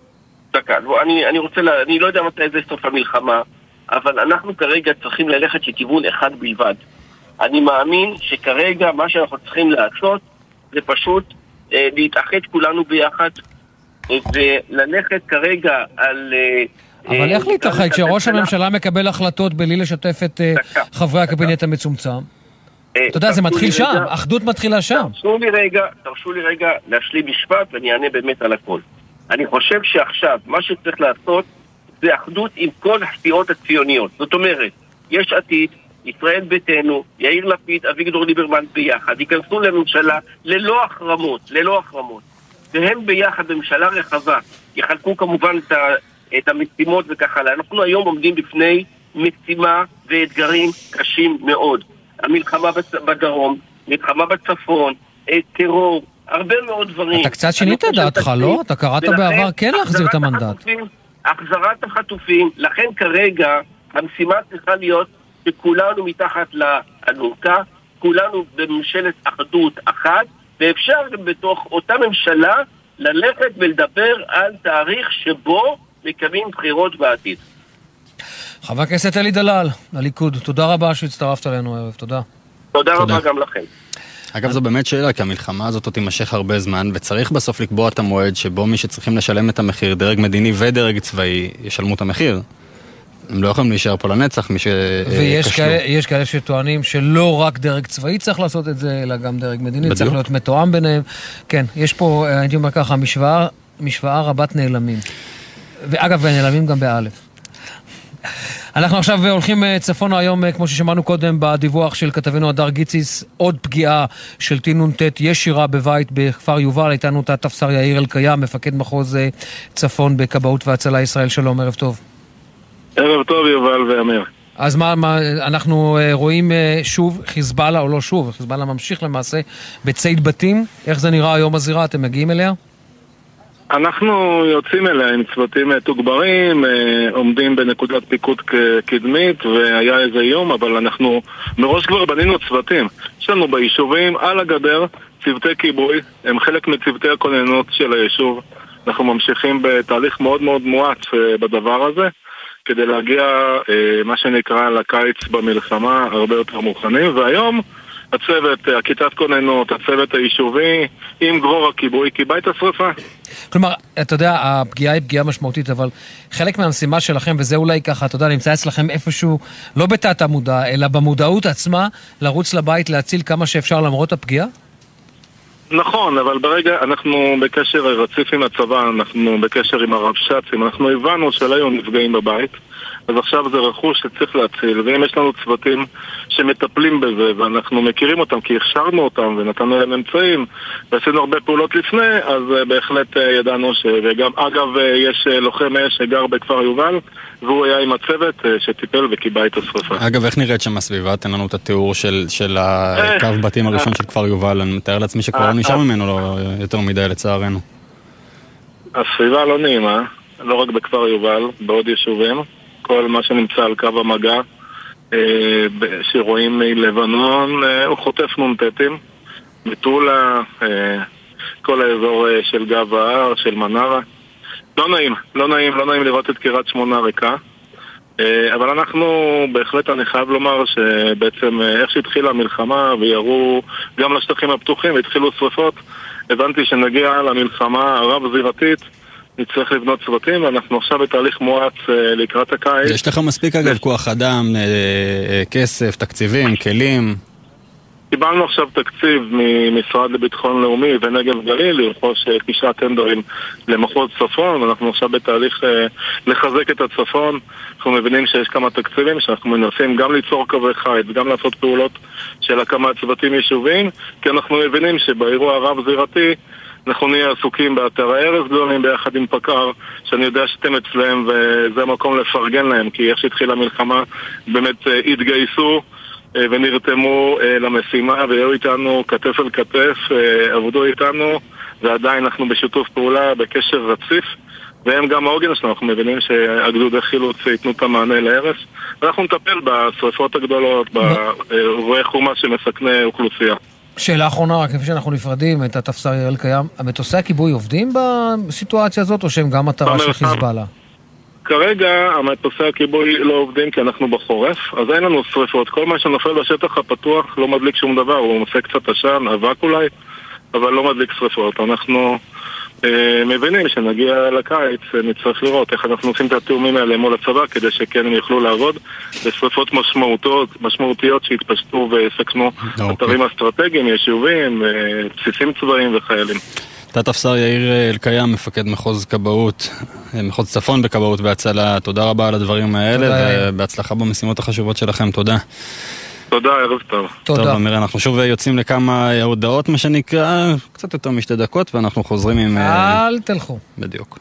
אני לא יודע מתי זה סוף המלחמה, אבל אנחנו כרגע צריכים ללכת לכיוון אחד בלבד. אני מאמין שכרגע מה שאנחנו צריכים לעשות זה פשוט להתאחד כולנו ביחד וללכת כרגע על... אבל איך להתאחד כשראש הממשלה מקבל החלטות בלי לשתף את חברי הקבינט המצומצם? אתה יודע, זה מתחיל שם, אחדות מתחילה שם. תרשו לי רגע להשלים משפט ואני אענה באמת על הכל. אני חושב שעכשיו מה שצריך לעשות זה אחדות עם כל הסיעות הציוניות. זאת אומרת, יש עתיד, ישראל ביתנו, יאיר לפיד, אביגדור ליברמן ביחד, ייכנסו לממשלה ללא החרמות, והם ביחד בממשלה רחבה, יחלקו כמובן את המשימות וכך הלאה. אנחנו היום עומדים בפני משימה ואתגרים קשים מאוד. המלחמה בדרום, מלחמה בצפון, טרור, הרבה מאוד דברים. אתה קצת שינית דעתך, לא? אתה קראת בעבר כן להחזיר את המנדט. החזרת החטופים, לכן כרגע המשימה צריכה להיות שכולנו מתחת לאלונקה, כולנו בממשלת אחדות אחת, ואפשר גם בתוך אותה ממשלה ללכת ולדבר על תאריך שבו מקיימים בחירות בעתיד. חבר הכנסת אלי דלל, הליכוד, תודה רבה שהצטרפת אלינו הערב, תודה. תודה רבה גם לכם. אגב, זו באמת שאלה, כי המלחמה הזאת תימשך הרבה זמן, וצריך בסוף לקבוע את המועד שבו מי שצריכים לשלם את המחיר, דרג מדיני ודרג צבאי, ישלמו את המחיר. הם לא יכולים להישאר פה לנצח, מי שקשלו. ויש כאלה שטוענים שלא רק דרג צבאי צריך לעשות את זה, אלא גם דרג מדיני, צריך להיות מתואם ביניהם. כן, יש פה, הייתי אומר ככה, משוואה רבת נעלמים. ואגב, נעלמים גם באלף. אנחנו עכשיו הולכים צפונה היום, כמו ששמענו קודם בדיווח של כתבנו הדר גיציס, עוד פגיעה של תנ"ט ישירה בבית בכפר יובל. איתנו תת-אפסר יאיר אלקיים, מפקד מחוז צפון בכבאות והצלה ישראל. שלום, ערב טוב. ערב טוב יובל ואמיר. אז מה אנחנו רואים שוב חיזבאללה, או לא שוב, חיזבאללה ממשיך למעשה בצייד בתים. איך זה נראה היום הזירה? אתם מגיעים אליה? אנחנו יוצאים אליה עם צוותים תוגברים, עומדים בנקודת פיקוד קדמית, והיה איזה יום, אבל אנחנו מראש כבר בנינו צוותים. יש לנו ביישובים על הגדר צוותי כיבוי, הם חלק מצוותי הכוננות של היישוב. אנחנו ממשיכים בתהליך מאוד מאוד מואץ בדבר הזה, כדי להגיע מה שנקרא לקיץ במלחמה הרבה יותר מוכנים, והיום הצוות, הכיתת כוננות, הצוות היישובי, עם גרור הכיבוי, כיבה את השריפה. כלומר, אתה יודע, הפגיעה היא פגיעה משמעותית, אבל חלק מהמשימה שלכם, וזה אולי ככה, אתה יודע, נמצא אצלכם איפשהו, לא בתת המודע, אלא במודעות עצמה, לרוץ לבית, להציל כמה שאפשר למרות הפגיעה? נכון, אבל ברגע, אנחנו בקשר רציף עם הצבא, אנחנו בקשר עם הרבש"צים, אנחנו הבנו שלא היו נפגעים בבית, אז עכשיו זה רכוש שצריך להציל, ואם יש לנו צוותים שמטפלים בזה, ואנחנו מכירים אותם כי הכשרנו אותם ונתנו להם אמצעים, ועשינו הרבה פעולות לפני, אז בהחלט ידענו וגם, אגב, יש לוחם אש שגר בכפר יובל, והוא היה עם הצוות שטיפל וקיבה את השריפה. אגב, איך נראית שם הסביבה? תן לנו את התיאור של הקו בתים הראשון של כפר יובל. אני מתאר לעצמי שכבר לא נשאר ממנו לא יותר מדי לצערנו. הסביבה לא נעימה, לא רק בכפר יובל, בעוד יישובים. כל מה שנמצא על קו המגע שרואים מלבנון הוא חוטף נ"טים, מטולה, כל האזור של גב ההר, של מנרה. לא נעים לראות את קריית שמונה ריקה, אבל אנחנו בהחלט, אני חייב לומר שבעצם איך שהתחילה המלחמה ויראו גם לשטחים הפתוחים והתחילו שריפות, הבנתי שנגיע למלחמה הרב-זירתית, נצטרך לבנות צוותים, ואנחנו עכשיו בתהליך מואץ לקראת הקיץ. יש לך מספיק אגב כוח אדם, כסף, תקציבים, כלים? קיבלנו עכשיו תקציב ממשרד לביטחון לאומי ונגב גליל לרכוש 9 טנדרים למחוז צפון. אנחנו עכשיו בתהליך לחזק את הצפון. אנחנו מבינים שיש כמה תקציבים שאנחנו מנסים גם ליצור קווי חיץ, גם לעשות פעולות של הקמת צוותים יישוביים, כי אנחנו מבינים שבאירוע הרב-זירתי אנחנו נהיה עסוקים באתרי הרס גדולים ביחד עם פקר, שאני יודע שאתם אצלם וזה מקום לפרגן להם, כי איך שהתחילה המלחמה באמת התגייסו ונרתמו למשימה והיו איתנו כתף אל כתף, עבדו איתנו, ועדיין אנחנו בשיתוף פעולה, בקשר רציף, והם גם העוגן שלנו. אנחנו מבינים שהגדוד החילוץ ייתנו את המענה להרס, ואנחנו נטפל בשריפות הגדולות, באירועי חומ"ס שמסכני אוכלוסייה. שאלה אחרונה, רק לפני שאנחנו נפרדים, את התפסר יעל קיים, המטוסי הכיבוי עובדים בסיטואציה הזאת, או שהם גם מטרה של חיזבאללה? כרגע המטוסי הכיבוי לא עובדים כי אנחנו בחורף, אז אין לנו שריפות. כל מה שנופל בשטח הפתוח לא מדליק שום דבר, הוא עושה קצת עשן, אבק אולי, אבל לא מדליק שריפות. אנחנו מבינים שנגיע לקיץ, נצטרך לראות איך אנחנו עושים את התאומים האלה מול הצבא, כדי שכן הם יוכלו לעבוד בשריפות משמעותיות שהתפשטו ויסכנו אתרים אסטרטגיים, יישובים, בסיסים צבאיים וחיילים. תת-אפסר יאיר אלקיים, מפקד מחוז כבאות, מחוז צפון בכבאות והצלה, תודה רבה על הדברים האלה, ובהצלחה במשימות החשובות שלכם, תודה. תודה, ערב טוב. טוב, אמיר, אנחנו שוב יוצאים לכמה הודעות, מה שנקרא, קצת יותר משתי דקות, ואנחנו חוזרים עם... אל תלכו. בדיוק.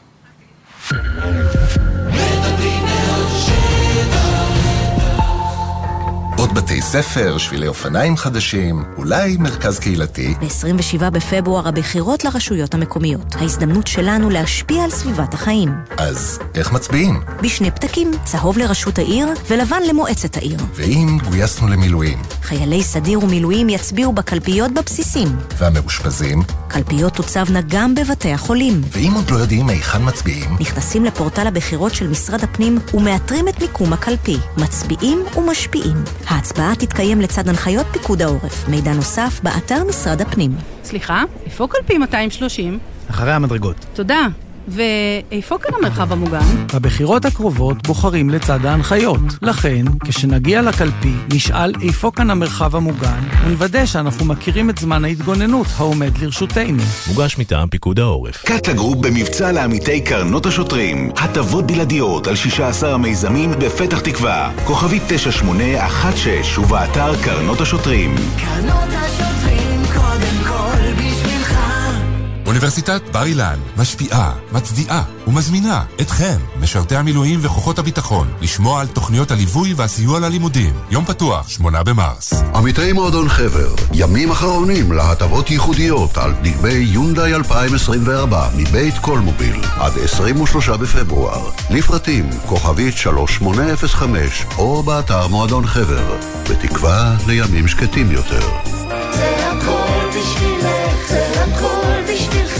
עוד בתי ספר, שבילי אופניים חדשים, אולי מרכז קהילתי. ב-27 בפברואר הבחירות לרשויות המקומיות. ההזדמנות שלנו להשפיע על סביבת החיים. אז איך מצביעים? בשני פתקים, צהוב לרשות העיר ולבן למועצת העיר. ואם גויסנו למילואים? חיילי סדיר ומילואים יצביעו בקלפיות בבסיסים. והמאושפזים? קלפיות תוצבנה גם בבתי החולים. ואם עוד לא יודעים היכן מצביעים? נכנסים לפורטל הבחירות של משרד הפנים ומאתרים את מיקום הקלפי. מצביעים ומשפיעים. ההצבעה תתקיים לצד הנחיות פיקוד העורף. מידע נוסף באתר משרד הפנים. סליחה, איפה קלפי 230? אחרי המדרגות. תודה. ואיפה כאן המרחב המוגן? בבחירות הקרובות בוחרים לצד ההנחיות. לכן, כשנגיע לקלפי, נשאל איפה כאן המרחב המוגן, ונוודא שאנחנו מכירים את זמן ההתגוננות העומד לרשותנו. מוגש מטעם פיקוד העורף. קאטה גרופ במבצע לעמיתי קרנות השוטרים. הטבות בלעדיות על 16 המיזמים בפתח תקווה. כוכבית 9816 ובאתר קרנות השוטרים. קרנות השוטרים קודם כל בשבילך. אוניברסיטת בר אילן משפיעה, מצדיעה ומזמינה אתכם, משרתי המילואים וכוחות הביטחון, לשמוע על תוכניות הליווי והסיוע ללימודים. יום פתוח, 8 במרס. עמיתי מועדון חבר, ימים אחרונים להטבות ייחודיות על דגמי יונדאי 2024 מבית קולמוביל עד 23 בפברואר. לפרטים, כוכבית 3805 או באתר מועדון חבר, בתקווה לימים שקטים יותר. זה הכל בשבילך, זה הכל בשבילך,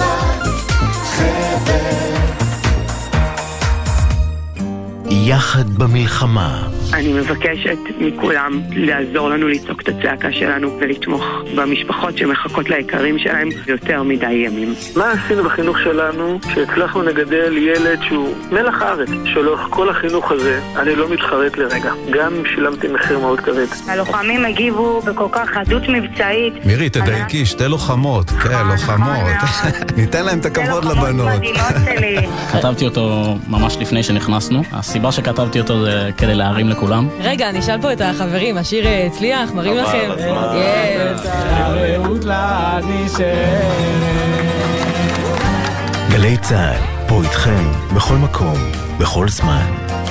חבר. יחד במלחמה. אני מבקשת מכולם לעזור לנו לצעוק את הצעקה שלנו ולתמוך במשפחות שמחכות ליקרים שלהם יותר מדי ימים. מה עשינו בחינוך שלנו שהצלחנו לגדל ילד שהוא מלח הארץ? שלאורך כל החינוך הזה אני לא מתחרט לרגע, גם אם שילמתי מחיר מאוד כבד. הלוחמים הגיבו בכל כך חדות מבצעית. מירי, תדייקי, שתי לוחמות. כן, לוחמות. ניתן להם את הכבוד לבנות. כתבתי אותו ממש לפני שנכנסנו. הסיבה שכתבתי אותו זה כדי להרים לכולם. רגע, אני אשאל פה את החברים, השיר הצליח, מראים לכם. גלי צהל, פה איתכם, בכל מקום, בכל זמן.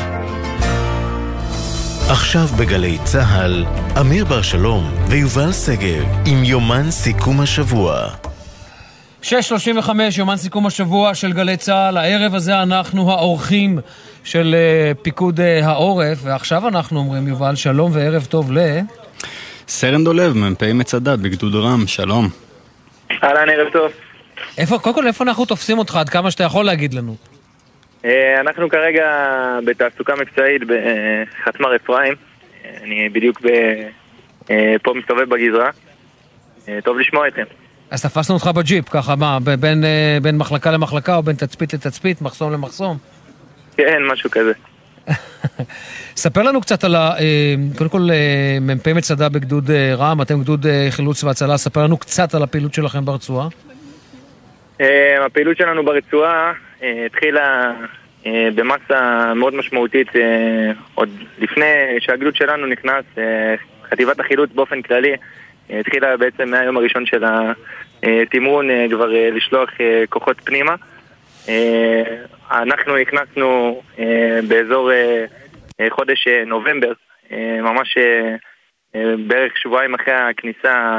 עכשיו בגלי צהל, אמיר בר שלום ויובל סגב עם יומן סיכום השבוע. 6:35, יומן סיכום השבוע של גלי צהל. הערב הזה אנחנו האורחים של פיקוד העורף, ועכשיו אנחנו אומרים, יובל, שלום וערב טוב סרן דולב, מ"פ מצדה בגדוד רם, שלום. אהלן, ערב טוב. קודם כל, איפה אנחנו תופסים אותך, עד כמה שאתה יכול להגיד לנו? אנחנו כרגע בתעסוקה מבצעית בחטמ"ר אפרים. אני בדיוק פה מסתובב בגזרה. טוב לשמוע אתכם. אז תפסנו אותך בג'יפ, ככה מה, בין מחלקה למחלקה או בין תצפית לתצפית, מחסום למחסום? כן, משהו כזה. ספר לנו קצת על קודם כל, מ"פ מצדה בגדוד רם, אתם גדוד חילוץ והצלה, ספר לנו קצת על הפעילות שלכם ברצועה. הפעילות שלנו ברצועה התחילה במסה מאוד משמעותית, עוד לפני שהגדוד שלנו נכנס, חטיבת החילוץ באופן כללי, התחילה בעצם מהיום הראשון של התמרון כבר לשלוח כוחות פנימה. אנחנו נכנסנו באזור חודש נובמבר, ממש בערך שבועיים אחרי הכניסה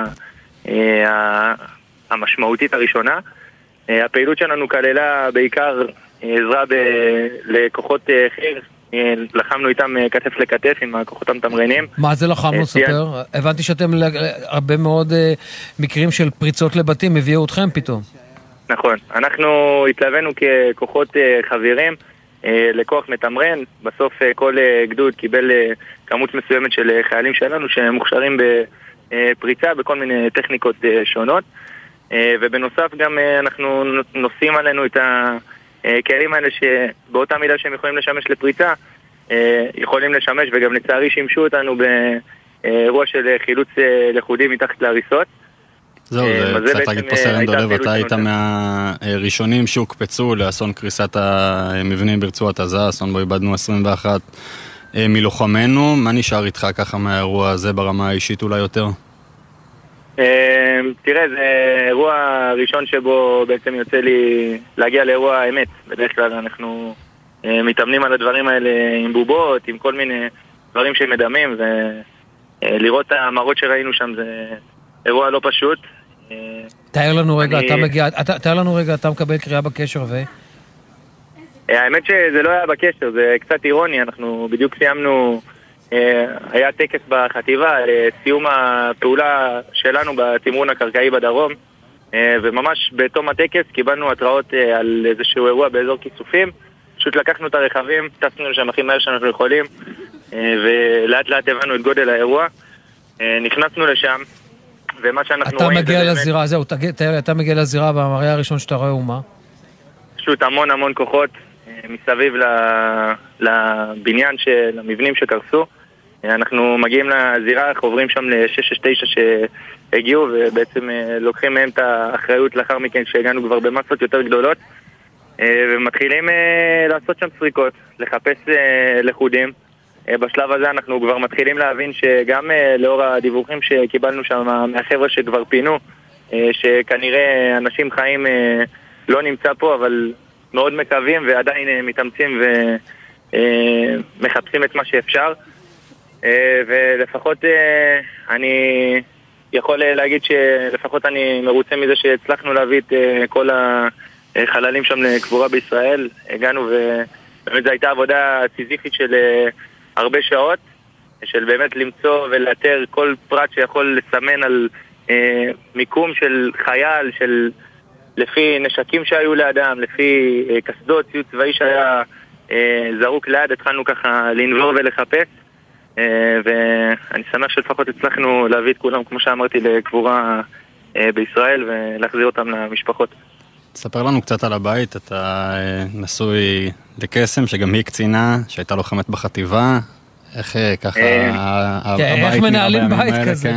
המשמעותית הראשונה. הפעילות שלנו כללה בעיקר עזרה לכוחות חיר, לחמנו איתם כתף לכתף עם הכוחות המתמרנים. מה זה לחמנו? ספר. הבנתי שאתם הרבה מאוד מקרים של פריצות לבתים הביאו אתכם פתאום. נכון, אנחנו התלווינו ככוחות חבירים לכוח מתמרן. בסוף כל גדוד קיבל כמות מסוימת של חיילים שלנו שמוכשרים בפריצה בכל מיני טכניקות שונות, ובנוסף גם אנחנו נושאים עלינו את הכלים האלה שבאותה מידה שהם יכולים לשמש לפריצה יכולים לשמש, וגם לצערי שימשו אותנו באירוע של חילוץ לכודים מתחת להריסות. זהו, זה צריך להגיד פה סרן דולב, אתה היית מהראשונים שהוקפצו לאסון קריסת המבנים ברצועת עזה, אסון בו איבדנו 21 מלוחמנו. מה נשאר איתך ככה מהאירוע הזה ברמה האישית אולי יותר? תראה, זה אירוע ראשון שבו בעצם יוצא לי להגיע לאירוע האמת. בדרך כלל אנחנו מתאמנים על הדברים האלה עם בובות, עם כל מיני דברים שמדמים, ולראות המראות שראינו שם זה אירוע לא פשוט. תאר לנו רגע, אתה מקבל קריאה בקשר האמת שזה לא היה בקשר, זה קצת אירוני, אנחנו בדיוק סיימנו, היה טקס בחטיבה לסיום הפעולה שלנו בתמרון הקרקעי בדרום, וממש בתום הטקס קיבלנו התראות על איזשהו אירוע באזור כיסופים, פשוט לקחנו את הרכבים, טסנו לשם הכי מהר שאנחנו יכולים, ולאט לאט הבנו את גודל האירוע, נכנסנו לשם, ומה שאנחנו רואים... אתה מגיע לזירה, זהו, אתה מגיע לזירה במראה הראשון שאתה רואה הוא מה? פשוט המון כוחות מסביב לבניין, למבנים שקרסו. אנחנו מגיעים לזירה, חוברים שם ל-669 שהגיעו, ובעצם לוקחים מהם את האחריות לאחר מכן שהגענו כבר במסות יותר גדולות, ומתחילים לעשות שם סריקות, לחפש לחודים. בשלב הזה אנחנו כבר מתחילים להבין שגם לאור הדיווחים שקיבלנו שם מהחבר'ה שכבר פינו, שכנראה אנשים חיים לא נמצא פה, אבל מאוד מקווים ועדיין מתאמצים ומחפשים את מה שאפשר. ולפחות אני יכול להגיד שלפחות אני מרוצה מזה שהצלחנו להביא את כל החללים שם לקבורה בישראל. הגענו ובאמת זו הייתה עבודה סיזיפית של הרבה שעות, של באמת למצוא ולאתר כל פרט שיכול לסמן על מיקום של חייל, של לפי נשקים שהיו לאדם, לפי קסדות, ציוד צבאי שהיה זרוק ליד, התחלנו ככה לנבור ולחפש, ואני שמח שלפחות הצלחנו להביא את כולם, כמו שאמרתי, לקבורה בישראל ולהחזיר אותם למשפחות. תספר לנו קצת על הבית, אתה נשוי לקסם, שגם היא קצינה, שהייתה לוחמת בחטיבה, איך ככה הבית איך מנהלים בית כזה?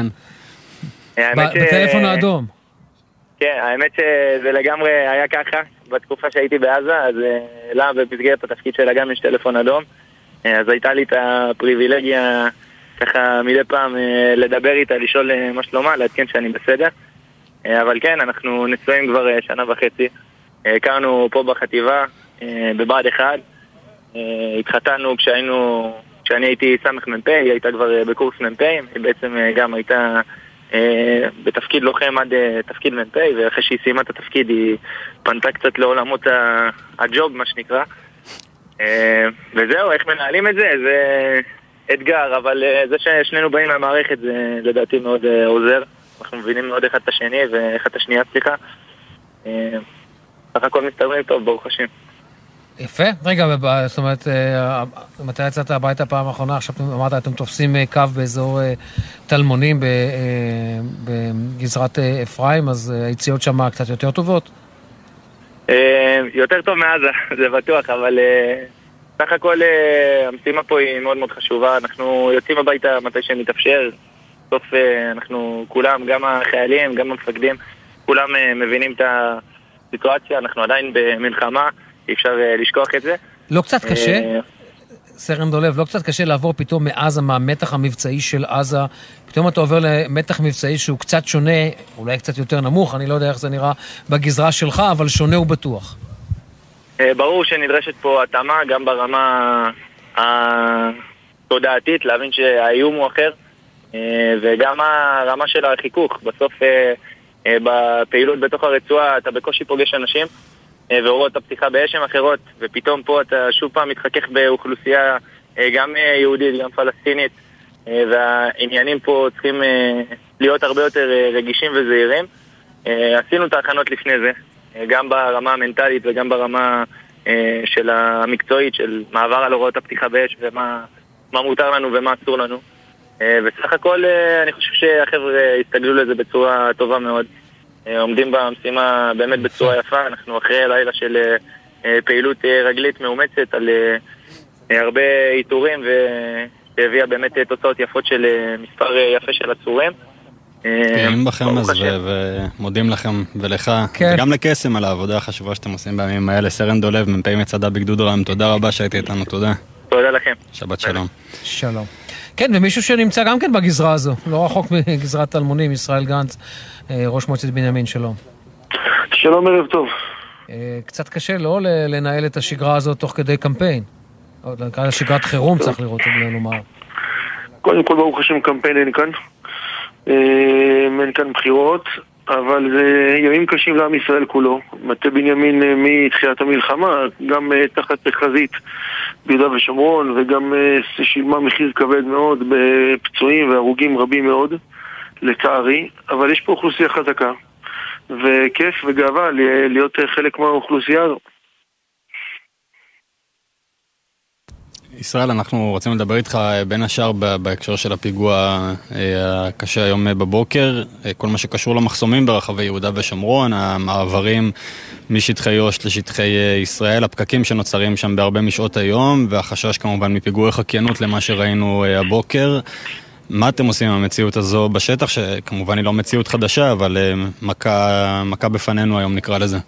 בטלפון האדום. כן, האמת שזה לגמרי היה ככה, בתקופה שהייתי בעזה, אז לה במסגרת התפקיד שלה גם יש טלפון אדום, אז הייתה לי את הפריבילגיה ככה מדי פעם לדבר איתה, לשאול מה שלומה, לעדכן שאני בסדר. אבל כן, אנחנו נשואים כבר שנה וחצי. הכרנו פה בחטיבה, בבה"ד 1. התחתנו כשאני הייתי סמ"פ, היא הייתה כבר בקורס מ"פים, היא בעצם גם הייתה בתפקיד לוחם עד תפקיד מ"פ, ואחרי שהיא סיימה את התפקיד היא פנתה קצת לעולמות הג'וב, מה שנקרא. וזהו, איך מנהלים את זה? זה אתגר, אבל זה ששנינו באים למערכת זה לדעתי מאוד עוזר. אנחנו מבינים מאוד אחד את השני ואחד את השנייה, סליחה. סך הכל מסתדרים טוב, ברוך השם. יפה. רגע, זאת אומרת, מתי יצאת הביתה פעם האחרונה? עכשיו אמרת, אתם תופסים קו באזור תלמונים בגזרת אפרים, אז היציאות שם קצת יותר טובות? יותר טוב מעזה, זה בטוח, אבל סך הכל המשימה פה היא מאוד מאוד חשובה. אנחנו יוצאים הביתה מתי שמתאפשר. בסוף אנחנו כולם, גם החיילים, גם המפקדים, כולם מבינים את הסיטואציה. אנחנו עדיין במלחמה, אי אפשר לשכוח את זה. לא קצת קשה? סרן דולב, לא קצת קשה לעבור פתאום מעזה, מהמתח המבצעי של עזה, פתאום אתה עובר למתח מבצעי שהוא קצת שונה, אולי קצת יותר נמוך, אני לא יודע איך זה נראה בגזרה שלך, אבל שונה ובטוח. ברור שנדרשת פה התאמה, גם ברמה התודעתית, להבין שהאיום הוא אחר, וגם הרמה של החיכוך. בסוף בפעילות בתוך הרצועה אתה בקושי פוגש אנשים, ורואות את הפתיחה באשם אחרות, ופתאום פה אתה שוב פעם מתחכך באוכלוסייה גם יהודית, גם פלסטינית, והעניינים פה צריכים להיות הרבה יותר רגישים וזהירים. עשינו את ההכנות לפני זה, גם ברמה המנטלית וגם ברמה של המקצועית, של מעבר על הוראות הפתיחה באש ומה מותר לנו ומה אסור לנו. וסך הכל אני חושב שהחבר'ה הסתגלו לזה בצורה טובה מאוד. עומדים במשימה באמת בצורה יפה. אנחנו אחרי לילה של פעילות רגלית מאומצת על הרבה איתורים, והביאה באמת תוצאות יפות של מספר יפה של עצורים. גאים בכם אז ומודים לכם ולך, וגם לקסם על העבודה החשובה שאתם עושים בימים האלה. סרן דולב, מ"פ מצדה בגדוד רם, תודה רבה שהייתי איתנו, תודה. תודה לכם. שבת שלום. שלום. כן, ומישהו שנמצא גם כן בגזרה הזו, לא רחוק מגזרת אלמונים, ישראל גנץ, ראש מועצת בנימין, שלום. שלום, ערב טוב. קצת קשה לא לנהל את השגרה הזו תוך כדי קמפיין. נקרא שגרת חירום צריך לראות את זה לומר. קודם כל ברוך השם קמפיין אין כאן. אין כאן בחירות, אבל זה ימים קשים לעם ישראל כולו. מטה בנימין מתחילת המלחמה, גם תחת חזית ביהודה ושומרון, וגם שילמה מחיר כבד מאוד בפצועים והרוגים רבים מאוד, לצערי. אבל יש פה אוכלוסייה חזקה, וכיף וגאווה להיות חלק מהאוכלוסייה הזו. ישראל, אנחנו רוצים לדבר איתך בין השאר בהקשר של הפיגוע הקשה היום בבוקר, כל מה שקשור למחסומים ברחבי יהודה ושומרון, המעברים משטחי יו"ש לשטחי ישראל, הפקקים שנוצרים שם בהרבה משעות היום, והחשש כמובן מפיגועי חקיינות למה שראינו הבוקר. מה אתם עושים עם המציאות הזו בשטח, שכמובן היא לא מציאות חדשה, אבל מכה בפנינו היום נקרא לזה?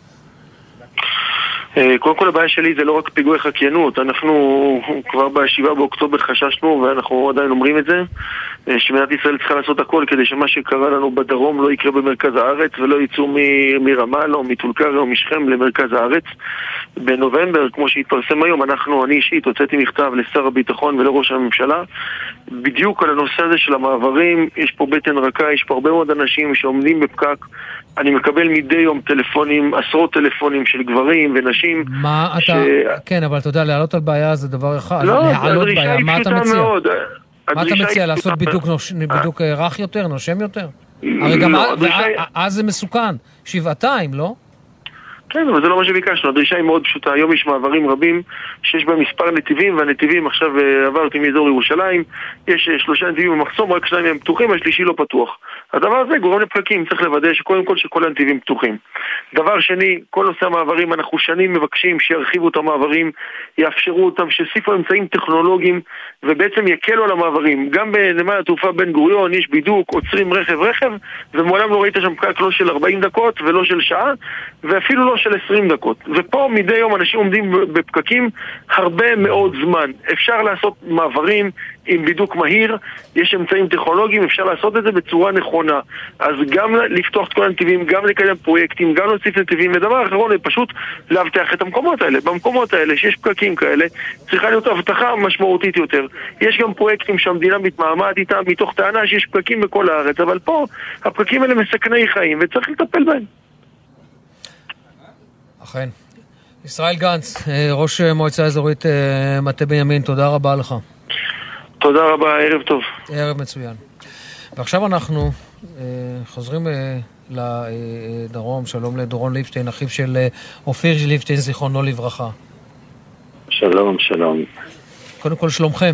קודם כל הבעיה שלי זה לא רק פיגועי חקיינות, אנחנו כבר ב7 באוקטובר חששנו ואנחנו עדיין אומרים את זה, שמדינת ישראל צריכה לעשות הכל כדי שמה שקרה לנו בדרום לא יקרה במרכז הארץ ולא יצאו מרמאללה או מטול-כרם או משכם למרכז הארץ. בנובמבר, כמו שהתפרסם היום, אני אישית הוצאתי מכתב לשר הביטחון ולראש הממשלה בדיוק על הנושא הזה של המעברים. יש פה בטן רכה, יש פה הרבה מאוד אנשים שעומדים בפקק. אני מקבל מדי יום טלפונים, עשרות טלפונים של גברים ונשים. מה אתה... כן, אבל אתה יודע, להעלות על בעיה זה דבר אחד. לא, להעלות בעיה, מה אתה מציע? מאוד. מה אתה מציע? לעשות בידוק רך יותר, נושם יותר? הרי גם אז זה מסוכן. שבעתיים, לא? כן, אבל זה לא מה שביקשנו. הדרישה היא מאוד פשוטה. היום יש מעברים רבים שיש בהם מספר נתיבים, והנתיבים עכשיו עברתי מאזור ירושלים. יש 3 נתיבים במחסום, רק 2 הם פתוחים, השלישי לא פתוח. הדבר הזה גורם לפקקים, צריך לוודא שקודם כל שכל הנתיבים פתוחים. דבר שני, כל נושא המעברים, אנחנו שנים מבקשים שירחיבו את המעברים, יאפשרו אותם, שיוסיפו אמצעים טכנולוגיים, ובעצם יקלו על המעברים. גם בנמל התעופה בן גוריון יש בידוק, עוצרים רכב, ומעולם לא ראית שם פקק לא של 40 דקות ולא של שעה, ואפילו לא של 20 דקות. ופה מדי יום אנשים עומדים בפקקים הרבה מאוד זמן. אפשר לעשות מעברים עם בידוק מהיר, יש אמצעים טכנולוגיים, אפשר לעשות את זה בצורה נכונה. אז גם לפתוח את כל הנתיבים, גם לקדם פרויקטים, גם להוסיף נתיבים, ודבר אחרון, פשוט להבטח את המקומות האלה. במקומות האלה שיש פקקים כאלה, צריכה להיות הבטחה משמעותית יותר. יש גם פרויקטים שהמדינה מתמהמת איתם, מתוך טענה שיש פקקים בכל הארץ, אבל פה הפקקים האלה מסכני חיים, וצריך לטפל בהם. אכן. ישראל גנץ, ראש מועצה אזורית מטה בנימין, תודה רבה לך. תודה רבה, ערב טוב. ערב מצוין. ועכשיו אנחנו חוזרים לדרום, שלום לדורון ליבשטיין, אחיו של אופיר ליבשטיין, זיכרונו לברכה. שלום, שלום. קודם כל, שלומכם.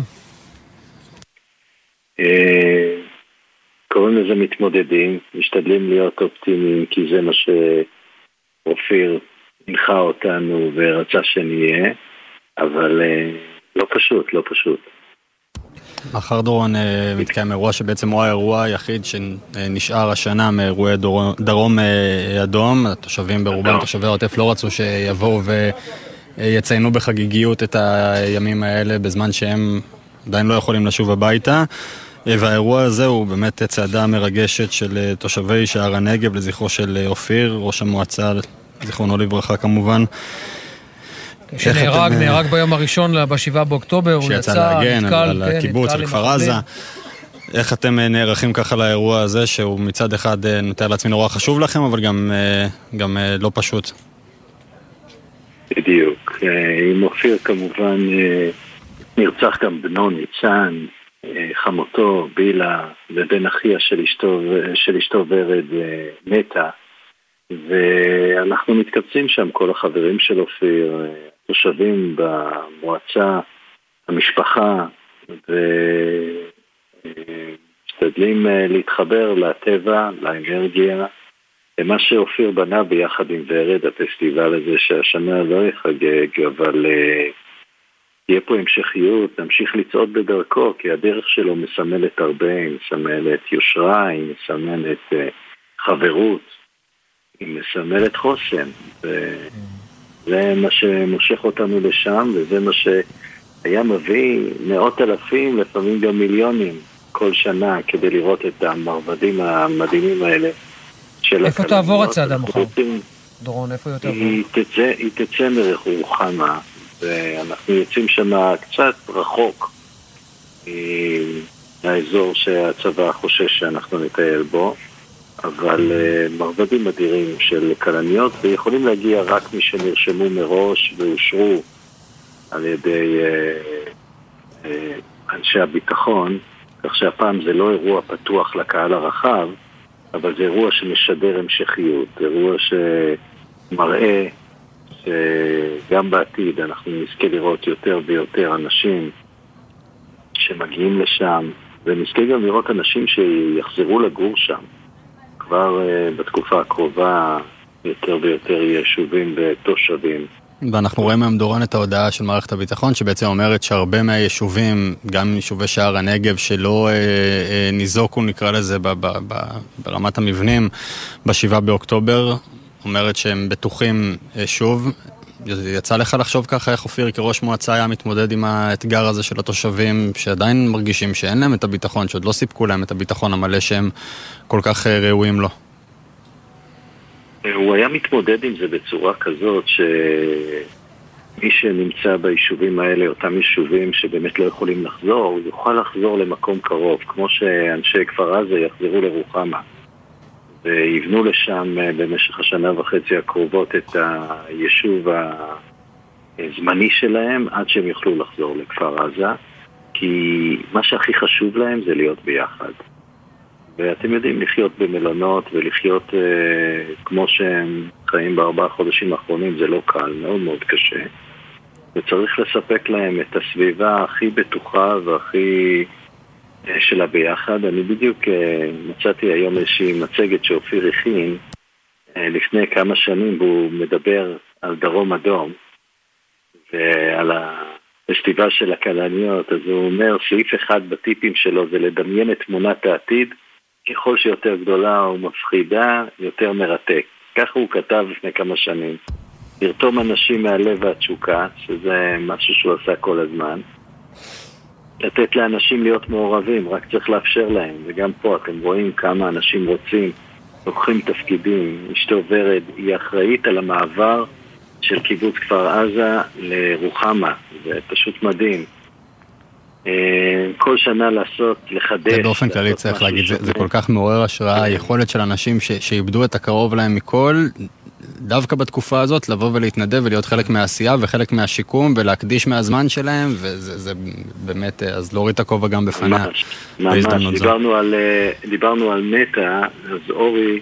קוראים לזה מתמודדים, משתדלים להיות אופטימיים, כי זה מה שאופיר הנחה אותנו ורצה שנהיה, אבל לא פשוט, לא פשוט. מחר דורון מתקיים אירוע שבעצם הוא האירוע היחיד שנשאר השנה מאירועי דרום אדום. התושבים ברובם, תושבי העוטף, לא רצו שיבואו ויציינו בחגיגיות את הימים האלה בזמן שהם עדיין לא יכולים לשוב הביתה. והאירוע הזה הוא באמת צעדה מרגשת של תושבי שער הנגב לזכרו של אופיר, ראש המועצה, זיכרונו לברכה כמובן. שנהרג ביום הראשון ב7 באוקטובר, הוא יצא להגן על הקיבוץ, על כפר עזה. איך אתם נערכים ככה לאירוע הזה, שהוא מצד אחד נתאר לעצמי נורא חשוב לכם, אבל גם לא פשוט? בדיוק. עם אופיר כמובן נרצח גם בנו ניצן, חמותו בילה ובן אחיה של אשתו ורד מתה, ואנחנו מתקבצים שם, כל החברים של אופיר, תושבים במועצה, המשפחה, ומשתדלים להתחבר לטבע, לאנרגיה, למה שאופיר בנה ביחד עם ורד, הפסטיבל הזה שהשנה לא יחגג, אבל תהיה פה המשכיות, נמשיך לצעוד בדרכו, כי הדרך שלו מסמלת הרבה, היא מסמלת יושרה, היא מסמלת חברות, היא מסמלת חוסן, וזה מה שמושך אותנו לשם, וזה מה שהיה מביא מאות אלפים, לפעמים גם מיליונים כל שנה, כדי לראות את המרבדים המדהימים האלה של הכלניות. איפה תעבור הצעד המחר? דורון, איפה יותר תעבור? היא תצא מרוחמה, ואנחנו יוצאים שם קצת רחוק מהאזור שהצבא חושש שאנחנו נטייל בו, אבל מרבדים אדירים של כלניות, ויכולים להגיע רק מי שנרשמו מראש ואושרו על ידי אנשי הביטחון, כך שהפעם זה לא אירוע פתוח לקהל הרחב, אבל זה אירוע שמשדר המשכיות, אירוע שמראה שגם בעתיד אנחנו נזכה לראות יותר ויותר אנשים שמגיעים לשם, ונזכה גם לראות אנשים שיחזרו לגור שם. כבר בתקופה הקרובה יותר ויותר יישובים ותושבים. ואנחנו רואים היום דורון את ההודעה של מערכת הביטחון, שבעצם אומרת שהרבה מהיישובים, גם יישובי שער הנגב, שלא ניזוקו נקרא לזה ברמת המבנים ב7 באוקטובר, אומרת שהם בטוחים שוב. יצא לך לחשוב ככה איך אופיר כראש מועצה היה מתמודד עם האתגר הזה של התושבים שעדיין מרגישים שאין להם את הביטחון, שעוד לא סיפקו להם את הביטחון המלא שהם כל כך ראויים לו? הוא היה מתמודד עם זה בצורה כזאת שמי שנמצא ביישובים האלה, אותם יישובים שבאמת לא יכולים לחזור, הוא יוכל לחזור למקום קרוב, כמו שאנשי כפר עזה יחזרו לרוחמה ויבנו לשם במשך השנה וחצי הקרובות את היישוב הזמני שלהם עד שהם יוכלו לחזור לכפר עזה, כי מה שהכי חשוב להם זה להיות ביחד. ואתם יודעים, לחיות במלונות ולחיות כמו שהם חיים ב4 חודשים האחרונים זה לא קל, מאוד מאוד קשה, וצריך לספק להם את הסביבה הכי בטוחה והכי שלה ביחד. אני בדיוק מצאתי היום איזושהי מצגת שאופיר הכין לפני כמה שנים, והוא מדבר על דרום אדום ועל הפסטיבל של הכלניות. אז הוא אומר, סעיף אחד בטיפים שלו זה לדמיין את תמונת העתיד, ככל שיותר גדולה ומפחידה, יותר מרתק. ככה הוא כתב לפני כמה שנים. לרתום אנשים מהלב והתשוקה, שזה משהו שהוא עשה כל הזמן. לתת לאנשים להיות מעורבים, רק צריך לאפשר להם. וגם פה אתם רואים כמה אנשים רוצים, לוקחים תפקידים. אשתו ורד היא אחראית על המעבר של קיבוץ כפר עזה לרוחמה. זה פשוט מדהים. כל שנה לעשות, לחדש. זה באופן כללי צריך להגיד, זה כל כך מעורר השראה, היכולת של אנשים שאיבדו את הקרוב להם מכל, דווקא בתקופה הזאת, לבוא ולהתנדב ולהיות חלק מהעשייה וחלק מהשיקום ולהקדיש מהזמן שלהם, וזה באמת, אז להוריד את הכובע גם בפניה. ממש, דיברנו על נטע, אז אורי,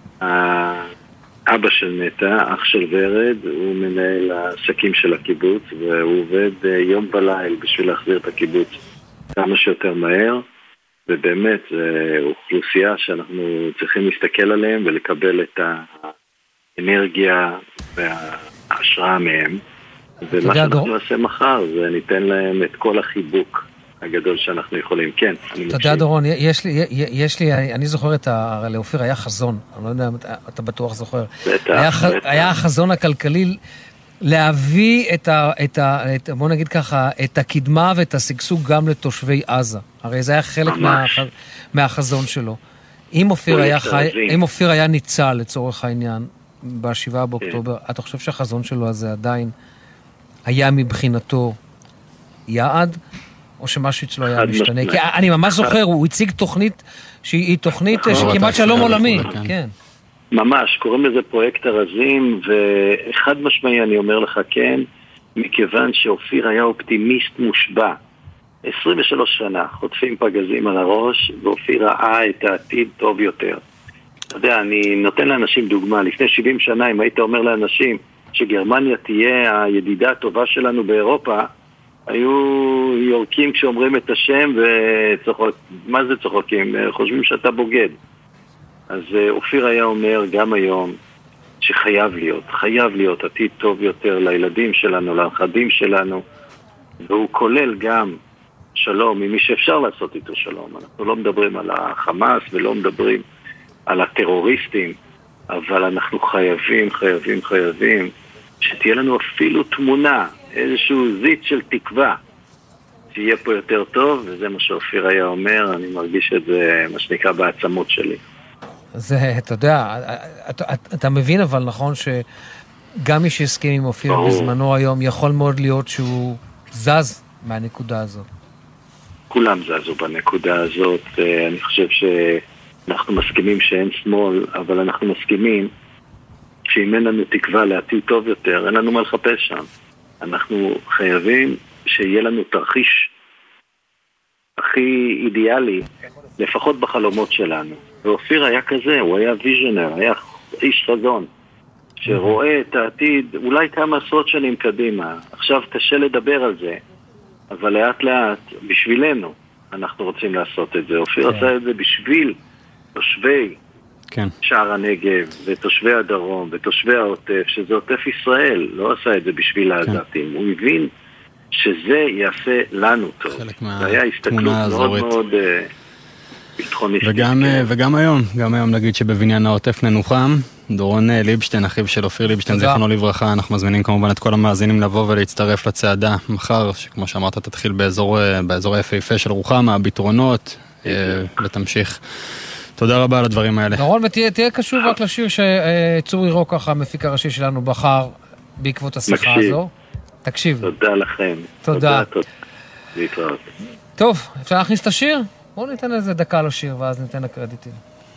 אבא של נטע, אח של ורד, הוא מנהל העסקים של הקיבוץ, והוא עובד יום וליל בשביל להחזיר את הקיבוץ כמה שיותר מהר, ובאמת זו אוכלוסייה שאנחנו צריכים להסתכל עליהם ולקבל את האנרגיה וההשראה מהם, ומה שאנחנו נעשה מחר זה ניתן להם את כל החיבוק הגדול שאנחנו יכולים. כן, אני מקשיב. תודה דורון, יש לי, אני זוכר לאופיר היה חזון, אני לא יודע, אתה בטוח זוכר. היה החזון הכלכלי להביא בוא נגיד ככה, את הקדמה ואת השגשוג גם לתושבי עזה. הרי זה היה חלק מהחזון שלו. אם אופיר היה ניצל לצורך העניין ב7 באוקטובר, אתה חושב שהחזון שלו הזה עדיין היה מבחינתו יעד? או שמשהו אצלו היה משתנה? כי אני ממש זוכר, הוא הציג תוכנית שהיא תוכנית שכמעט שלום עולמי. כן. ממש, קוראים לזה פרויקט הרזים, ואחד משמעי אני אומר לך כן, מכיוון שאופיר היה אופטימיסט מושבע. 23 שנה, חוטפים פגזים על הראש, ואופיר ראה את העתיד טוב יותר. אתה יודע, אני נותן לאנשים דוגמה, לפני 70 שנה, אם היית אומר לאנשים שגרמניה תהיה הידידה הטובה שלנו באירופה, היו יורקים כשאומרים את השם וצוחק, מה זה צוחקים? חושבים שאתה בוגד. אז אופיר היה אומר גם היום שחייב להיות עתיד טוב יותר לילדים שלנו, לנכדים שלנו, והוא כולל גם שלום ממי שאפשר לעשות איתו שלום. אנחנו לא מדברים על החמאס ולא מדברים על הטרוריסטים, אבל אנחנו חייבים שתהיה לנו אפילו תמונה, איזשהו זית של תקווה, שיהיה פה יותר טוב, וזה מה שאופיר היה אומר, אני מרגיש את זה, מה שנקרא, בעצמות שלי. זה, אתה יודע, אתה מבין אבל נכון שגם מי שהסכים עם אופיר בזמנו היום, יכול מאוד להיות שהוא זז מהנקודה הזאת. כולם זזו בנקודה הזאת, אני חושב שאנחנו מסכימים שאין שמאל, אבל אנחנו מסכימים שאם אין לנו תקווה לעתיד טוב יותר, אין לנו מה לחפש שם. אנחנו חייבים שיהיה לנו תרחיש הכי אידיאלי, לפחות בחלומות שלנו. ואופיר היה כזה, הוא היה ויז'נר, היה איש חזון, שרואה את העתיד אולי כמה עשרות שנים קדימה. עכשיו קשה לדבר על זה, אבל לאט לאט, בשבילנו, אנחנו רוצים לעשות את זה. אופיר עשה את זה בשביל תושבי שער הנגב, ותושבי הדרום, ותושבי העוטף, שזה עוטף ישראל, לא עשה את זה בשביל העזתים. הוא הבין שזה יעשה לנו טוב. זה היה הסתכלות מאוד מאוד ביטחוניסטית. וגם היום נגיד שבבניין העוטף ננוחם, דורון ליבשטיין, אחיו של אופיר ליבשטיין, זיכרונו לברכה, אנחנו מזמינים כמובן את כל המאזינים לבוא ולהצטרף לצעדה מחר, שכמו שאמרת תתחיל באזור היפהפה של רוחמה, הפתרונות, ותמשיך. תודה רבה על הדברים האלה. דורון, ותהיה קשוב רק לשיר שצורי רוקח, המפיק הראשי שלנו, בחר בעקבות השיחה הזו. תקשיב. תודה לכם. תודה. להתראות. טוב, אפשר להכניס את השיר? בואו ניתן איזה דקה לשיר ואז ניתן הקרדיטים.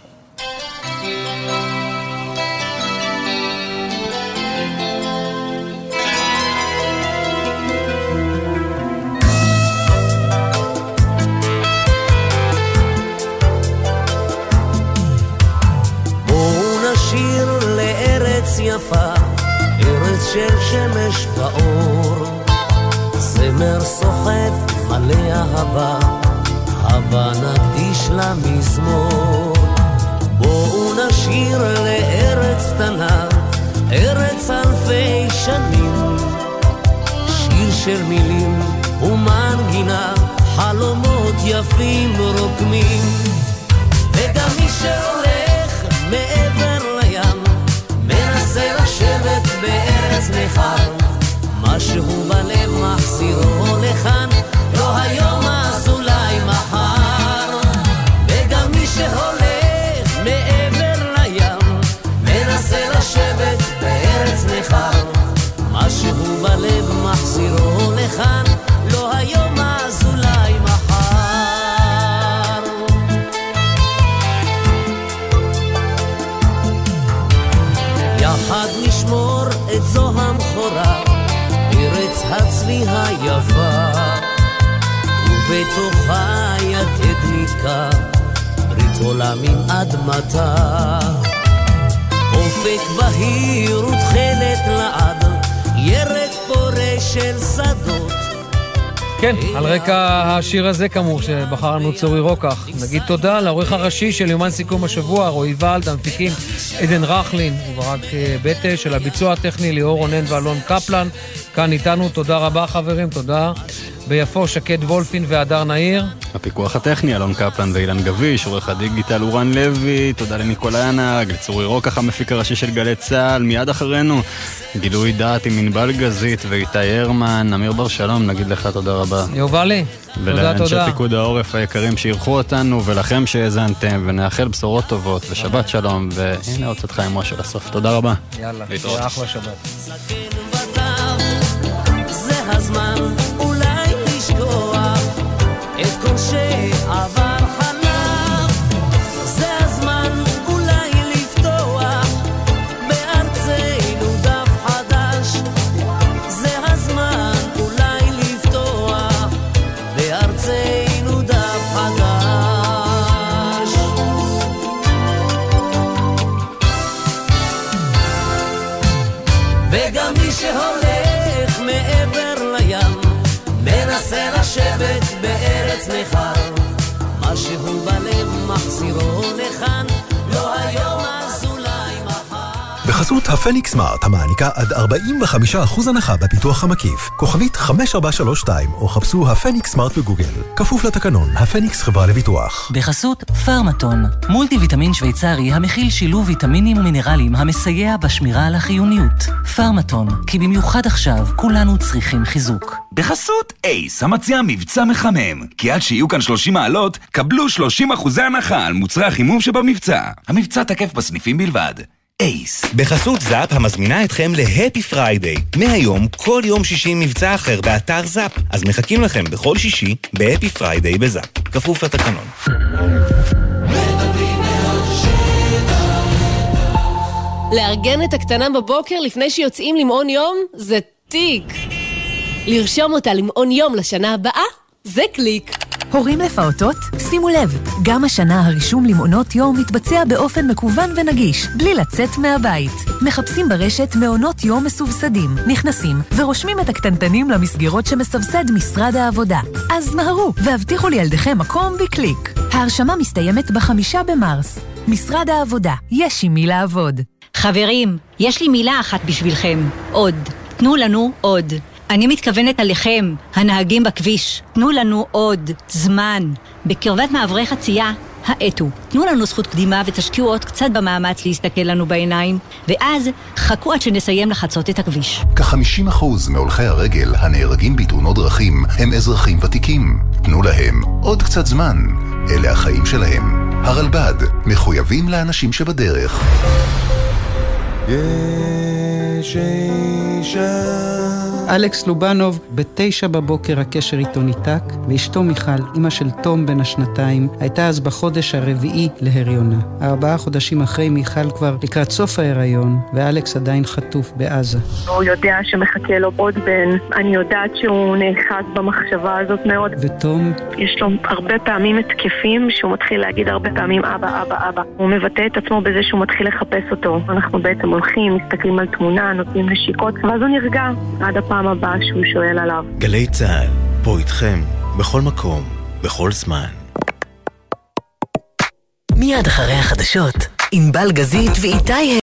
בואו נשיר לארץ יפה, ארץ של שמש באור, זמר סוחף מלא אהבה, הבה נקדיש למזמור. בואו נשיר לארץ קטנה, ארץ אלפי שנים, שיר של מילים ומנגינה, חלומות יפים רוקמים. וגם מי שהולך מעבר לים, מנסה לשבת בארץ נכר, משהו בלב מחזירו לכאן, לא היום אז אולי מחר. וגם מי שהולך מעבר לים, מנסה לשבת בארץ נכר, משהו בלב מחזירו לכאן, לא היום אז אולי מחר. יחד נשמור את זו המחורה, ארץ הצבי היפה, ובתוכה יתד נתקע, ברית עולם עם אדמתה. אופק בהיר ותחילת לעד, ירק פורה של שדות. כן, על רקע השיר הזה כאמור שבחרנו צורי רוקח. נגיד תודה לעורך הראשי של יומן סיכום השבוע, רועי ולד, המפיקים עדן רחלין וברק בטה, של הביצוע הטכני ליאור רונן ואלון קפלן. כאן איתנו, תודה רבה חברים, תודה. ביפו שקד וולפין והדר נאיר. הפיקוח הטכני אלון קפלן ואילן גביש, עורך הדיגיטל אורן לוי, תודה לניקולאי הנהג, לצורי רוקח המפיק הראשי של גלי צהל. מיד אחרינו גילוי דעת עם מנבל גזית ואיתי הרמן. אמיר בר שלום, נגיד לך תודה רבה. יובלי, תודה. ולאנשי פיקוד העורף היקרים שאירחו אותנו, ולכם שהאזנתם, ונאחל בשורות טובות ושבת שלום. והנה עוד קצת חיים משה לסוף. תודה רבה. יאללה, תהיה אחלה שבת. זה הזמן אולי לשכוח את כל שעבר חלף, זה הזמן אולי לפתוח בארצנו דף חדש, זה הזמן אולי לפתוח בארצנו דף חדש. וגם מי שהולך מעבר לים, מנסה לשבת בארץ נכר, משהו בלב מחזירו לכאן, לא היום אז אולי מחר. בחסות הפניקס סמארט, המעניקה עד 45% הנחה בפיתוח המקיף. כוכבית 5432, או חפשו הפניקס סמארט בגוגל. כפוף לתקנון, הפניקס חברה לביטוח. בחסות פרמטון, מולטי ויטמין שוויצרי המכיל שילוב ויטמינים ומינרלים המסייע בשמירה על החיוניות. פרמטון, כי במיוחד עכשיו כולנו צריכים חיזוק. בחסות אייס, המציע מבצע מחמם. כי עד שיהיו כאן 30 מעלות, קבלו 30% הנחה על מוצרי החימום שבמבצע. המבצע תקף בסניפים בלבד. אייס. בחסות זאפ המזמינה אתכם להפי פריידיי. מהיום, כל יום שישי מבצע אחר באתר זאפ. אז מחכים לכם בכל שישי בהפי פריידיי בזאפ. כפוף לתקנון. לארגן את הקטנה בבוקר לפני שיוצאים למעון יום זה טיק. לרשום אותה למעון יום לשנה הבאה זה קליק. הורים לפעוטות? שימו לב, גם השנה הרישום למעונות יום מתבצע באופן מקוון ונגיש, בלי לצאת מהבית. מחפשים ברשת מעונות יום מסובסדים, נכנסים ורושמים את הקטנטנים למסגרות שמסבסד משרד העבודה. אז מהרו והבטיחו לילדיכם מקום בקליק. ההרשמה מסתיימת ב5 במרס. משרד העבודה, יש עם מי לעבוד. חברים, יש לי מילה אחת בשבילכם. עוד. תנו לנו עוד. אני מתכוונת עליכם, הנהגים בכביש. תנו לנו עוד זמן. בקרבת מעברי חצייה, האטו. תנו לנו זכות קדימה ותשקיעו עוד קצת במאמץ להסתכל לנו בעיניים, ואז חכו עד שנסיים לחצות את הכביש. כ-50% מהולכי הרגל הנהרגים בתאונות דרכים הם אזרחים ותיקים. תנו להם עוד קצת זמן. אלה החיים שלהם. הרלב"ד, מחויבים לאנשים שבדרך. יש אישה אלכס לובנוב, ב9 בבוקר הקשר איתו ניתק, ואשתו מיכל, אמא של תום בן השנתיים, הייתה אז בחודש הרביעי להריונה. 4 חודשים אחרי מיכל כבר לקראת סוף ההיריון, ואלכס עדיין חטוף בעזה. הוא יודע שמחכה לו עוד בן, אני יודעת שהוא נאחז במחשבה הזאת מאוד. ותום? יש לו הרבה פעמים התקפים שהוא מתחיל להגיד הרבה פעמים אבא, אבא, אבא. הוא מבטא את עצמו בזה שהוא מתחיל לחפש אותו. אנחנו בעצם הולכים, מסתכלים על תמונה, נותנים נשיקות, ואז הוא נרגע עד הפעם הבאה שהוא שואל עליו. גלי צהל, פה איתכם, בכל מקום, בכל זמן. מיד אחרי החדשות, ענבל גזית ואיתי